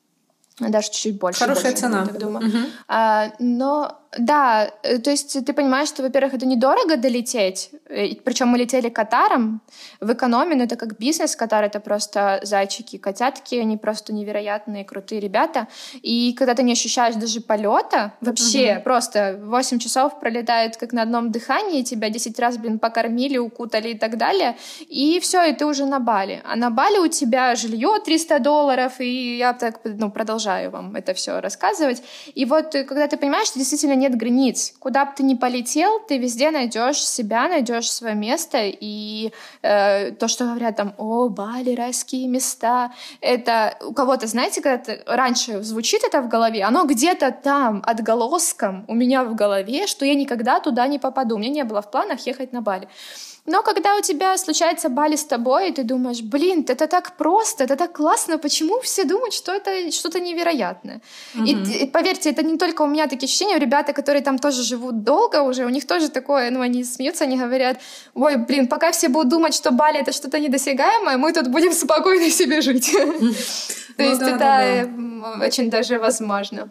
Даже чуть-чуть больше. Хорошая больше, цена. Я так думаю. Угу. А, но да, то есть ты понимаешь, что, во-первых, это недорого долететь, причем мы летели Катаром в экономе, но это как бизнес. Катар — это просто зайчики, котятки, они просто невероятные, крутые ребята. И когда ты не ощущаешь даже полета, вообще угу. просто восемь часов пролетает как на одном дыхании, тебя десять раз, блин, покормили, укутали и так далее, и все, и ты уже на Бали. А на Бали у тебя жилье триста долларов, и я так, ну, продолжаю вам это все рассказывать. И вот когда ты понимаешь, что действительно нет границ. Куда бы ты ни полетел, ты везде найдешь себя, найдешь свое место. И э, то, что говорят там, о, Бали, райские места, это у кого-то, знаете, когда раньше звучит это в голове, оно где-то там, отголоском у меня в голове, что я никогда туда не попаду. У меня не было в планах ехать на Бали. Но когда у тебя случается Бали с тобой, и ты думаешь, блин, это так просто, это так классно, почему все думают, что это что-то невероятное? Mm-hmm. И, и поверьте, это не только у меня такие ощущения, ребята, которые там тоже живут долго уже, у них тоже такое, ну, они смеются, они говорят, ой, блин, пока все будут думать, что Бали — это что-то недосягаемое, мы тут будем спокойно себе жить. То есть это очень даже возможно.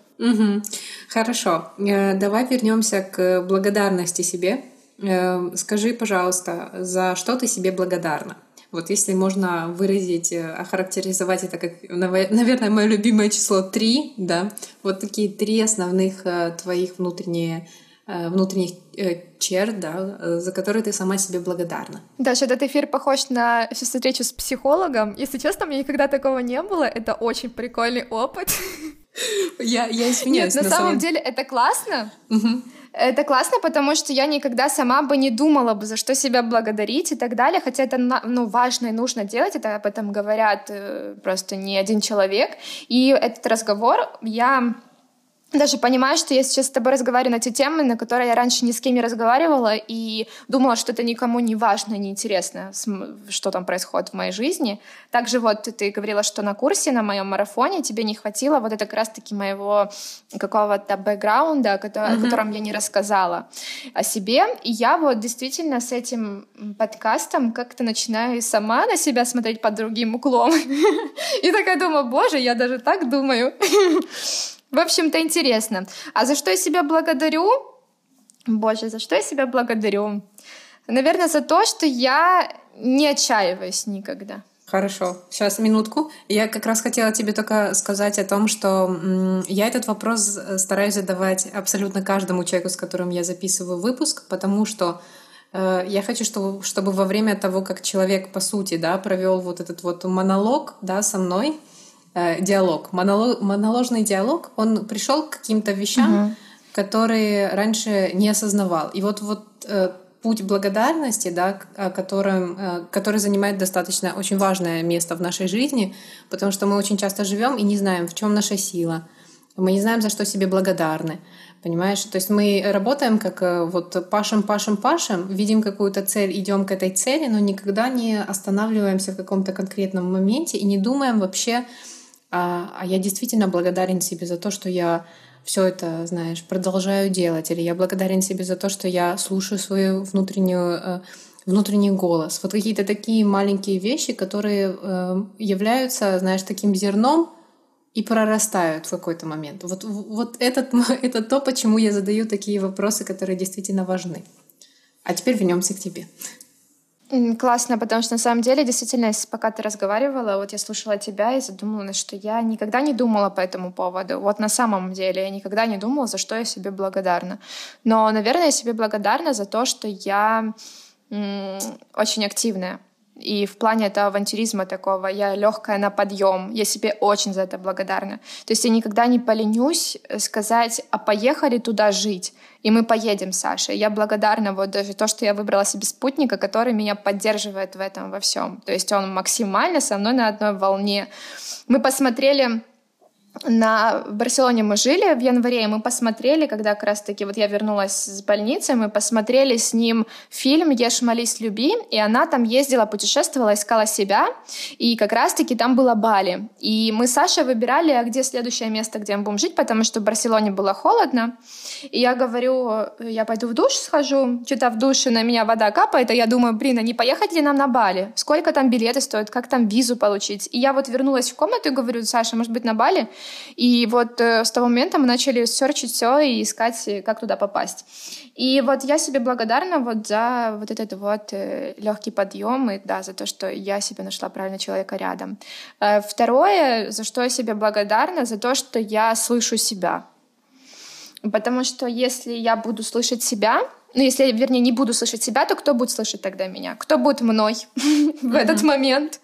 Хорошо. Давай вернемся к благодарности себе. Скажи, пожалуйста, за что ты себе благодарна? Вот если можно выразить, охарактеризовать это как, наверное, мое любимое число три, да, вот такие три основных твоих внутренние, внутренних черт, да, за которые ты сама себе благодарна. Даша, этот эфир похож на встречу с психологом. Если честно, у меня никогда такого не было. Это очень прикольный опыт. Я, я извиняюсь. Нет, на, на самом, самом деле это классно. Угу. Это классно, потому что я никогда сама бы не думала бы, за что себя благодарить и так далее, хотя это, ну, важно и нужно делать, это об этом говорят просто не один человек. И этот разговор я даже понимаю, что я сейчас с тобой разговариваю на те темы, на которые я раньше ни с кем не разговаривала, и думала, что это никому не важно, не интересно, что там происходит в моей жизни. Также вот ты говорила, что на курсе, на моем марафоне тебе не хватило вот это как раз-таки моего какого-то бэкграунда, о котором, mm-hmm. о котором я не рассказала о себе. И я вот действительно с этим подкастом как-то начинаю сама на себя смотреть под другим углом. И такая думаю, боже, я даже так думаю. В общем-то, интересно. А за что я себя благодарю? Боже, за что я себя благодарю? Наверное, за то, что я не отчаиваюсь никогда. Хорошо. Сейчас, минутку. Я как раз хотела тебе только сказать о том, что м, я этот вопрос стараюсь задавать абсолютно каждому человеку, с которым я записываю выпуск, потому что э, я хочу, чтобы, чтобы во время того, как человек, по сути, да, провел вот этот вот монолог, да, со мной, э, диалог, монолог, моноложный диалог, он пришел к каким-то вещам, uh-huh. которые раньше не осознавал. И вот, вот э, путь благодарности, да, которым, э, который занимает достаточно очень важное место в нашей жизни, потому что мы очень часто живем и не знаем, в чем наша сила. Мы не знаем, за что себе благодарны. Понимаешь? То есть мы работаем как вот пашем, пашем, пашем, видим какую-то цель, идем к этой цели, но никогда не останавливаемся в каком-то конкретном моменте и не думаем вообще, а, а я действительно благодарен себе за то, что я все это, знаешь, продолжаю делать, или я благодарен себе за то, что я слушаю свою внутреннюю, внутренний голос. Вот какие-то такие маленькие вещи, которые являются, знаешь, таким зерном, и прорастают в какой-то момент. Вот, вот этот, это то, почему я задаю такие вопросы, которые действительно важны. А теперь вернемся к тебе. Классно, потому что на самом деле, действительно, пока ты разговаривала, вот я слушала тебя и задумалась, что я никогда не думала по этому поводу. Вот на самом деле я никогда не думала, за что я себе благодарна. Но, наверное, я себе благодарна за то, что я м- очень активная. И в плане этого авантюризма такого я легкая на подъем. Я себе очень за это благодарна. То есть я никогда не поленюсь сказать, а поехали туда жить. И мы поедем с Сашей. Я благодарна вот даже то, что я выбрала себе спутника, который меня поддерживает в этом во всем. То есть он максимально со мной на одной волне. Мы посмотрели... На... В Барселоне мы жили в январе, и мы посмотрели, когда как раз-таки вот я вернулась с больницы, мы посмотрели с ним фильм «Ешь, молись, люби», и она там ездила, путешествовала, искала себя, и как раз-таки там было Бали. И мы с Сашей выбирали, а где следующее место, где мы будем жить, потому что в Барселоне было холодно. И я говорю, я пойду в душ схожу, что-то в душе на меня вода капает, а я думаю, блин, а не поехать ли нам на Бали? Сколько там билеты стоят, как там визу получить? И я вот вернулась в комнату и говорю, Саша, может быть, на Бали? И вот э, с того момента мы начали серчить все и искать, как туда попасть. И вот я себе благодарна вот за вот этот вот э, легкий подъем и да, за то, что я себе нашла правильного человека рядом. Э, второе, за что я себе благодарна, за то, что я слышу себя. Потому что если я буду слышать себя, ну, если я, вернее, не буду слышать себя, то кто будет слышать тогда меня? Кто будет мной в этот момент?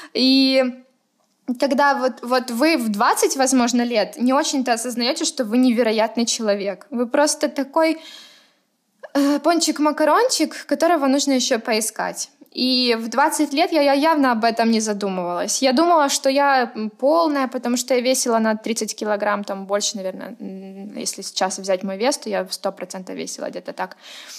И когда вот, вот вы в двадцать, возможно, лет не очень-то осознаете, что вы невероятный человек. Вы просто такой э, пончик-макарончик, которого нужно еще поискать. И в двадцать лет я, я явно об этом не задумывалась. Я думала, что я полная, потому что я весила на тридцать килограмм, там больше, наверное, если сейчас взять мой вес, то я сто процентов весила где-то так.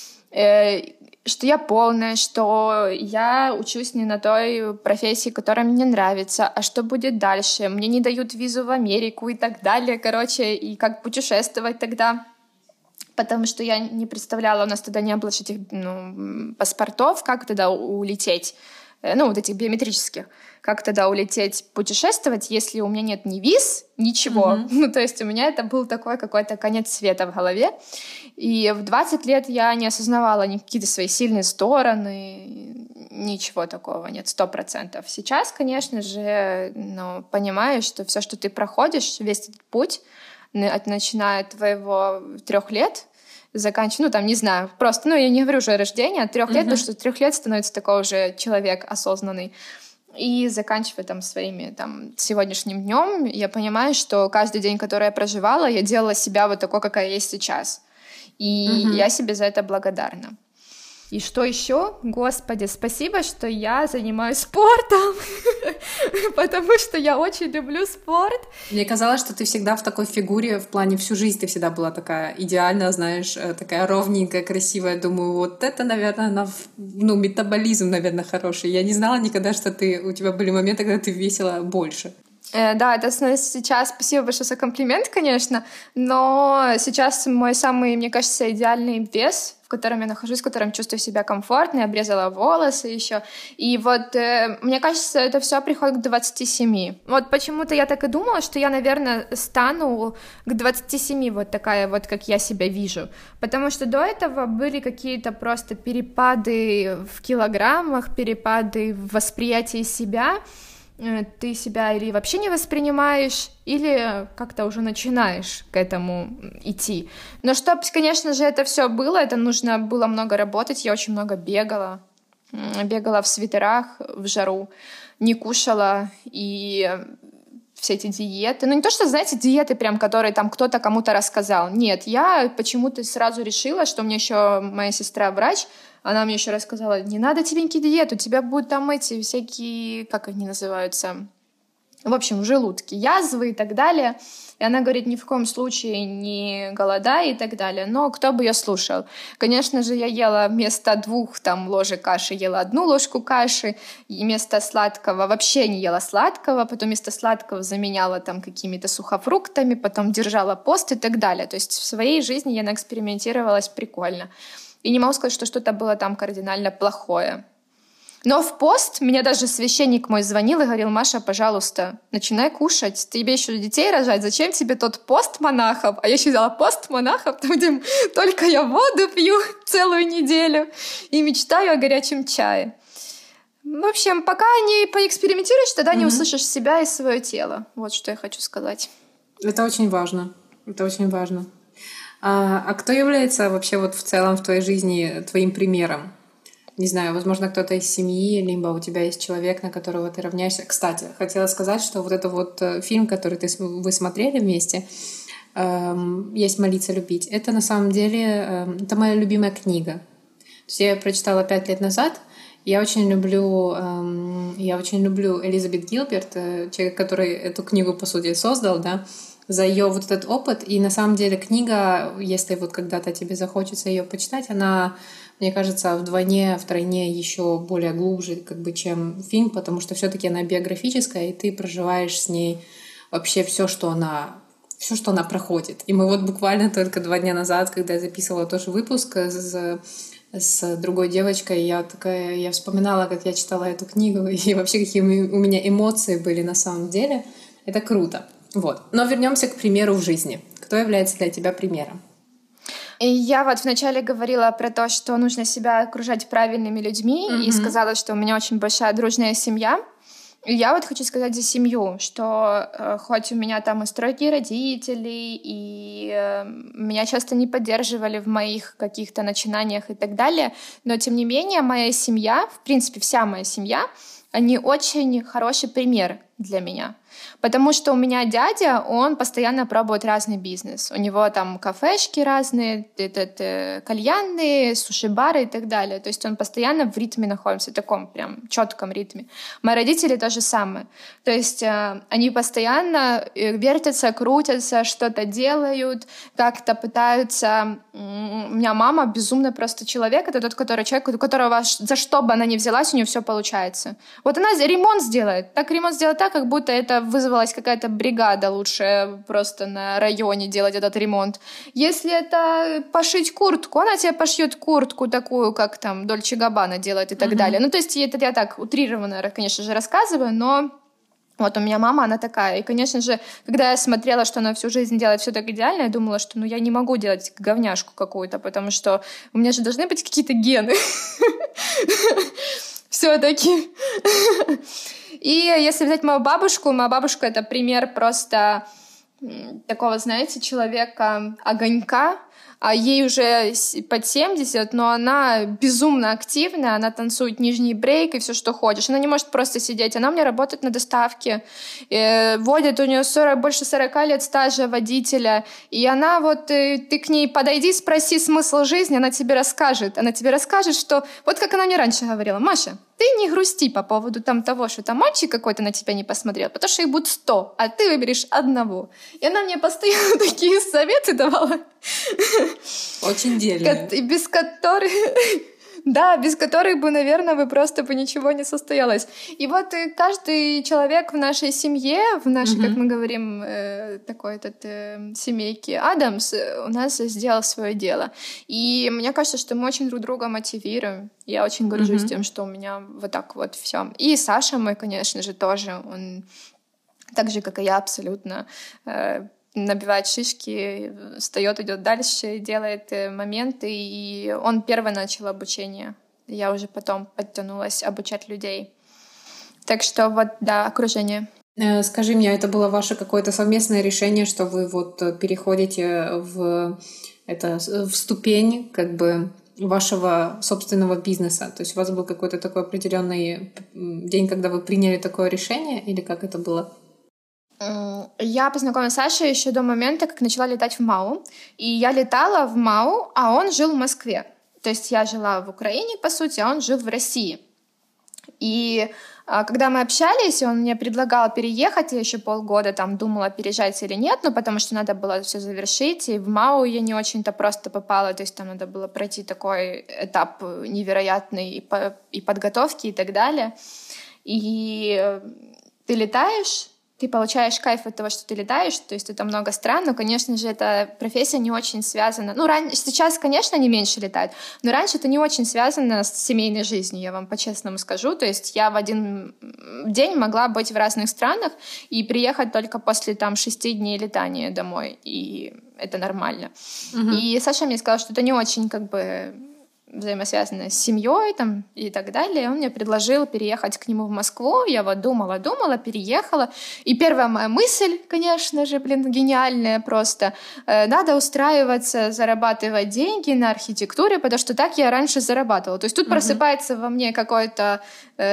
Что я полная, что я учусь не на той профессии, которая мне нравится, а что будет дальше? Мне не дают визу в Америку и так далее, короче, и как путешествовать тогда? Потому что я не представляла, у нас тогда не было этих ну, паспортов, как тогда улететь, ну, вот этих биометрических, как тогда улететь путешествовать, если у меня нет ни виз, ничего. Mm-hmm. Ну, то есть у меня это был такой какой-то конец света в голове. И в двадцать лет я не осознавала ни какие-то свои сильные стороны, ничего такого нет, сто процентов. Сейчас, конечно же, ну, понимаешь, что все, что ты проходишь, весь этот путь, начиная от твоего трех лет, заканчивая, ну, там, не знаю, просто, ну, я не говорю уже о рождении, от трех uh-huh. лет, потому что трех лет становится такой уже человек осознанный. И заканчивая там своими, там, сегодняшним днем, я понимаю, что каждый день, который я проживала, я делала себя вот такой, какая я есть сейчас. И uh-huh. я себе за это благодарна. И что еще? Господи, спасибо, что я занимаюсь спортом, потому что я очень люблю спорт. Мне казалось, что ты всегда в такой фигуре, в плане всю жизнь ты всегда была такая идеальная, знаешь, такая ровненькая, красивая. Думаю, вот это, наверное, она, ну, метаболизм, наверное, хороший. Я не знала никогда, что ты, у тебя были моменты, когда ты весила больше. Э, да, это сейчас спасибо большое за комплимент, конечно, но сейчас мой самый, мне кажется, идеальный вес, в котором я нахожусь, в котором чувствую себя комфортно, я обрезала волосы еще. И вот, э, мне кажется, это все приходит к двадцати семи. Вот почему-то я так и думала, что я, наверное, стану к двадцати семи вот такая вот, как я себя вижу. Потому что до этого были какие-то просто перепады в килограммах, перепады в восприятии себя. Ты себя или вообще не воспринимаешь, или как-то уже начинаешь к этому идти. Но чтобы, конечно же, это все было, это нужно было много работать. Я очень много бегала, бегала в свитерах в жару, не кушала, и все эти диеты. Ну, не то, что, знаете, диеты прям, которые там кто-то кому-то рассказал. Нет, я почему-то сразу решила, что мне еще моя сестра врач, она мне еще рассказала, не надо тебе никакие диеты, у тебя будут там эти всякие, как они называются, в общем, желудки, язвы и так далее. И она говорит, ни в коем случае не голодай и так далее. Но кто бы ее слушал? Конечно же, я ела вместо двух там ложек каши, ела одну ложку каши, и вместо сладкого вообще не ела сладкого, потом вместо сладкого заменяла там какими-то сухофруктами, потом держала пост и так далее. То есть в своей жизни я наэкспериментировалась прикольно. И не могу сказать, что что-то было там кардинально плохое. Но в пост меня даже священник мой звонил и говорил, Маша, пожалуйста, начинай кушать, тебе еще детей рожать, зачем тебе тот пост монахов? А я еще взяла пост монахов, там, где только я воду пью целую неделю и мечтаю о горячем чае. В общем, пока не поэкспериментируешь, тогда mm-hmm. не услышишь себя и свое тело. Вот что я хочу сказать. Это очень важно. Это очень важно. А, а кто является вообще вот в целом в твоей жизни твоим примером? Не знаю, возможно, кто-то из семьи, либо у тебя есть человек, на которого ты равняешься. Кстати, хотела сказать, что вот это вот фильм, который ты, вы смотрели вместе, эм, «Есть молиться, любить», это на самом деле, эм, это моя любимая книга. То есть я ее прочитала пять лет назад. Я очень люблю, эм, я очень люблю Элизабет Гилберт, э, человек, который эту книгу, по сути, создал, да, за ее вот этот опыт. И на самом деле книга, если вот когда-то тебе захочется ее почитать, она, мне кажется, вдвойне, втройне еще более глубже, как бы, чем фильм, потому что все-таки она биографическая, и ты проживаешь с ней вообще все, что она, все, что она проходит. И мы вот буквально только два дня назад, когда я записывала тоже выпуск с, с другой девочкой, я такая, я вспоминала, как я читала эту книгу, и вообще какие у меня эмоции были на самом деле. Это круто. Вот. Но вернемся к примеру в жизни. Кто является для тебя примером? И я вот вначале говорила про то, что нужно себя окружать правильными людьми, mm-hmm. и сказала, что у меня очень большая дружная семья. И я вот хочу сказать за семью, что э, хоть у меня там и строгие родители, и э, меня часто не поддерживали в моих каких-то начинаниях и так далее, но тем не менее моя семья, в принципе вся моя семья, они очень хороший пример для меня. Потому что у меня дядя, он постоянно пробует разный бизнес. У него там кафешки разные, этот, э, кальянные, суши-бары и так далее. То есть он постоянно в ритме находится, в таком прям четком ритме. Мои родители то же самое. То есть э, они постоянно вертятся, крутятся, что-то делают, как-то пытаются... У меня мама безумно просто человек. Это тот который, человек, у которого за что бы она ни взялась, у нее все получается. Вот она ремонт сделает. Так ремонт сделает так, как будто это вызвалась какая-то бригада лучше просто на районе делать этот ремонт. Если это пошить куртку, она тебе пошьет куртку такую, как там Дольче Габбана делает и так mm-hmm. далее. Ну, то есть это я так утрированно, конечно же, рассказываю, но вот у меня мама, она такая. И, конечно же, когда я смотрела, что она всю жизнь делает все так идеально, я думала, что ну я не могу делать говняшку какую-то, потому что у меня же должны быть какие-то гены. Все-таки. И если взять мою бабушку, моя бабушка — это пример просто такого, знаете, человека-огонька, а ей уже под семьдесят, но она безумно активная, она танцует нижний брейк и все, что хочешь. Она не может просто сидеть, она у меня работает на доставке, э, водит, у нее сорок, больше сорока лет стажа водителя, и она вот, э, ты к ней подойди, спроси смысл жизни, она тебе расскажет, она тебе расскажет, что, вот как она мне раньше говорила, Маша, ты не грусти по поводу там того, что там мальчик какой-то на тебя не посмотрел, потому что их будет сто, а ты выберешь одного. И она мне постоянно такие советы давала. Очень дельно. Без которых... Да, без которых бы, наверное, бы просто бы ничего не состоялось. И вот каждый человек в нашей семье, в нашей, mm-hmm. как мы говорим, э, такой этот э, семейке Адамс, у нас сделал свое дело. И мне кажется, что мы очень друг друга мотивируем. Я очень горжусь mm-hmm. тем, что у меня вот так вот все. И Саша мой, конечно же, тоже, он так же, как и я, абсолютно... Э, набивает шишки, встает, идет дальше, делает моменты, и он первый начал обучение. Я уже потом подтянулась обучать людей. Так что вот, да, окружение. Скажи мне, это было ваше какое-то совместное решение, что вы вот переходите в, это, в ступень как бы вашего собственного бизнеса? То есть у вас был какой-то такой определенный день, когда вы приняли такое решение, или как это было? Я познакомилась с Сашей еще до момента, как начала летать в МАУ. И я летала в МАУ, а он жил в Москве. То есть я жила в Украине, по сути, а он жил в России. И а, когда мы общались, он мне предлагал переехать. Я еще полгода там думала, переезжать или нет, но потому что надо было все завершить. И в МАУ я не очень-то просто попала. То есть там надо было пройти такой этап невероятный и, по, и подготовки и так далее. И ты летаешь, ты получаешь кайф от того, что ты летаешь, то есть это много стран, но, конечно же, эта профессия не очень связана. Ну, ран... сейчас, конечно, они меньше летают, но раньше это не очень связано с семейной жизнью, я вам по-честному скажу. То есть я в один день могла быть в разных странах и приехать только после там шести дней летания домой, и это нормально. Угу. И Саша мне сказал, что это не очень как бы взаимосвязанная с семьей там, и так далее. Он мне предложил переехать к нему в Москву. Я вот думала, думала, переехала. И первая моя мысль, конечно же, блин, гениальная просто. Э, надо устраиваться, зарабатывать деньги на архитектуре, потому что так я раньше зарабатывала. То есть тут uh-huh. просыпается во мне какой-то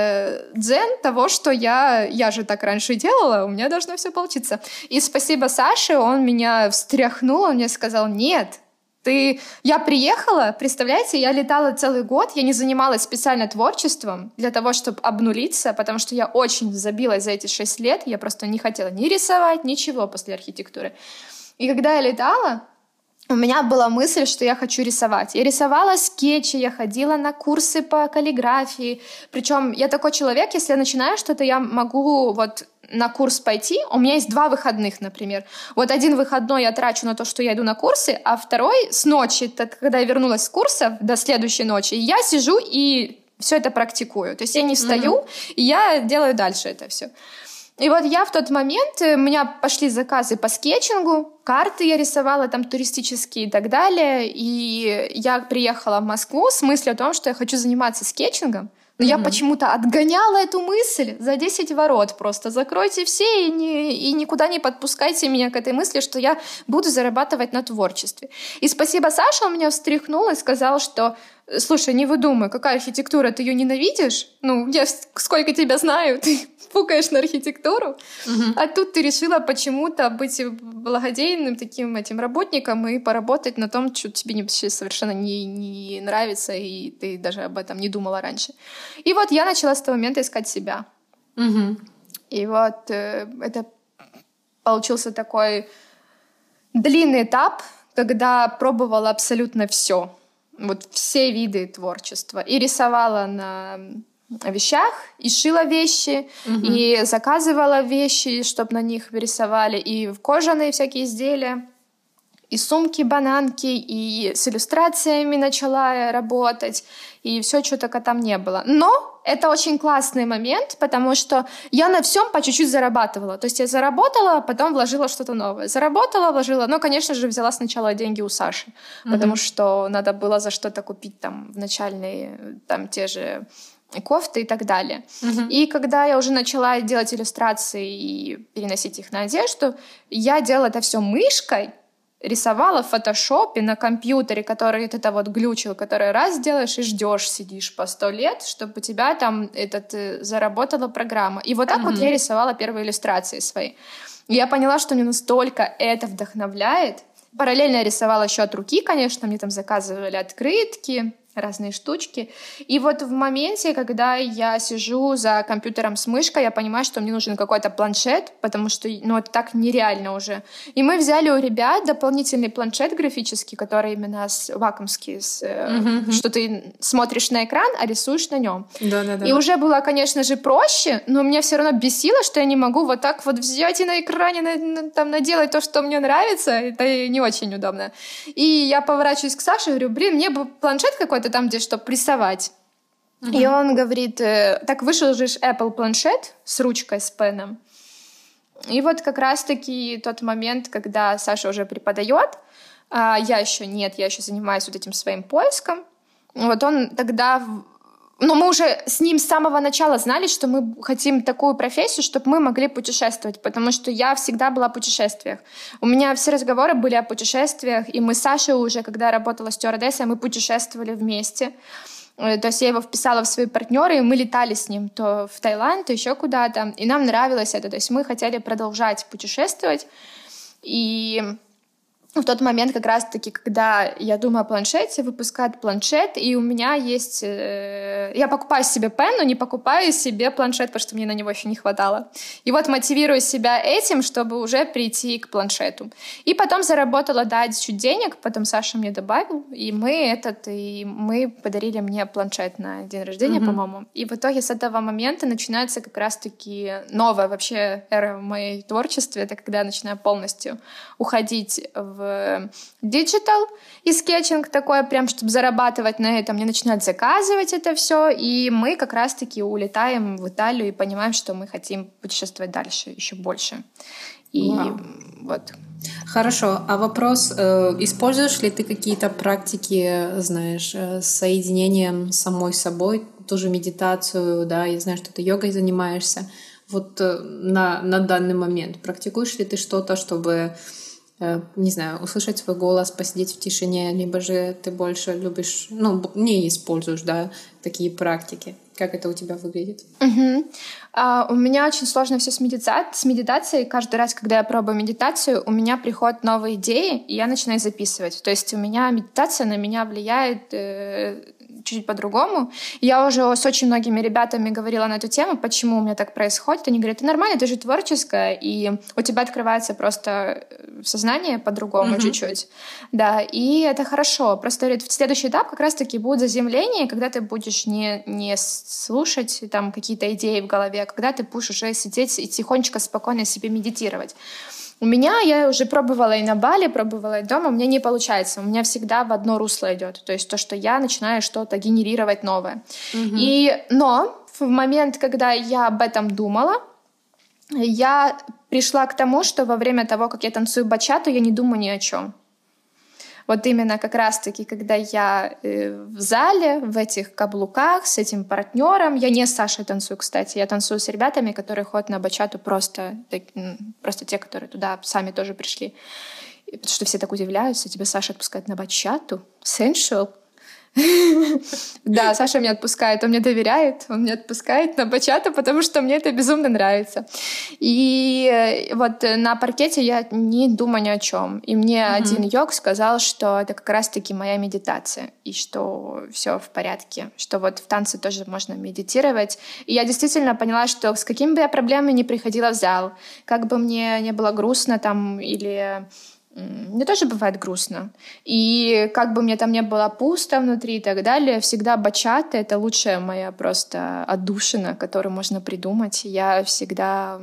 э, дзен того, что я, я же так раньше делала, у меня должно все получиться. И спасибо Саше, он меня встряхнул, он мне сказал, нет, Ты... Я приехала, представляете, я летала целый год, я не занималась специально творчеством для того, чтобы обнулиться, потому что я очень забилась за эти шесть лет, я просто не хотела ни рисовать, ничего после архитектуры. И когда я летала, у меня была мысль, что я хочу рисовать. Я рисовала скетчи, я ходила на курсы по каллиграфии. Причем я такой человек, если я начинаю что-то, я могу вот на курс пойти. У меня есть два выходных, например. Вот один выходной я трачу на то, что я иду на курсы, а второй с ночи, когда я вернулась с курса до следующей ночи, я сижу и все это практикую. То есть я не встаю, mm-hmm. и я делаю дальше это все. И вот я в тот момент, у меня пошли заказы по скетчингу, карты я рисовала там туристические и так далее, и я приехала в Москву с мыслью о том, что я хочу заниматься скетчингом, но mm-hmm. я почему-то отгоняла эту мысль за десять ворот просто. Закройте все и, не, и никуда не подпускайте меня к этой мысли, что я буду зарабатывать на творчестве. И спасибо Саше, он меня встряхнул и сказал, что слушай, не выдумай, какая архитектура, ты ее ненавидишь? Ну, я сколько тебя знаю, ты пукаешь на архитектуру, uh-huh. а тут ты решила почему-то быть благодейным таким этим работником и поработать на том, что тебе вообще совершенно не, не нравится, и ты даже об этом не думала раньше. И вот я начала с того момента искать себя. Uh-huh. И вот э, это получился такой длинный этап, когда пробовала абсолютно все. Вот все виды творчества. И рисовала на вещах, и шила вещи, угу. и заказывала вещи, чтобы на них рисовали, и кожаные всякие изделия, и сумки, бананки, и с иллюстрациями начала работать, и все, что только там не было. Но это очень классный момент, потому что я на всем по чуть-чуть зарабатывала. То есть я заработала, а потом вложила что-то новое. Заработала, вложила, но, конечно же, взяла сначала деньги у Саши, mm-hmm. потому что надо было за что-то купить там в начальные, там те же кофты и так далее. Mm-hmm. И когда я уже начала делать иллюстрации и переносить их на одежду, я делала это все мышкой, рисовала в фотошопе на компьютере, который это вот глючил, который раз делаешь и ждешь, сидишь по сто лет, чтобы у тебя там этот, э, заработала программа. И вот так mm-hmm. вот я рисовала первые иллюстрации свои. И я поняла, что мне настолько это вдохновляет. Параллельно я рисовала еще от руки, конечно, мне там заказывали открытки, разные штучки. И вот в моменте, когда я сижу за компьютером с мышкой, я понимаю, что мне нужен какой-то планшет, потому что, ну, это так нереально уже. И мы взяли у ребят дополнительный планшет графический, который именно с вакуумский, с, mm-hmm. что ты смотришь на экран, а рисуешь на нем. Да-да-да. И уже было, конечно же, проще, но меня все равно бесило, что я не могу вот так вот взять и на экране на, на, там наделать то, что мне нравится. Это не очень удобно. И я поворачиваюсь к Саше и говорю, блин, мне бы планшет какой-то там, где чтобы рисовать. Uh-huh. И он говорит, так вышел же Apple планшет с ручкой, с пеном. И вот как раз-таки тот момент, когда Саша уже преподает, а я еще нет, я еще занимаюсь вот этим своим поиском. Вот он тогда... Но мы уже с ним с самого начала знали, что мы хотим такую профессию, чтобы мы могли путешествовать, потому что я всегда была в путешествиях. У меня все разговоры были о путешествиях, и мы с Сашей уже, когда я работала стюардессой, мы путешествовали вместе. То есть я его вписала в свои партнеры, и мы летали с ним то в Таиланд, то еще куда-то. И нам нравилось это. То есть мы хотели продолжать путешествовать. И в тот момент как раз-таки, когда я думаю о планшете, выпускают планшет, и у меня есть... Э, я покупаю себе пен, но не покупаю себе планшет, потому что мне на него еще не хватало. И вот мотивирую себя этим, чтобы уже прийти к планшету. И потом заработала, да, чуть денег, потом Саша мне добавил, и мы этот, и мы подарили мне планшет на день рождения, mm-hmm. по-моему. И в итоге с этого момента начинается как раз-таки новая вообще эра в моей творчестве, это когда я начинаю полностью уходить в в диджитал и скетчинг такой, прям, чтобы зарабатывать на этом. Мне начинают заказывать это все, и мы как раз-таки улетаем в Италию и понимаем, что мы хотим путешествовать дальше, еще больше. И Вау. Вот. Хорошо. А вопрос, э, используешь ли ты какие-то практики, знаешь, э, с соединением с самой собой, ту же медитацию, да, я знаю, что ты йогой занимаешься. Вот э, на, на данный момент практикуешь ли ты что-то, чтобы не знаю, услышать свой голос, посидеть в тишине, либо же ты больше любишь, ну, не используешь, да, такие практики. Как это у тебя выглядит? Угу. А, у меня очень сложно все с, медита... с медитацией. Каждый раз, когда я пробую медитацию, у меня приходят новые идеи, и я начинаю записывать. То есть у меня медитация на меня влияет э, чуть-чуть по-другому. Я уже с очень многими ребятами говорила на эту тему, почему у меня так происходит. Они говорят, ты нормально, ты же творческая, и у тебя открывается просто сознание по-другому mm-hmm. чуть-чуть. Да, и это хорошо. Просто говорят, следующий этап как раз-таки будет заземление, когда ты будешь не, не слушать там какие-то идеи в голове, а когда ты будешь уже сидеть и тихонечко, спокойно себе медитировать. У меня, я уже пробовала и на Бали, пробовала и дома, у меня не получается. У меня всегда в одно русло идет. То есть то, что я начинаю что-то генерировать новое. Mm-hmm. И, но в момент, когда я об этом думала, я пришла к тому, что во время того, как я танцую бачату, я не думаю ни о чем. Вот именно как раз-таки, когда я э, в зале, в этих каблуках, с этим партнером, я не с Сашей танцую, кстати, я танцую с ребятами, которые ходят на бачату, просто, просто те, которые туда сами тоже пришли. Потому что все так удивляются, тебя Саша отпускает на бачату? Sensual? Да, Саша меня отпускает, он мне доверяет, он мне отпускает на бачату, потому что мне это безумно нравится. И вот на паркете я не думаю ни о чем. И мне mm-hmm. один йог сказал, что это как раз-таки моя медитация, и что все в порядке, что вот в танце тоже можно медитировать. И я действительно поняла, что с какими бы я проблемами ни приходила в зал, как бы мне не было грустно там или... Мне тоже бывает грустно. И как бы мне там не было пусто внутри и так далее, всегда бачата — это лучшая моя просто отдушина, которую можно придумать. Я всегда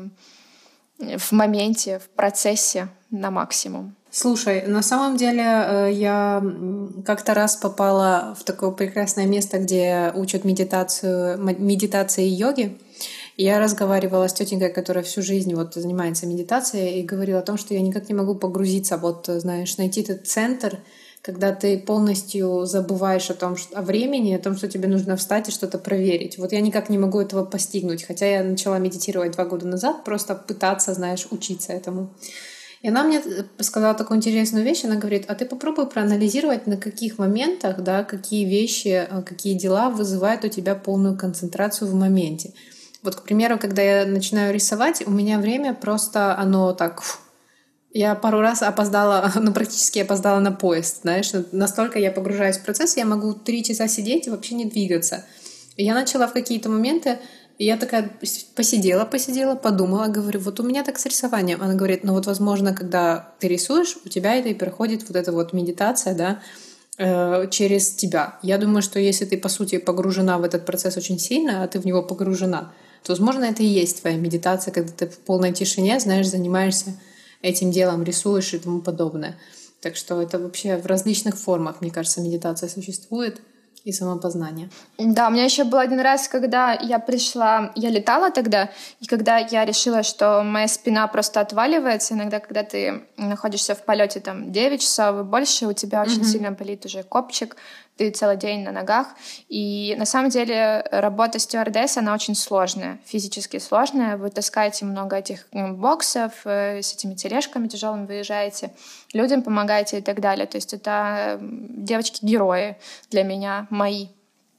в моменте, в процессе на максимум. Слушай, на самом деле я как-то раз попала в такое прекрасное место, где учат медитацию, медитации и йоги. Я разговаривала с тетенькой, которая всю жизнь вот занимается медитацией, и говорила о том, что я никак не могу погрузиться, вот, знаешь, найти этот центр, когда ты полностью забываешь о том, что, о времени, о том, что тебе нужно встать и что-то проверить. Вот я никак не могу этого постигнуть, хотя я начала медитировать два года назад, просто пытаться, знаешь, учиться этому. И она мне сказала такую интересную вещь, она говорит, а ты попробуй проанализировать, на каких моментах, да, какие вещи, какие дела вызывают у тебя полную концентрацию в моменте. Вот, к примеру, когда я начинаю рисовать, у меня время просто, оно так... Фу, я пару раз опоздала, ну, практически опоздала на поезд, знаешь. Настолько я погружаюсь в процесс, я могу три часа сидеть и вообще не двигаться. И я начала в какие-то моменты, я такая посидела, посидела, подумала, говорю, вот у меня так с рисованием. Она говорит, ну вот, возможно, когда ты рисуешь, у тебя это и проходит вот эта вот медитация, да, э, через тебя. Я думаю, что если ты, по сути, погружена в этот процесс очень сильно, а ты в него погружена, то, возможно, это и есть твоя медитация, когда ты в полной тишине, знаешь, занимаешься этим делом, рисуешь и тому подобное. Так что это вообще в различных формах, мне кажется, медитация существует и самопознание. Да, у меня еще был один раз, когда я пришла, я летала тогда, и когда я решила, что моя спина просто отваливается, иногда, когда ты находишься в полете там девять часов и больше, у тебя очень mm-hmm. сильно болит уже копчик, ты целый день на ногах. И на самом деле работа стюардесс, она очень сложная, физически сложная. Вы таскаете много этих боксов, с этими тележками тяжелыми выезжаете, людям помогаете и так далее. То есть это девочки-герои для меня, мои.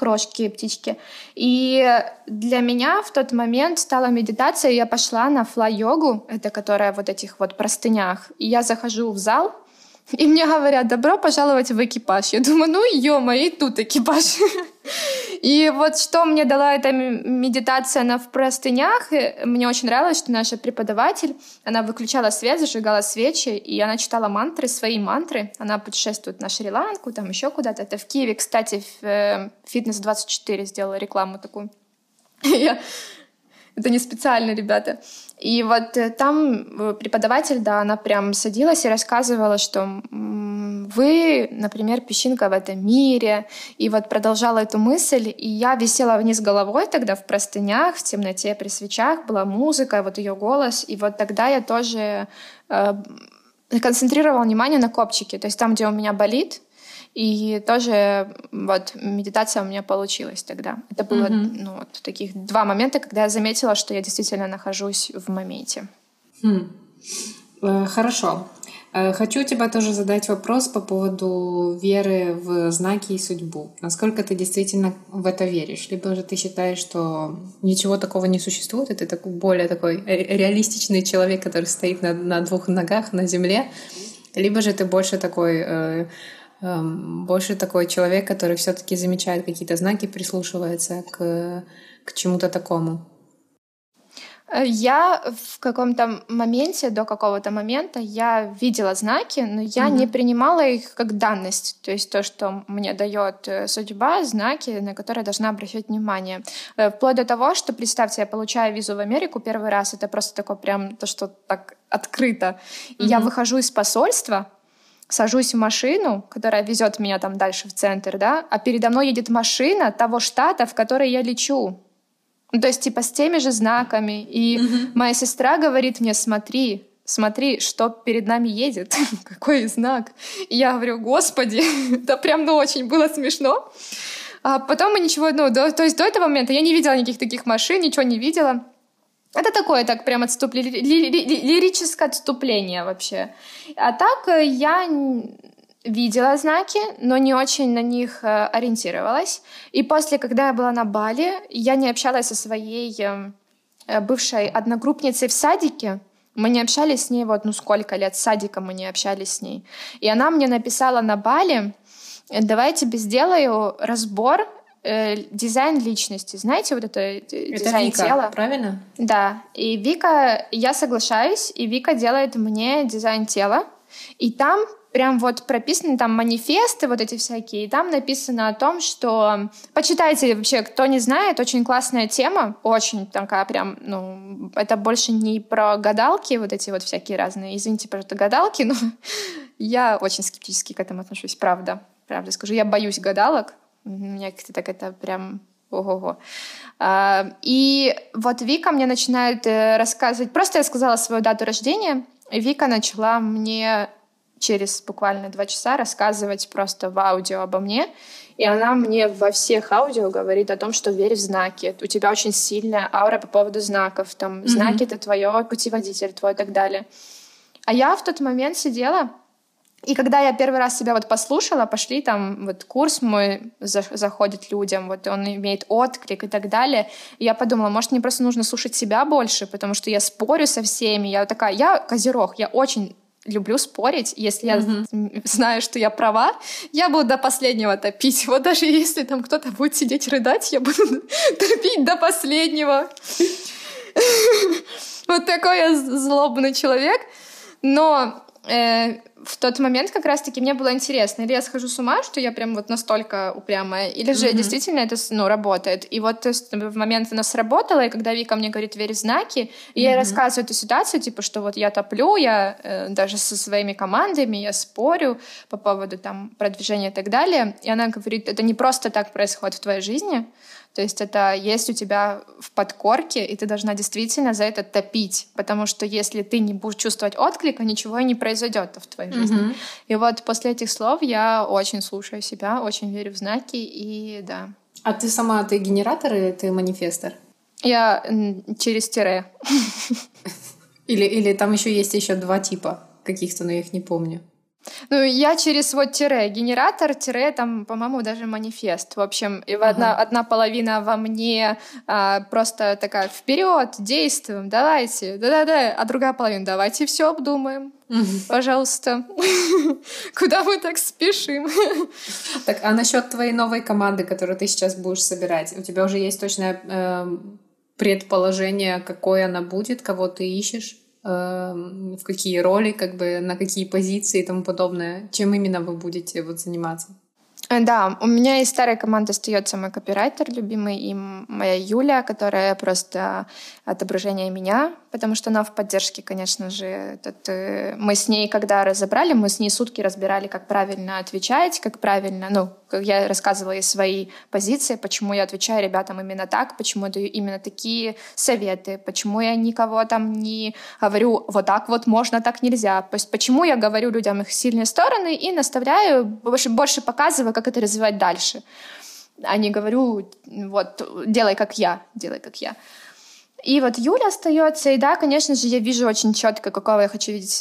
крошки, птички. И для меня в тот момент стала медитация, я пошла на флай-йогу, это которая в вот этих вот простынях. И я захожу в зал, и мне говорят: добро пожаловать в экипаж. Я думаю, ну ё-моё, и тут экипаж. И вот что мне дала эта медитация на в простынях, мне очень нравилось, что наша преподаватель, она выключала свет, зажигала свечи, и она читала мантры, свои мантры. Она путешествует на Шри-Ланку, там еще куда-то. Это в Киеве, кстати, в Фитнес двадцать четыре сделала рекламу такую. Я... Это не специально, ребята. И вот там преподаватель, да, она прям садилась и рассказывала, что вы, например, песчинка в этом мире, и вот продолжала эту мысль, и я висела вниз головой тогда в простынях, в темноте при свечах, была музыка, вот ее голос, и вот тогда я тоже э, концентрировала внимание на копчике, то есть там, где у меня болит, и тоже вот медитация у меня получилась тогда. Это было mm-hmm. ну, вот таких два момента, когда я заметила, что я действительно нахожусь в моменте. Mm. Э, хорошо. Э, хочу тебя тоже задать вопрос по поводу веры в знаки и судьбу. Насколько ты действительно в это веришь? Либо же ты считаешь, что ничего такого не существует, и ты такой, более такой реалистичный человек, который стоит на, на двух ногах на земле, либо же ты больше такой... Э, больше такой человек, который все-таки замечает какие-то знаки, прислушивается к, к чему-то такому? Я в каком-то моменте, до какого-то момента, я видела знаки, но я mm-hmm. не принимала их как данность. То есть то, что мне дает судьба, знаки, на которые я должна обращать внимание. Вплоть до того, что, представьте, я получаю визу в Америку первый раз, это просто такое прям то, что так открыто. И mm-hmm. я выхожу из посольства, сажусь в машину, которая везет меня там дальше в центр, да, а передо мной едет машина того штата, в который я лечу. Ну, то есть типа с теми же знаками. И mm-hmm. моя сестра говорит мне: смотри, смотри, что перед нами едет, какой знак. И я говорю: господи, это прям, ну, очень было смешно. А потом мы ничего, ну, до, то есть до этого момента я не видела никаких таких машин, ничего не видела. Это такое, так прям отступление, ли, ли, ли, лирическое отступление вообще. А так я видела знаки, но не очень на них ориентировалась. И после, когда я была на Бали, я не общалась со своей бывшей одногруппницей в садике. Мы не общались с ней вот, ну сколько лет, с садика мы не общались с ней. И она мне написала на Бали: давай я тебе сделаю разбор дизайн личности. Знаете, вот это, это дизайн Вика, тела. Правильно? Да. И Вика, я соглашаюсь, и Вика делает мне дизайн тела. И там прям вот прописаны там манифесты вот эти всякие, и там написано о том, что... Почитайте вообще, кто не знает, очень классная тема, очень такая прям, ну, это больше не про гадалки, вот эти вот всякие разные, извините, про это гадалки, но я очень скептически к этому отношусь, правда. Правда скажу, я боюсь гадалок. У меня как-то так это прям ого-го. А, и вот Вика мне начинает рассказывать... Просто я сказала свою дату рождения, и Вика начала мне через буквально два часа рассказывать просто в аудио обо мне. И она мне во всех аудио говорит о том, что верь в знаки. У тебя очень сильная аура по поводу знаков. Там, mm-hmm. знаки — это твое, путеводитель твой и так далее. А я в тот момент сидела... И когда я первый раз себя вот послушала, пошли там, вот курс мой за, заходит людям, вот он имеет отклик и так далее, и я подумала, может, мне просто нужно слушать себя больше, потому что я спорю со всеми, я такая, я козерог, я очень люблю спорить, если mm-hmm. я знаю, что я права, я буду до последнего топить, вот даже если там кто-то будет сидеть рыдать, я буду топить до последнего. Вот такой я злобный человек, но... в тот момент как раз-таки мне было интересно, или я схожу с ума, что я прям вот настолько упрямая, или же mm-hmm. действительно это, ну, работает. И вот в момент оно сработало, и когда Вика мне говорит «верь в знаки», и mm-hmm. я ей рассказываю эту ситуацию, типа, что вот я топлю, я э, даже со своими командами, я спорю по поводу там продвижения и так далее, и она говорит, это не просто так происходит в твоей жизни, то есть это есть у тебя в подкорке, и ты должна действительно за это топить, потому что если ты не будешь чувствовать отклика, ничего и не произойдет в твоей жизни. Mm-hmm. И вот после этих слов я очень слушаю себя, очень верю в знаки, и да. А ты сама, ты генератор или ты манифестор? Я через тире. Или, или там еще есть еще два типа каких-то, но я их не помню. Ну, я через вот тире, генератор, тире, там, по-моему, даже манифест. В общем, и Ага. одна, одна половина во мне а, просто такая: вперед, действуем, давайте, да-да-да, а другая половина: давайте все обдумаем, пожалуйста. Куда мы так спешим? Так, а насчет твоей новой команды, которую ты сейчас будешь собирать, у тебя уже есть точное э, предположение, какой она будет, кого ты ищешь? В какие роли, как бы на какие позиции и тому подобное. Чем именно вы будете вот заниматься? Да, у меня из старой команды остается мой копирайтер любимый и моя Юля, которая просто отображение меня, потому что она в поддержке, конечно же. Этот, мы с ней, когда разобрали, мы с ней сутки разбирали, как правильно отвечать, как правильно, ну, я рассказывала ей свои позиции, почему я отвечаю ребятам именно так, почему я даю именно такие советы, почему я никого там не говорю вот так вот можно, так нельзя. То есть почему я говорю людям их сильные стороны и наставляю, больше, больше показываю, как это развивать дальше. А не говорю, вот, делай как я, делай как я. И вот Юля остается, и да, конечно же, я вижу очень четко, какого я хочу видеть в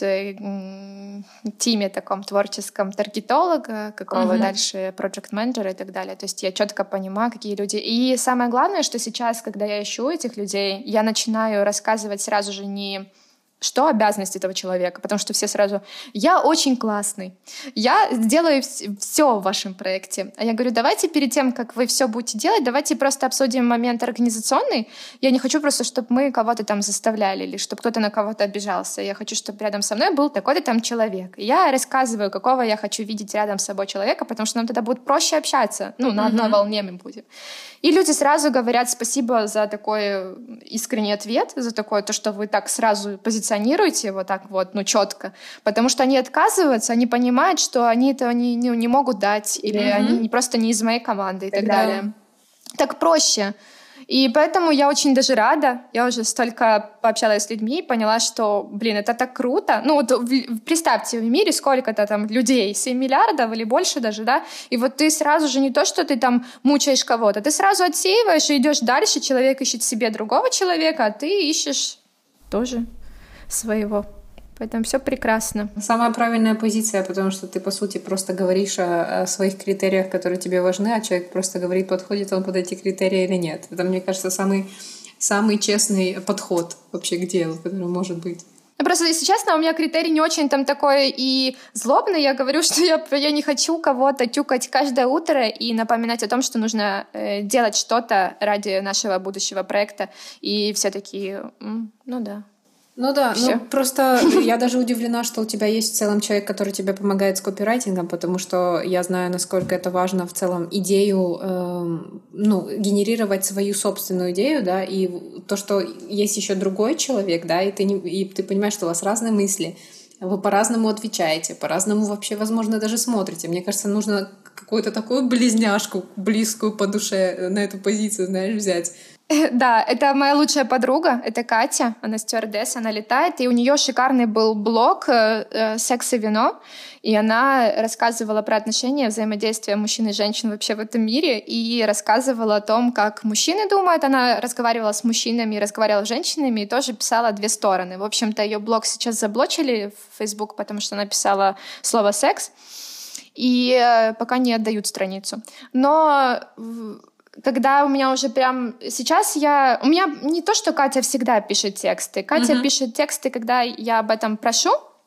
своей тиме таком творческом таргетолога, какого uh-huh. дальше проект-менеджера и так далее. То есть я четко понимаю, какие люди. И самое главное, что сейчас, когда я ищу этих людей, я начинаю рассказывать сразу же не что обязанность этого человека, потому что все сразу: я очень классный, я сделаю все в вашем проекте. А я говорю: давайте перед тем, как вы все будете делать, давайте просто обсудим момент организационный. Я не хочу просто, чтобы мы кого-то там заставляли или чтобы кто-то на кого-то обижался. Я хочу, чтобы рядом со мной был такой-то там человек. И я рассказываю, какого я хочу видеть рядом с собой человека, потому что нам тогда будет проще общаться. Ну, на одной mm-hmm. волне мы будем. И люди сразу говорят: спасибо за такой искренний ответ, за такое, то, что вы так сразу позиционируете вот так вот, ну, четко. Потому что они отказываются, они понимают, что они этого не, не, не могут дать, или mm-hmm. они не, просто не из моей команды и так да. далее. Так проще. И поэтому я очень даже рада. Я уже столько пообщалась с людьми и поняла, что, блин, это так круто. Ну, вот представьте, в мире сколько-то там людей, семь миллиардов или больше даже, да? И вот ты сразу же не то, что ты там мучаешь кого-то, ты сразу отсеиваешь и идешь дальше. Человек ищет себе другого человека, а ты ищешь тоже своего. Поэтому все прекрасно. Самая правильная позиция, потому что ты, по сути, просто говоришь о, о своих критериях, которые тебе важны, а человек просто говорит, подходит он под эти критерии или нет. Это, мне кажется, самый, самый честный подход вообще к делу, который может быть. Ну, просто, если честно, у меня критерий не очень там такой и злобный. Я говорю, что я, я не хочу кого-то тюкать каждое утро и напоминать о том, что нужно э, делать что-то ради нашего будущего проекта. И все такие, ну да. Ну да, Всё. ну просто я даже удивлена, что у тебя есть в целом человек, который тебе помогает с копирайтингом, потому что я знаю, насколько это важно в целом идею, э, ну, генерировать свою собственную идею, да, и то, что есть еще другой человек, да, и ты, не, и ты понимаешь, что у вас разные мысли, вы по-разному отвечаете, по-разному вообще, возможно, даже смотрите. Мне кажется, нужно какую-то такую близняшку, близкую по душе на эту позицию, знаешь, взять. Да, это моя лучшая подруга, это Катя, она стюардесса, она летает, и у нее шикарный был блог э, «Секс и вино», и она рассказывала про отношения, взаимодействие мужчин и женщин вообще в этом мире, и рассказывала о том, как мужчины думают, она разговаривала с мужчинами, разговаривала с женщинами, и тоже писала две стороны. В общем-то, ее блог сейчас заблочили в Facebook, потому что она писала слово «секс», и э, пока не отдают страницу. Но когда у меня уже прям... Сейчас я... У меня не то, что Катя всегда пишет тексты. Катя uh-huh. пишет тексты, когда я об этом прошу.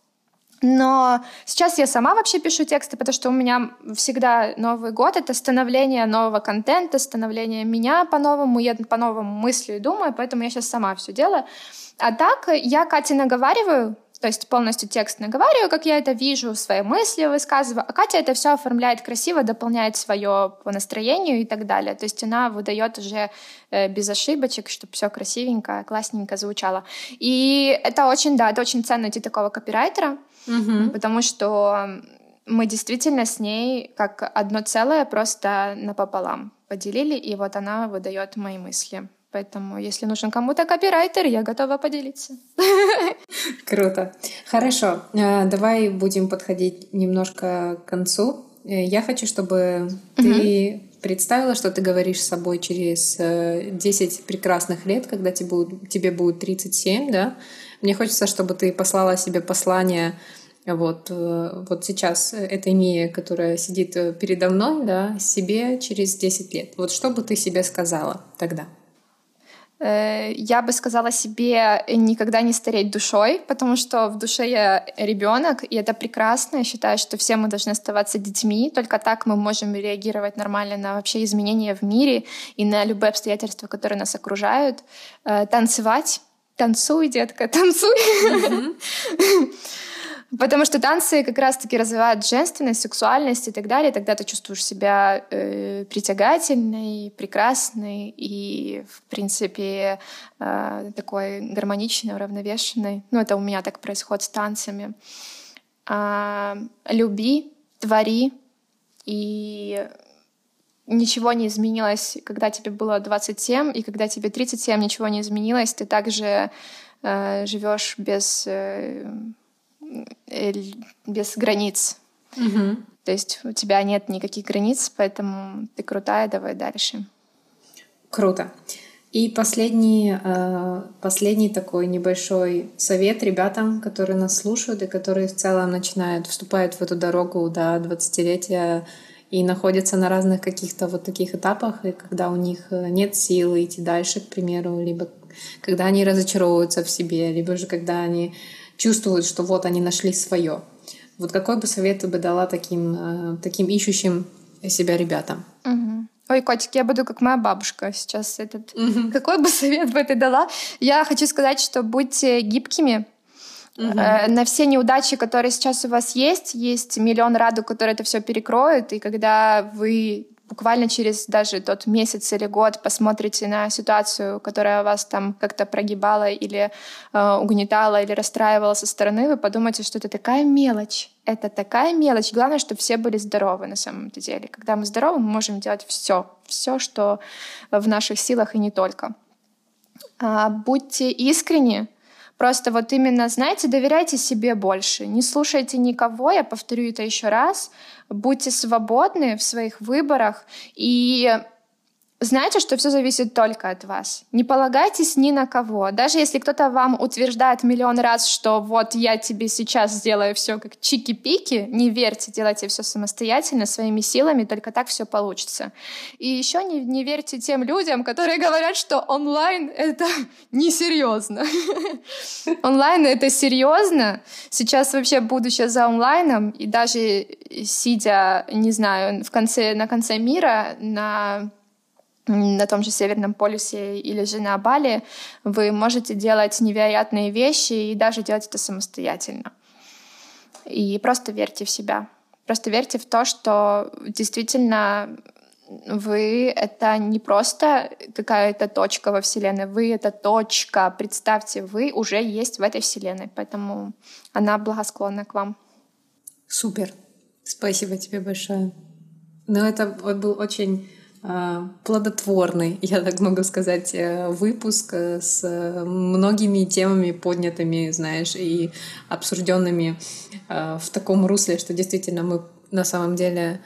Но сейчас я сама вообще пишу тексты, потому что у меня всегда Новый год — это становление нового контента, становление меня по-новому. Я по-новому мыслю и думаю, поэтому я сейчас сама все делаю. А так я Кате наговариваю, то есть полностью текст наговариваю, как я это вижу, свои мысли высказываю, а Катя это все оформляет красиво, дополняет свое по настроению и так далее. То есть она выдает уже э, без ошибочек, чтобы все красивенько, классненько звучало. И это очень, да, это очень ценно найти такого копирайтера, mm-hmm. потому что мы действительно с ней как одно целое просто напополам поделили, и вот она выдает мои мысли. Поэтому, если нужен кому-то копирайтер, я готова поделиться. Круто. Хорошо. Давай будем подходить немножко к концу. Я хочу, чтобы ты uh-huh. представила, что ты говоришь с собой через десять прекрасных лет, когда тебе будет, тебе будет тридцать семь, да? Мне хочется, чтобы ты послала себе послание Вот, э, вот сейчас эта Мия, которая сидит передо мной, да, себе через десять лет. Вот что бы ты себе сказала тогда? Я бы сказала себе никогда не стареть душой, потому что в душе я ребенок, и это прекрасно. Я считаю, что все мы должны оставаться детьми. Только так мы можем реагировать нормально на вообще изменения в мире и на любые обстоятельства, которые нас окружают. Танцевать. Танцуй, детка, танцуй. Mm-hmm. Потому что танцы как раз-таки развивают женственность, сексуальность и так далее. Тогда ты чувствуешь себя э, притягательной, прекрасной и, в принципе, э, такой гармоничной, уравновешенной. Ну, это у меня так происходит с танцами. А, люби, твори, и ничего не изменилось, когда тебе было двадцать семь, и когда тебе тридцать семь, ничего не изменилось. Ты также э, живешь без... Э, без границ. Угу. То есть у тебя нет никаких границ, поэтому ты крутая, давай дальше. Круто. И последний, последний такой небольшой совет ребятам, которые нас слушают и которые в целом начинают, вступают в эту дорогу до двадцатилетия и находятся на разных каких-то вот таких этапах, и когда у них нет силы идти дальше, к примеру, либо когда они разочаровываются в себе, либо же когда они чувствуют, что вот они нашли свое. Вот какой бы совет ты бы дала таким, таким ищущим себя ребятам? Угу. Ой, котик, я буду как моя бабушка сейчас. Этот... Угу. Какой бы совет бы ты дала? Я хочу сказать, что будьте гибкими. Угу. Э, на все неудачи, которые сейчас у вас есть, есть миллион радуг, которые это все перекроют. И когда вы буквально через даже тот месяц или год посмотрите на ситуацию, которая вас там как-то прогибала или э, угнетала или расстраивала со стороны, вы подумаете, что это такая мелочь. Это такая мелочь. Главное, чтобы все были здоровы на самом деле. Когда мы здоровы, мы можем делать все. Все, что в наших силах и не только. А, будьте искренни. Просто вот именно, знаете, доверяйте себе больше. Не слушайте никого, я повторю это еще раз. Будьте свободны в своих выборах и знайте, что все зависит только от вас. Не полагайтесь ни на кого. Даже если кто-то вам утверждает миллион раз, что вот я тебе сейчас сделаю все как чики-пики, не верьте, делайте все самостоятельно, своими силами, только так все получится. И еще не, не верьте тем людям, которые говорят, что онлайн — это несерьезно. Онлайн — это серьезно. Сейчас вообще будущее за онлайном, и даже сидя, не знаю, в конце, на конце мира, на... на том же Северном полюсе или же на Бали, вы можете делать невероятные вещи и даже делать это самостоятельно. И просто верьте в себя. Просто верьте в то, что действительно вы — это не просто какая-то точка во Вселенной, вы — это точка. Представьте, вы уже есть в этой Вселенной, поэтому она благосклонна к вам. Супер. Спасибо тебе большое. Ну, это был очень плодотворный, я так могу сказать, выпуск с многими темами поднятыми, знаешь, и обсужденными в таком русле, что действительно мы на самом деле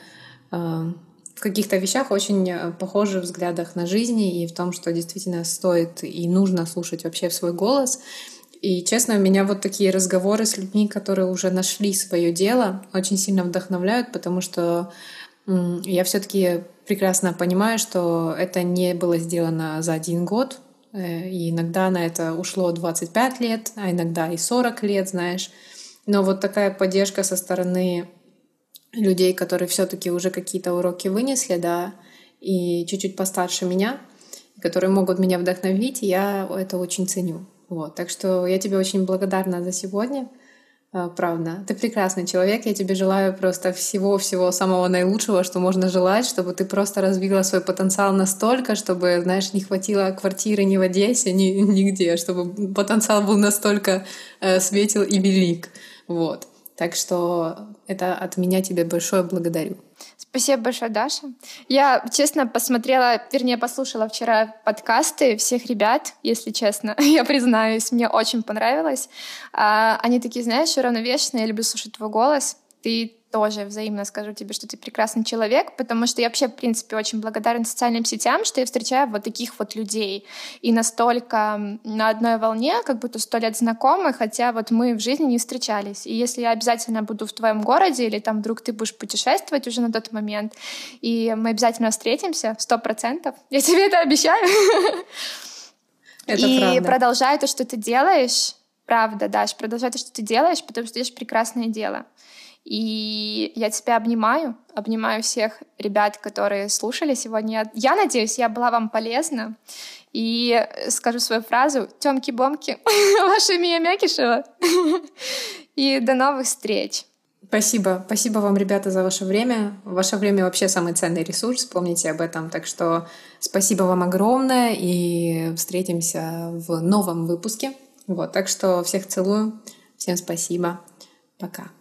в каких-то вещах очень похожи в взглядах на жизнь и в том, что действительно стоит и нужно слушать вообще в свой голос. И, честно, меня вот такие разговоры с людьми, которые уже нашли свое дело, очень сильно вдохновляют, потому что я все-таки прекрасно понимаю, что это не было сделано за один год, и иногда на это ушло двадцать пять лет, а иногда и сорок лет, знаешь. Но вот такая поддержка со стороны людей, которые все-таки уже какие-то уроки вынесли, да, и чуть-чуть постарше меня, которые могут меня вдохновить, я это очень ценю. Вот. Так что я тебе очень благодарна за сегодня. Правда. Ты прекрасный человек. Я тебе желаю просто всего-всего самого наилучшего, что можно желать, чтобы ты просто развила свой потенциал настолько, чтобы, знаешь, не хватило квартиры ни в Одессе, ни нигде, чтобы потенциал был настолько э, светел и велик. Вот. Так что это от меня тебе большое благодарю. Спасибо большое, Даша. Я, честно, посмотрела, вернее, послушала вчера подкасты всех ребят, если честно. Я признаюсь, мне очень понравилось. Они такие, знаешь, уравновешенные, я люблю слушать твой голос. Ты тоже взаимно скажу тебе, что ты прекрасный человек, потому что я вообще, в принципе, очень благодарна социальным сетям, что я встречаю вот таких вот людей и настолько на одной волне, как будто сто лет знакомы, хотя вот мы в жизни не встречались. И если я обязательно буду в твоем городе или там вдруг ты будешь путешествовать уже на тот момент, и мы обязательно встретимся, сто процентов, я тебе это обещаю. Это и правда. Продолжай то, что ты делаешь, правда, Даш, продолжай то, что ты делаешь, потому что делаешь прекрасное дело. И я тебя обнимаю, обнимаю всех ребят, которые слушали сегодня. Я надеюсь, я была вам полезна. И скажу свою фразу: «Тёмки-бомки, ваша Мия Мякишева». И до новых встреч. Спасибо. Спасибо вам, ребята, за ваше время. Ваше время вообще самый ценный ресурс, помните об этом. Так что спасибо вам огромное, и встретимся в новом выпуске. Вот, так что всех целую. Всем спасибо. Пока.